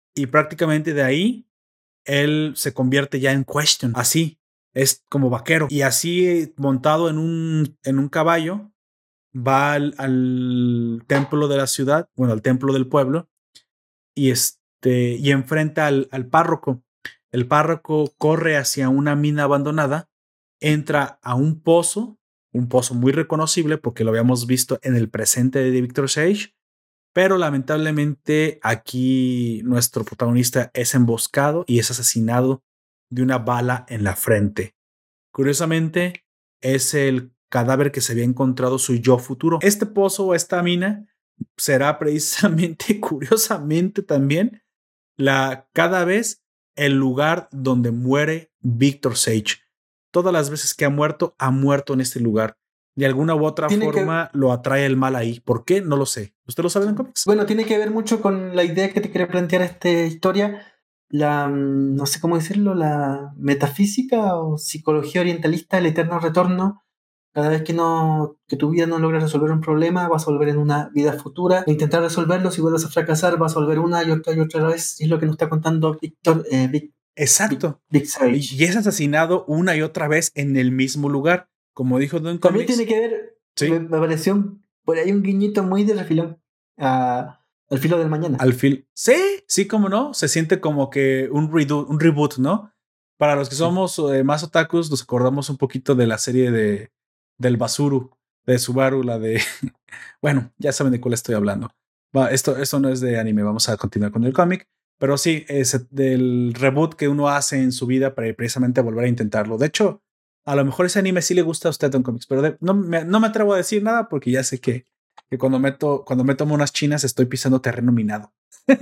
y prácticamente de ahí él se convierte ya en Question. Así, es como vaquero. Y así, montado en un, en un caballo, va al, al templo de la ciudad, bueno, al templo del pueblo, y, este, y enfrenta al, al párroco. El párroco corre hacia una mina abandonada, entra a un pozo, un pozo muy reconocible porque lo habíamos visto en el presente de Victor Sage, pero lamentablemente aquí nuestro protagonista es emboscado y es asesinado de una bala en la frente. Curiosamente, es el cadáver que se había encontrado su yo futuro. Este pozo o esta mina será precisamente, curiosamente también, la, cada vez el lugar donde muere Victor Sage. Todas las veces que ha muerto, ha muerto en este lugar. De alguna u otra Tiene forma que... lo atrae el mal ahí. ¿Por qué? No lo sé. ¿Usted lo sabe en cómics? Bueno, tiene que ver mucho con la idea que te quiere plantear esta historia, la, mm, no sé cómo decirlo, la metafísica o psicología orientalista, el eterno retorno. Cada vez que, no, que tu vida no logra resolver un problema, vas a volver en una vida futura e intentar resolverlo. Si vuelves a fracasar, vas a volver una y otra y otra vez. Y es lo que nos está contando Víctor. Eh, Vic, Exacto. Vic, Vic Sage. Y es asesinado una y otra vez en el mismo lugar. Como dijo Don También Comics. tiene que ver, ¿Sí? me, me pareció un, por ahí un guiñito muy de refilón a, al filo del mañana. Al fil. Sí, sí, como no. Se siente como que un, redo, un reboot, ¿no? Para los que somos eh, más otakus, nos acordamos un poquito de la serie de del Basuru, de Subaru, la de. Bueno, ya saben de cuál estoy hablando. Va, esto, esto no es de anime, vamos a continuar con el cómic. Pero sí, es del reboot que uno hace en su vida para precisamente volver a intentarlo. De hecho, a lo mejor ese anime sí le gusta a usted, Don Comics, pero de, no, me, no me atrevo a decir nada porque ya sé que, que cuando, meto, cuando me tomo unas chinas estoy pisando terreno minado.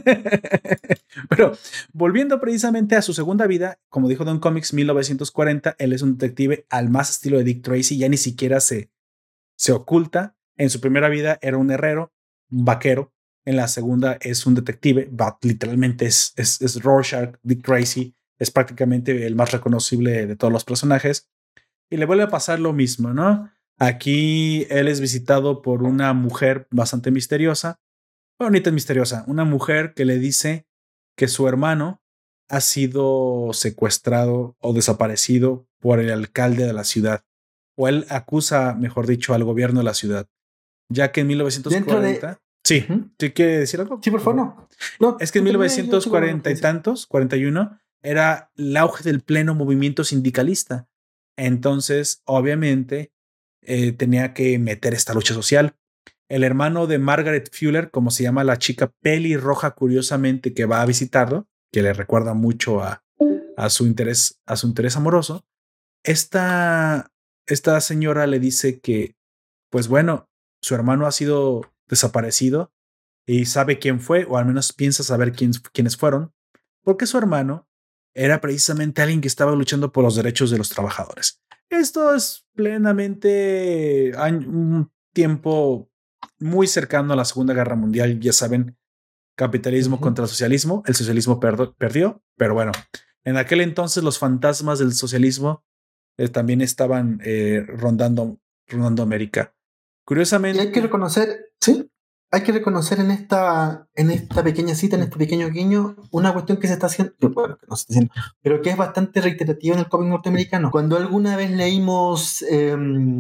Pero volviendo precisamente a su segunda vida, como dijo Don Comics, mil novecientos cuarenta, él es un detective al más estilo de Dick Tracy, ya ni siquiera se, se oculta. En su primera vida era un herrero, un vaquero. En la segunda es un detective, but literalmente es, es, es Rorschach. Dick Tracy es prácticamente el más reconocible de todos los personajes. Y le vuelve a pasar lo mismo, ¿no? Aquí él es visitado por una mujer bastante misteriosa. Bueno, ni tan misteriosa. Una mujer que le dice que su hermano ha sido secuestrado o desaparecido por el alcalde de la ciudad. O él acusa, mejor dicho, al gobierno de la ciudad. Ya que en mil novecientos cuarenta... De... Sí, uh-huh. ¿Tú quieres decir algo? Sí, por favor, no. no. Es que en mil novecientos cuarenta y tantos, cuarenta y uno, era el auge del pleno movimiento sindicalista. Entonces, obviamente, eh, tenía que meter esta lucha social. El hermano de Margaret Fuller, como se llama la chica pelirroja, curiosamente, que va a visitarlo, que le recuerda mucho a, a, su, interés, a su interés amoroso, esta, esta señora le dice que, pues bueno, su hermano ha sido desaparecido y sabe quién fue, o al menos piensa saber quién, quiénes fueron, porque su hermano era precisamente alguien que estaba luchando por los derechos de los trabajadores. Esto es plenamente un tiempo muy cercano a la Segunda Guerra Mundial. Ya saben, capitalismo uh-huh. contra el socialismo. El socialismo perdo, perdió, pero bueno, en aquel entonces los fantasmas del socialismo eh, también estaban eh, rondando, rondando América. Curiosamente. Y hay que reconocer, sí, hay que reconocer en esta, en esta pequeña cita, en este pequeño guiño, una cuestión que se está haciendo, bueno, que no se está haciendo, pero que es bastante reiterativa en el cómic norteamericano. Cuando alguna vez leímos eh,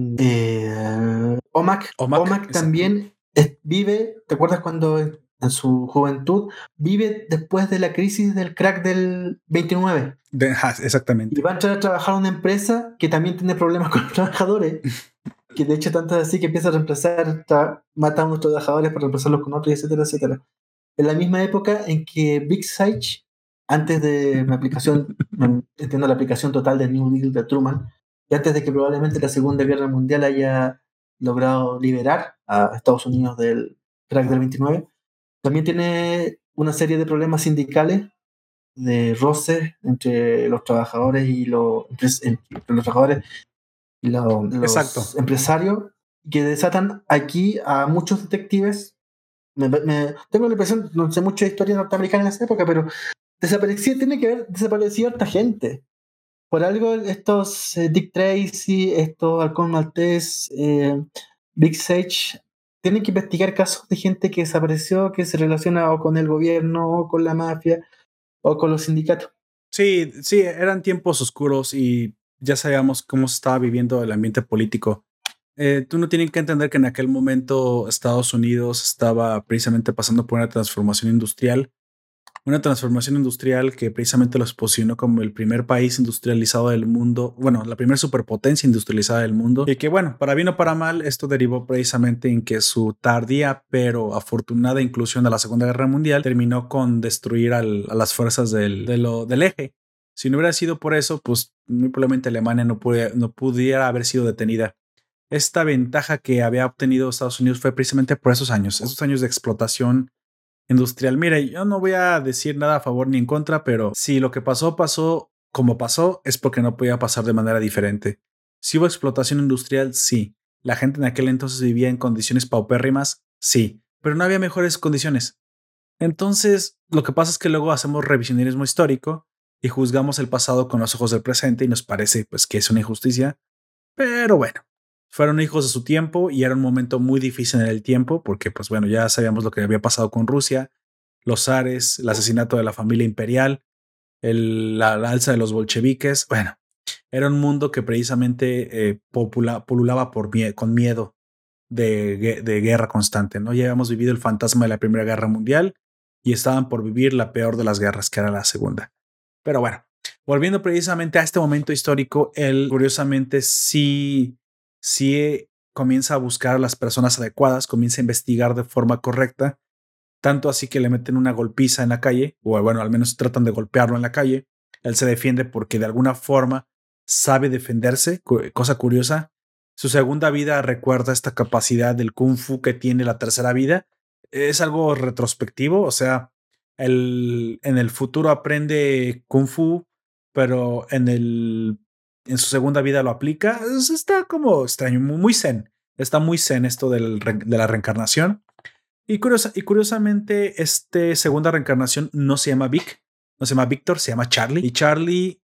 eh, Omac, Omac, Omac también es, vive, ¿te acuerdas cuando en su juventud vive después de la crisis del crack del veintinueve? De, exactamente. Y va a entrar a trabajar a una empresa que también tiene problemas con los trabajadores. Que de hecho tanto es así que empieza a reemplazar, tra- mata a unos trabajadores para reemplazarlos con otros, etcétera, etcétera. En la misma época en que Big Sage, antes de la aplicación, entiendo la aplicación total del New Deal de Truman, y antes de que probablemente la Segunda Guerra Mundial haya logrado liberar a Estados Unidos del crack del veintinueve, también tiene una serie de problemas sindicales, de roces entre los trabajadores y los, entre los trabajadores Lo, los Exacto. empresarios que desatan aquí a muchos detectives. Me, me, tengo la impresión, no sé mucho de historia norteamericana en esa época, pero desapareció, tiene que haber desaparecido harta gente. Por algo estos eh, Dick Tracy, estos Halcón Maltés, eh, Big Sage, tienen que investigar casos de gente que desapareció, que se relaciona o con el gobierno o con la mafia. o con los sindicatos. Sí, sí, eran tiempos oscuros y ya sabíamos cómo se estaba viviendo el ambiente político. Eh, tú no tienes que entender que en aquel momento Estados Unidos estaba precisamente pasando por una transformación industrial, una transformación industrial que precisamente los posicionó como el primer país industrializado del mundo, bueno, la primera superpotencia industrializada del mundo, y que bueno, para bien o para mal, esto derivó precisamente en que su tardía pero afortunada inclusión a la Segunda Guerra Mundial terminó con destruir al, a las fuerzas del, de lo, del eje. Si no hubiera sido por eso, pues muy probablemente Alemania no, pudiera, no pudiera haber sido detenida. Esta ventaja que había obtenido Estados Unidos fue precisamente por esos años, esos años de explotación industrial. Mire, yo no voy a decir nada a favor ni en contra, pero si lo que pasó pasó como pasó, es porque no podía pasar de manera diferente. Si hubo explotación industrial, sí. La gente en aquel entonces vivía en condiciones paupérrimas, sí, pero no había mejores condiciones. Entonces, lo que pasa es que luego hacemos revisionismo histórico y juzgamos el pasado con los ojos del presente y nos parece pues que es una injusticia, pero bueno. Fueron hijos de su tiempo y era un momento muy difícil en el tiempo porque, pues bueno, ya sabíamos lo que había pasado con Rusia, los zares, el asesinato de la familia imperial, el, la, la alza de los bolcheviques. Bueno, era un mundo que precisamente eh, popula, pululaba por mie con miedo de, de guerra constante, ¿no? Ya habíamos vivido el fantasma de la Primera Guerra Mundial y estaban por vivir la peor de las guerras, que era la Segunda. Pero bueno, volviendo precisamente a este momento histórico, él curiosamente sí sí comienza a buscar a las personas adecuadas, comienza a investigar de forma correcta, tanto así que le meten una golpiza en la calle, o bueno, al menos tratan de golpearlo en la calle. Él se defiende porque de alguna forma sabe defenderse, cosa curiosa. Su segunda vida recuerda esta capacidad del kung fu que tiene la tercera vida. Es algo retrospectivo, o sea, él en el futuro aprende kung fu, pero en el en su segunda vida lo aplica. Está como extraño, muy zen. Está muy zen esto del, de la reencarnación. Y, curiosa, y curiosamente, esta segunda reencarnación no se llama Vic, no se llama Víctor, se llama Charlie. Y Charlie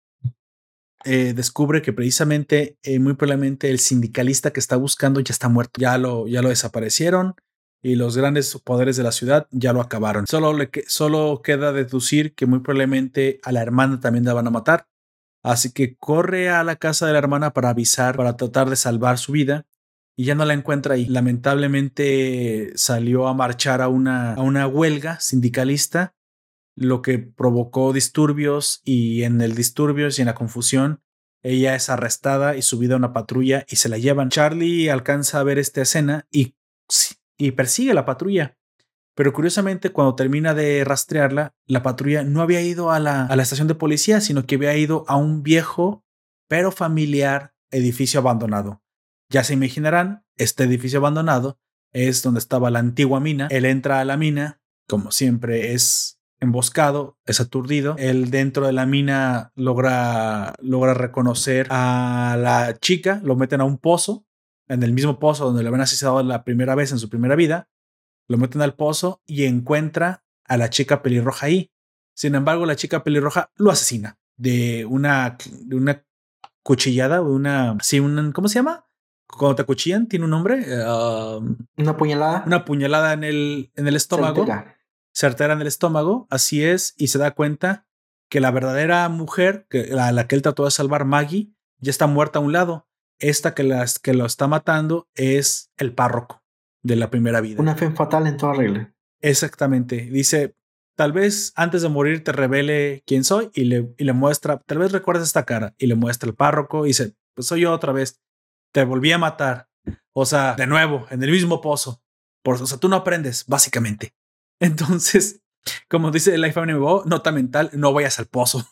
eh, descubre que precisamente, eh, muy probablemente, el sindicalista que está buscando ya está muerto. Ya lo, ya lo desaparecieron y los grandes poderes de la ciudad ya lo acabaron. Solo, le, solo queda deducir que muy probablemente a la hermana también la van a matar. Así que corre a la casa de la hermana para avisar, para tratar de salvar su vida y ya no la encuentra ahí. Lamentablemente salió a marchar a una, a una huelga sindicalista, lo que provocó disturbios y en el disturbios y en la confusión ella es arrestada y subida a una patrulla y se la llevan. Charlie alcanza a ver esta escena y, y persigue a la patrulla. Pero curiosamente, cuando termina de rastrearla, la patrulla no había ido a la, a la estación de policía, sino que había ido a un viejo pero familiar edificio abandonado. Ya se imaginarán, este edificio abandonado es donde estaba la antigua mina. Él entra a la mina, como siempre es emboscado, es aturdido. Él dentro de la mina logra, logra reconocer a la chica, lo meten a un pozo, en el mismo pozo donde le habían asesinado la primera vez en su primera vida. Lo meten al pozo y encuentra a la chica pelirroja ahí. Sin embargo, la chica pelirroja lo asesina de una, de una cuchillada, una, sí, un, ¿cómo se llama? Cuando te acuchillan, tiene un nombre. Uh, una puñalada. Una puñalada en el, en el estómago. Certera. Certera en el estómago, así es, y se da cuenta que la verdadera mujer, que la, la que él trató de salvar, Maggie, ya está muerta a un lado. Esta que, las, que lo está matando es el párroco de la primera vida. Una fe fatal en toda regla. Exactamente. Dice, tal vez antes de morir te revele quién soy y le, y le muestra, tal vez recuerdas esta cara y le muestra el párroco y dice, pues soy yo otra vez. Te volví a matar. O sea, de nuevo, en el mismo pozo. Por, o sea, tú no aprendes, básicamente. Entonces, como dice Life M M O, nota mental, no vayas al pozo.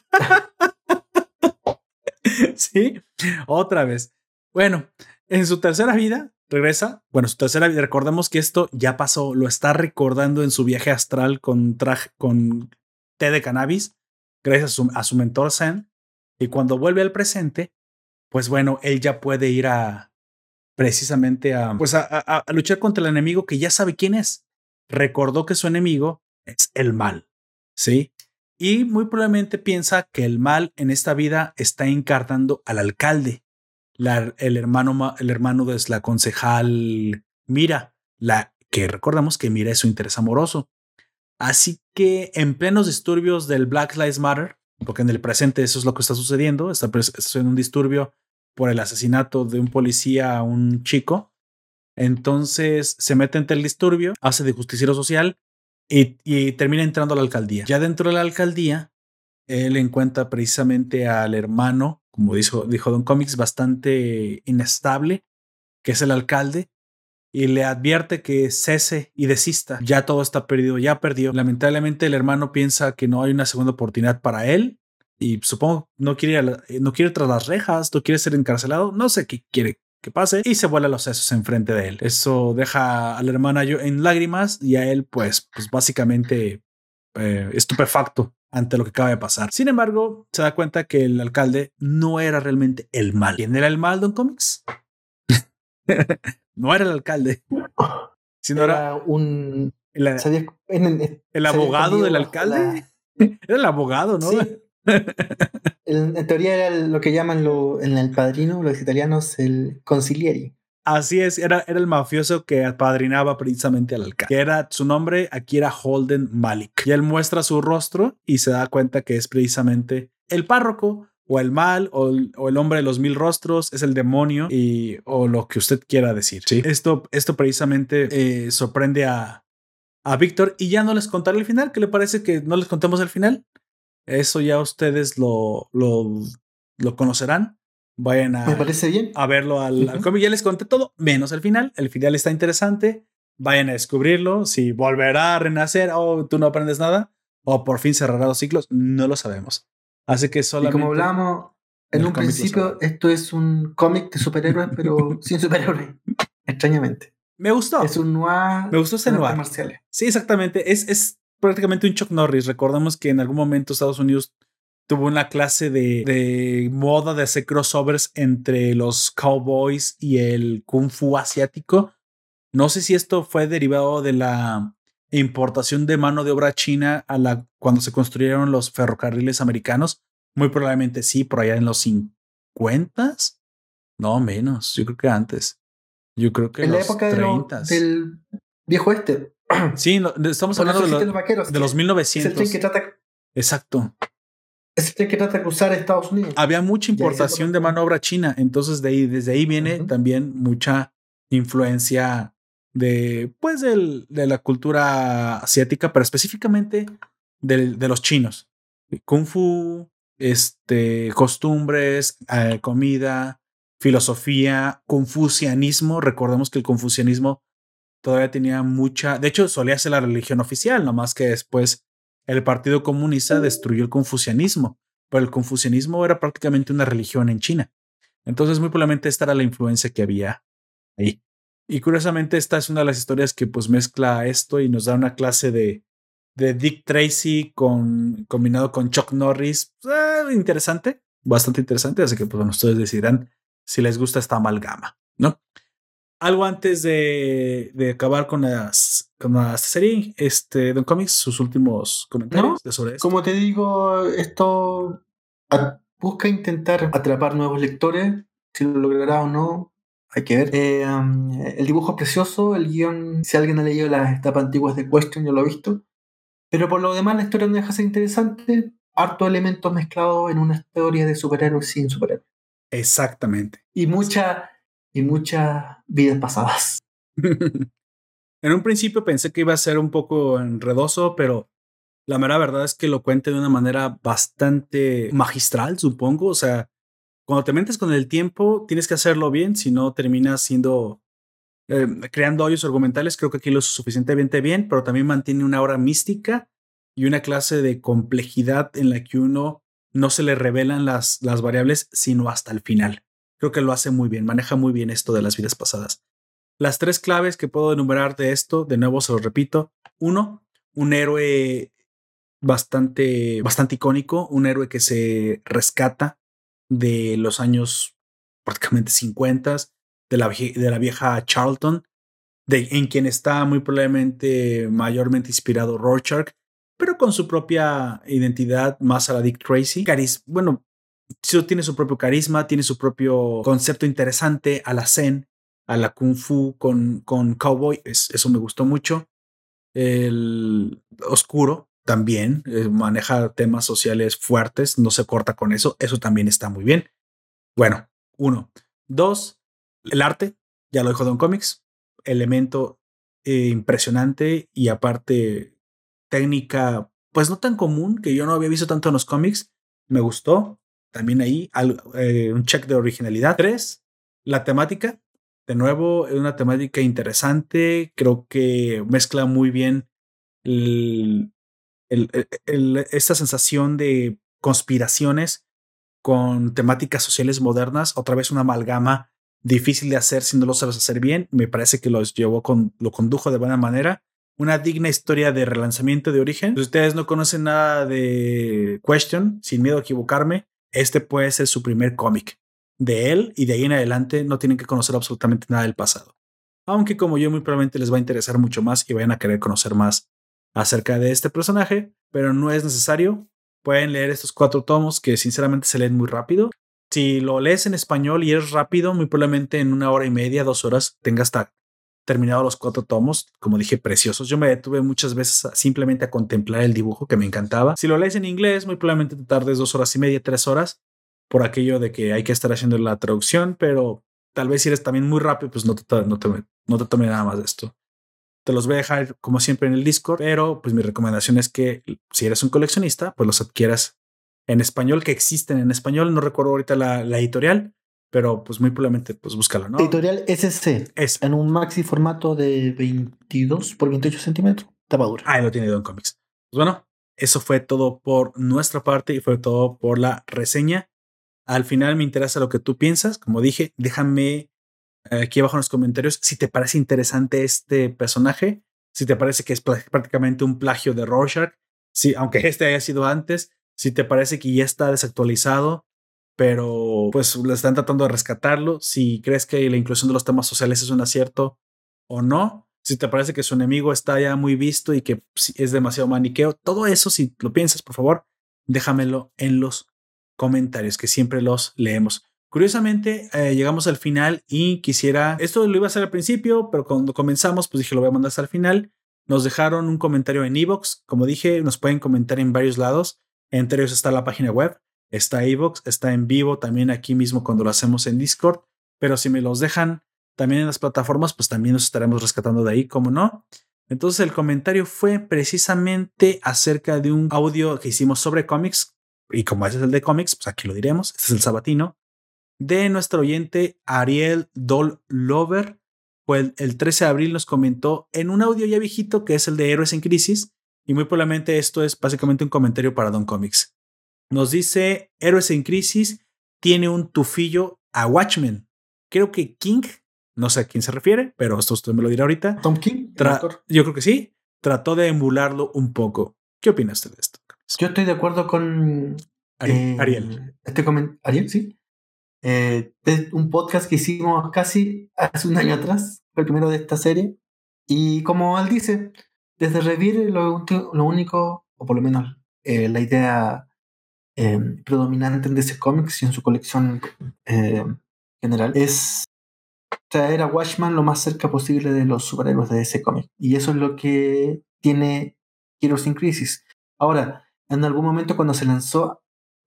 Sí, otra vez. Bueno, en su tercera vida regresa. Bueno, su tercera vida, recordemos que esto ya pasó, lo está recordando en su viaje astral con traje, con té de cannabis, gracias a su, a su mentor Zen. Y cuando vuelve al presente, pues bueno, él ya puede ir a precisamente a, pues a, a, a luchar contra el enemigo que ya sabe quién es. Recordó que su enemigo es el mal, ¿sí? Y muy probablemente piensa que el mal en esta vida está encarnando al alcalde, la, el, hermano, el hermano de la concejal Mira, la que recordamos que Mira es su interés amoroso. Así que en plenos disturbios del Black Lives Matter, porque en el presente eso es lo que está sucediendo, está sucediendo un disturbio por el asesinato de un policía a un chico. Entonces se mete entre el disturbio, hace de justiciero social y, y termina entrando a la alcaldía. Ya dentro de la alcaldía, él encuentra precisamente al hermano, como dijo, dijo Don Comics, bastante inestable, que es el alcalde, y le advierte que cese y desista. Ya todo está perdido, ya perdió. Lamentablemente el hermano piensa que no hay una segunda oportunidad para él y supongo no quiere ir, la, no quiere tras las rejas, no quiere ser encarcelado, no sé qué quiere que pase y se vuela los sesos enfrente de él. Eso deja al hermano en lágrimas y a él pues, pues básicamente eh, estupefacto ante lo que acaba de pasar. Sin embargo, se da cuenta que el alcalde no era realmente el mal. ¿Quién era el mal, Don Comics? No era el alcalde, sino era, era un el, había, en, en, el abogado del alcalde. La... Era el abogado, ¿no? Sí. en, en teoría era lo que llaman lo, en el padrino, los italianos, el consiglieri. Así es, era, era el mafioso que apadrinaba precisamente al alcalde. Que era su nombre, aquí era Holden Malik. Y él muestra su rostro y se da cuenta que es precisamente el párroco, o el mal, o el, o el hombre de los mil rostros, es el demonio, y, o lo que usted quiera decir. ¿Sí? Esto, esto precisamente eh, sorprende a, a Víctor, y ya no les contaré el final. ¿Qué le parece que no les contemos el final? Eso ya ustedes lo, lo, lo conocerán. Vayan a, Me parece bien. a verlo al, uh-huh. al cómic. Ya les conté todo, menos el final. El final está interesante. Vayan a descubrirlo. Si volverá a renacer o oh, tú no aprendes nada, o por fin cerrará los ciclos, no lo sabemos. Así que solamente... Y como hablábamos en un principio, esto es un cómic de superhéroes, pero sin superhéroes, extrañamente. Me gustó. Es un noir. Me gustó ese noir. Marciales. Sí, exactamente. Es, es prácticamente un Chuck Norris. Recordemos que en algún momento Estados Unidos tuvo una clase de, de moda de hacer crossovers entre los cowboys y el kung fu asiático. No sé si esto fue derivado de la importación de mano de obra china a la, cuando se construyeron los ferrocarriles americanos. Muy probablemente sí, por allá en los cincuentas. No, menos. Yo creo que antes. Yo creo que en los la época de lo, del viejo este. Sí, no, estamos hablando de, lo, los vaqueros, de los mil novecientos. Es el tren que trata. Exacto. Es el tren que trata de cruzar Estados Unidos. Había mucha importación de mano de obra china, entonces de ahí, desde ahí viene uh-huh. también mucha influencia de, pues, del, de la cultura asiática, pero específicamente de, de los chinos. Kung fu, este, costumbres, eh, comida, filosofía, confucianismo. Recordemos que el confucianismo todavía tenía mucha, de hecho solía ser la religión oficial, nomás que después el Partido Comunista destruyó el confucianismo, pero el confucianismo era prácticamente una religión en China. Entonces muy probablemente esta era la influencia que había ahí. Y curiosamente esta es una de las historias que pues mezcla esto y nos da una clase de, de Dick Tracy con, combinado con Chuck Norris. Eh, interesante, bastante interesante, así que pues bueno, ustedes decidirán si les gusta esta amalgama, ¿no? Algo antes de, de acabar con, las, con la serie, este, Don Comics, sus últimos comentarios ¿No? de sobre esto. Como te digo, esto a, busca intentar atrapar nuevos lectores. Si lo logrará o no, hay que ver. Eh, um, el dibujo es precioso, el guión, si alguien ha leído las etapas antiguas de Question, yo lo he visto. Pero por lo demás, la historia no deja de ser interesante. Harto elementos mezclados en una historia de superhéroes sin superhéroes. Exactamente. Y mucha. Y muchas vidas pasadas. En un principio pensé que iba a ser un poco enredoso, pero la mera verdad es que lo cuenta de una manera bastante magistral, supongo. O sea, cuando te metes con el tiempo, tienes que hacerlo bien, si no terminas siendo eh, creando hoyos argumentales. Creo que aquí lo es suficientemente bien, pero también mantiene una aura mística y una clase de complejidad en la que uno no se le revelan las, las variables, sino hasta el final. Creo que lo hace muy bien, maneja muy bien esto de las vidas pasadas. Las tres claves que puedo enumerar de esto, de nuevo se lo repito. Uno, un héroe bastante, bastante icónico, un héroe que se rescata de los años prácticamente cincuenta, de la, de la vieja Charlton, de, en quien está muy probablemente mayormente inspirado Rorschach, pero con su propia identidad más a la Dick Tracy. Caris, bueno, tiene su propio carisma, tiene su propio concepto interesante a la zen, a la kung fu con, con cowboy. Es, eso me gustó mucho. el oscuro también, eh, maneja temas sociales fuertes, no se corta con eso, eso también está muy bien. Bueno, uno. Dos, el arte, ya lo dijo Don Comics, elemento eh, impresionante y aparte técnica, pues no tan común, que yo no había visto tanto en los cómics, me gustó. También ahí al, eh, un check de originalidad. Tres, la temática. De nuevo, es una temática interesante. Creo que mezcla muy bien el, el, el, el, esta sensación de conspiraciones con temáticas sociales modernas. Otra vez una amalgama difícil de hacer si no lo sabes hacer bien. Me parece que los llevó con, lo condujo de buena manera. Una digna historia de relanzamiento de origen. Si ustedes no conocen nada de Question, sin miedo a equivocarme, este puede ser su primer cómic de él y de ahí en adelante no tienen que conocer absolutamente nada del pasado. Aunque como yo muy probablemente les va a interesar mucho más y vayan a querer conocer más acerca de este personaje, pero no es necesario. Pueden leer estos cuatro tomos que sinceramente se leen muy rápido. Si lo lees en español y es rápido, muy probablemente en una hora y media, dos horas, tengas hasta terminado los cuatro tomos, como dije, preciosos. Yo me detuve muchas veces simplemente a contemplar el dibujo que me encantaba. Si lo lees en inglés, muy probablemente te tardes dos horas y media, tres horas, por aquello de que hay que estar haciendo la traducción, pero tal vez si eres también muy rápido, pues no te, no te, no te tome nada más de esto. Te los voy a dejar como siempre en el Discord, pero pues mi recomendación es que si eres un coleccionista, pues los adquieras en español, que existen en español. No recuerdo ahorita la, la editorial, pero pues muy probablemente pues búscalo, ¿no? Editorial S C. Es en un maxi formato de veintidós por veintiocho centímetros. Tapadura. Ah, lo tiene Don Comics. Pues bueno, eso fue todo por nuestra parte y fue todo por la reseña. Al final me interesa lo que tú piensas. Como dije, déjame aquí abajo en los comentarios si te parece interesante este personaje, si te parece que es prácticamente un plagio de Rorschach, si, aunque este haya sido antes, si te parece que ya está desactualizado, pero pues le están tratando de rescatarlo, si crees que la inclusión de los temas sociales es un acierto o no, si te parece que su enemigo está ya muy visto y que es demasiado maniqueo, todo eso, si lo piensas, por favor, déjamelo en los comentarios, que siempre los leemos. Curiosamente, eh, llegamos al final y quisiera, esto lo iba a hacer al principio, pero cuando comenzamos, pues dije, lo voy a mandar hasta el final. Nos dejaron un comentario en iVoox. Como dije, nos pueden comentar en varios lados. Entre ellos está la página web, está iVoox, está en vivo también aquí mismo cuando lo hacemos en Discord. Pero si me los dejan también en las plataformas, pues también nos estaremos rescatando de ahí, ¿cómo no? Entonces el comentario fue precisamente acerca de un audio que hicimos sobre cómics. Y como ese es el de cómics, pues aquí lo diremos. Este es el sabatino de nuestro oyente Ariel Doll Lover. Pues el trece de abril nos comentó en un audio ya viejito que es el de Héroes en Crisis, y muy probablemente esto es básicamente un comentario para Don Comics. Nos dice: Héroes en Crisis tiene un tufillo a Watchmen. Creo que King, no sé a quién se refiere, pero esto usted me lo dirá ahorita. Tom King, Tra- yo creo que sí, trató de emularlo un poco. ¿Qué opinas de esto? Yo estoy de acuerdo con Ariel. eh, Ariel. Este coment- Ariel, sí. Eh, es un podcast que hicimos casi hace un año atrás, fue el primero de esta serie. Y como él dice, desde Revir lo, lo único, o por lo menos eh, la idea eh, predominante en D C Comics y en su colección eh, general, es traer a Watchman lo más cerca posible de los superhéroes de D C Comics. Y eso es lo que tiene Heroes in Crisis. Ahora, en algún momento cuando se lanzó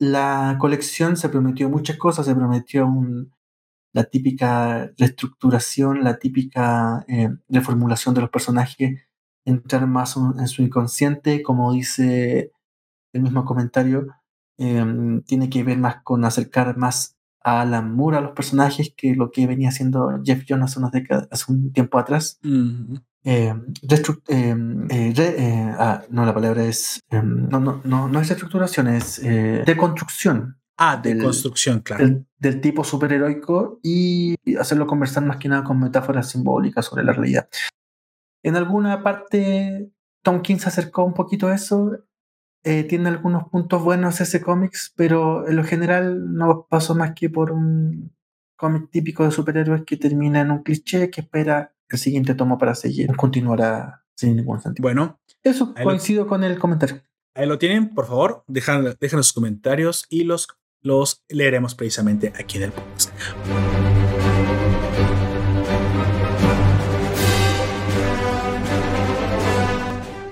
la colección se prometió muchas cosas, se prometió un, la típica reestructuración, la típica eh, reformulación de los personajes, entrar más en su inconsciente, como dice el mismo comentario, eh, tiene que ver más con acercar más a Alan Moore a los personajes que lo que venía haciendo Jeff Jones hace unas décadas, hace un tiempo atrás. Mm-hmm. Eh, restru- eh, eh, re- eh, ah, no, la palabra es eh, no, no, no, no es reestructuración, es eh, deconstrucción. Ah, de del, construcción, claro. Del, del tipo superheroico y hacerlo conversar más que nada con metáforas simbólicas sobre la realidad. En alguna parte Tom King se acercó un poquito a eso, eh, tiene algunos puntos buenos ese cómics, pero en lo general no pasó más que por un cómic típico de superhéroes que termina en un cliché que espera el siguiente tomo para seguir, continuará sin ningún sentido. Bueno, eso coincido lo, con el comentario. Ahí lo tienen, por favor, dejan, dejan sus comentarios y los, los leeremos precisamente aquí en el podcast.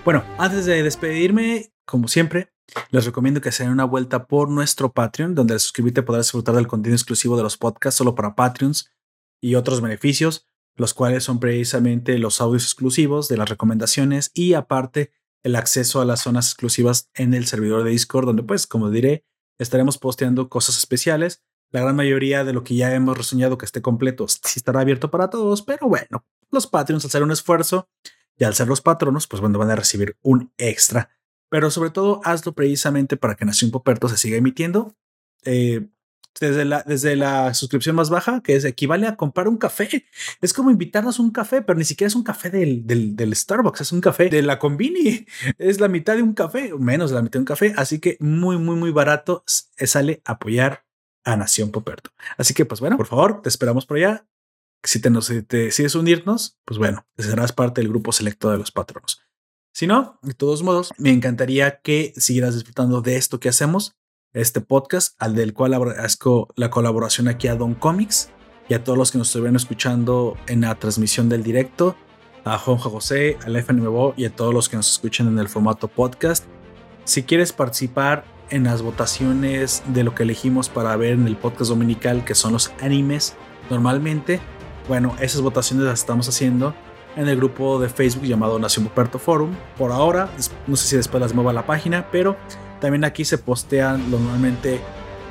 Bueno, antes de despedirme, como siempre, les recomiendo que se den una vuelta por nuestro Patreon, donde al suscribirte podrás disfrutar del contenido exclusivo de los podcasts solo para Patreons y otros beneficios, los cuales son precisamente los audios exclusivos de las recomendaciones y aparte el acceso a las zonas exclusivas en el servidor de Discord, donde pues, como diré, estaremos posteando cosas especiales. La gran mayoría de lo que ya hemos reseñado que esté completo sí estará abierto para todos, pero bueno, los Patreons al hacer un esfuerzo y al ser los patronos, pues bueno, van a recibir un extra. Pero sobre todo hazlo precisamente para que Nación Poperto se siga emitiendo. Eh, Desde la, desde la suscripción más baja, que es equivale a comprar un café. Es como invitarnos a un café, pero ni siquiera es un café del, del, del Starbucks, es un café de la Convini. Es la mitad de un café, o menos de la mitad de un café. Así que muy, muy, muy barato sale apoyar a Nación Poperto. Así que, pues bueno, por favor, te esperamos por allá. Si te, si te decides unirnos, pues bueno, serás parte del grupo selecto de los patronos. Si no, de todos modos, me encantaría que siguieras disfrutando de esto que hacemos. Este podcast, al del cual agradezco la colaboración aquí a Don Comics y a todos los que nos estuvieron escuchando en la transmisión del directo, a Juanjo José, a F N M B O y a todos los que nos escuchan en el formato podcast. Si quieres participar en las votaciones de lo que elegimos para ver en el podcast dominical, que son los animes normalmente, bueno, esas votaciones las estamos haciendo en el grupo de Facebook llamado Nación Poperto Forum. Por ahora, no sé si después las mueva a la página, pero también aquí se postean normalmente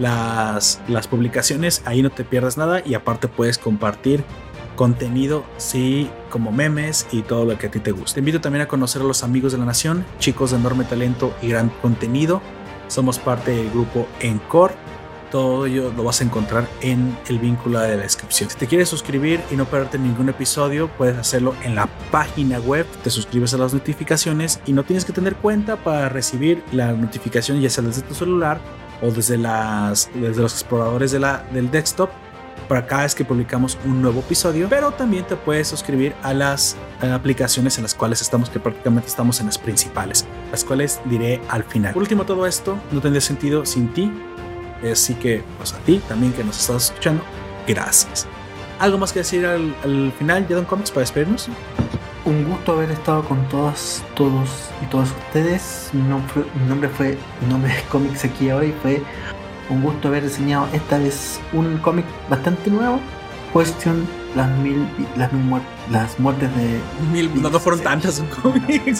las, las publicaciones. Ahí no te pierdas nada y aparte puedes compartir contenido, sí, como memes y todo lo que a ti te guste. Te invito también a conocer a los amigos de la Nación, chicos de enorme talento y gran contenido. Somos parte del grupo Encore. Todo ello lo vas a encontrar en el vínculo de la descripción. Si te quieres suscribir y no perderte ningún episodio, puedes hacerlo en la página web. Te suscribes a las notificaciones y no tienes que tener cuenta para recibir la notificación, ya sea desde tu celular o desde, las, desde los exploradores de la, del desktop, para cada vez que publicamos un nuevo episodio. Pero también te puedes suscribir a las a aplicaciones en las cuales estamos, que prácticamente estamos en las principales, las cuales diré al final. Por último, todo esto no tendría sentido sin ti. Así que, pues a ti también que nos estás escuchando, gracias. ¿Algo más que decir al, al final de Don Comics para despedirnos? Un gusto haber estado con todas, todos y todas ustedes. Mi nombre fue, mi nombre fue, mi nombre es Comics aquí hoy. Fue un gusto haber diseñado esta vez un cómic bastante nuevo. Cuestión las mil, las mil muertes, las muertes de mil. No, no fueron tantas un cómics.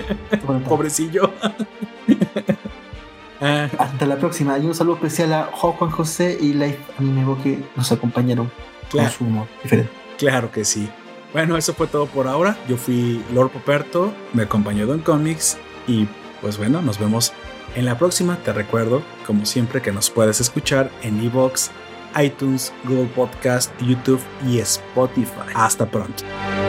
Pobrecillo. Uh, Hasta la próxima. Y un saludo especial a Juan José y Life Anime Bo, que nos acompañaron claro, con su humor diferente. Claro que sí. Bueno, eso fue todo por ahora. Yo fui Lord Poperto, me acompañó Don Comics y pues bueno, nos vemos en la próxima. Te recuerdo, como siempre, que nos puedes escuchar en iVoox, iTunes, Google Podcast, YouTube y Spotify. Hasta pronto.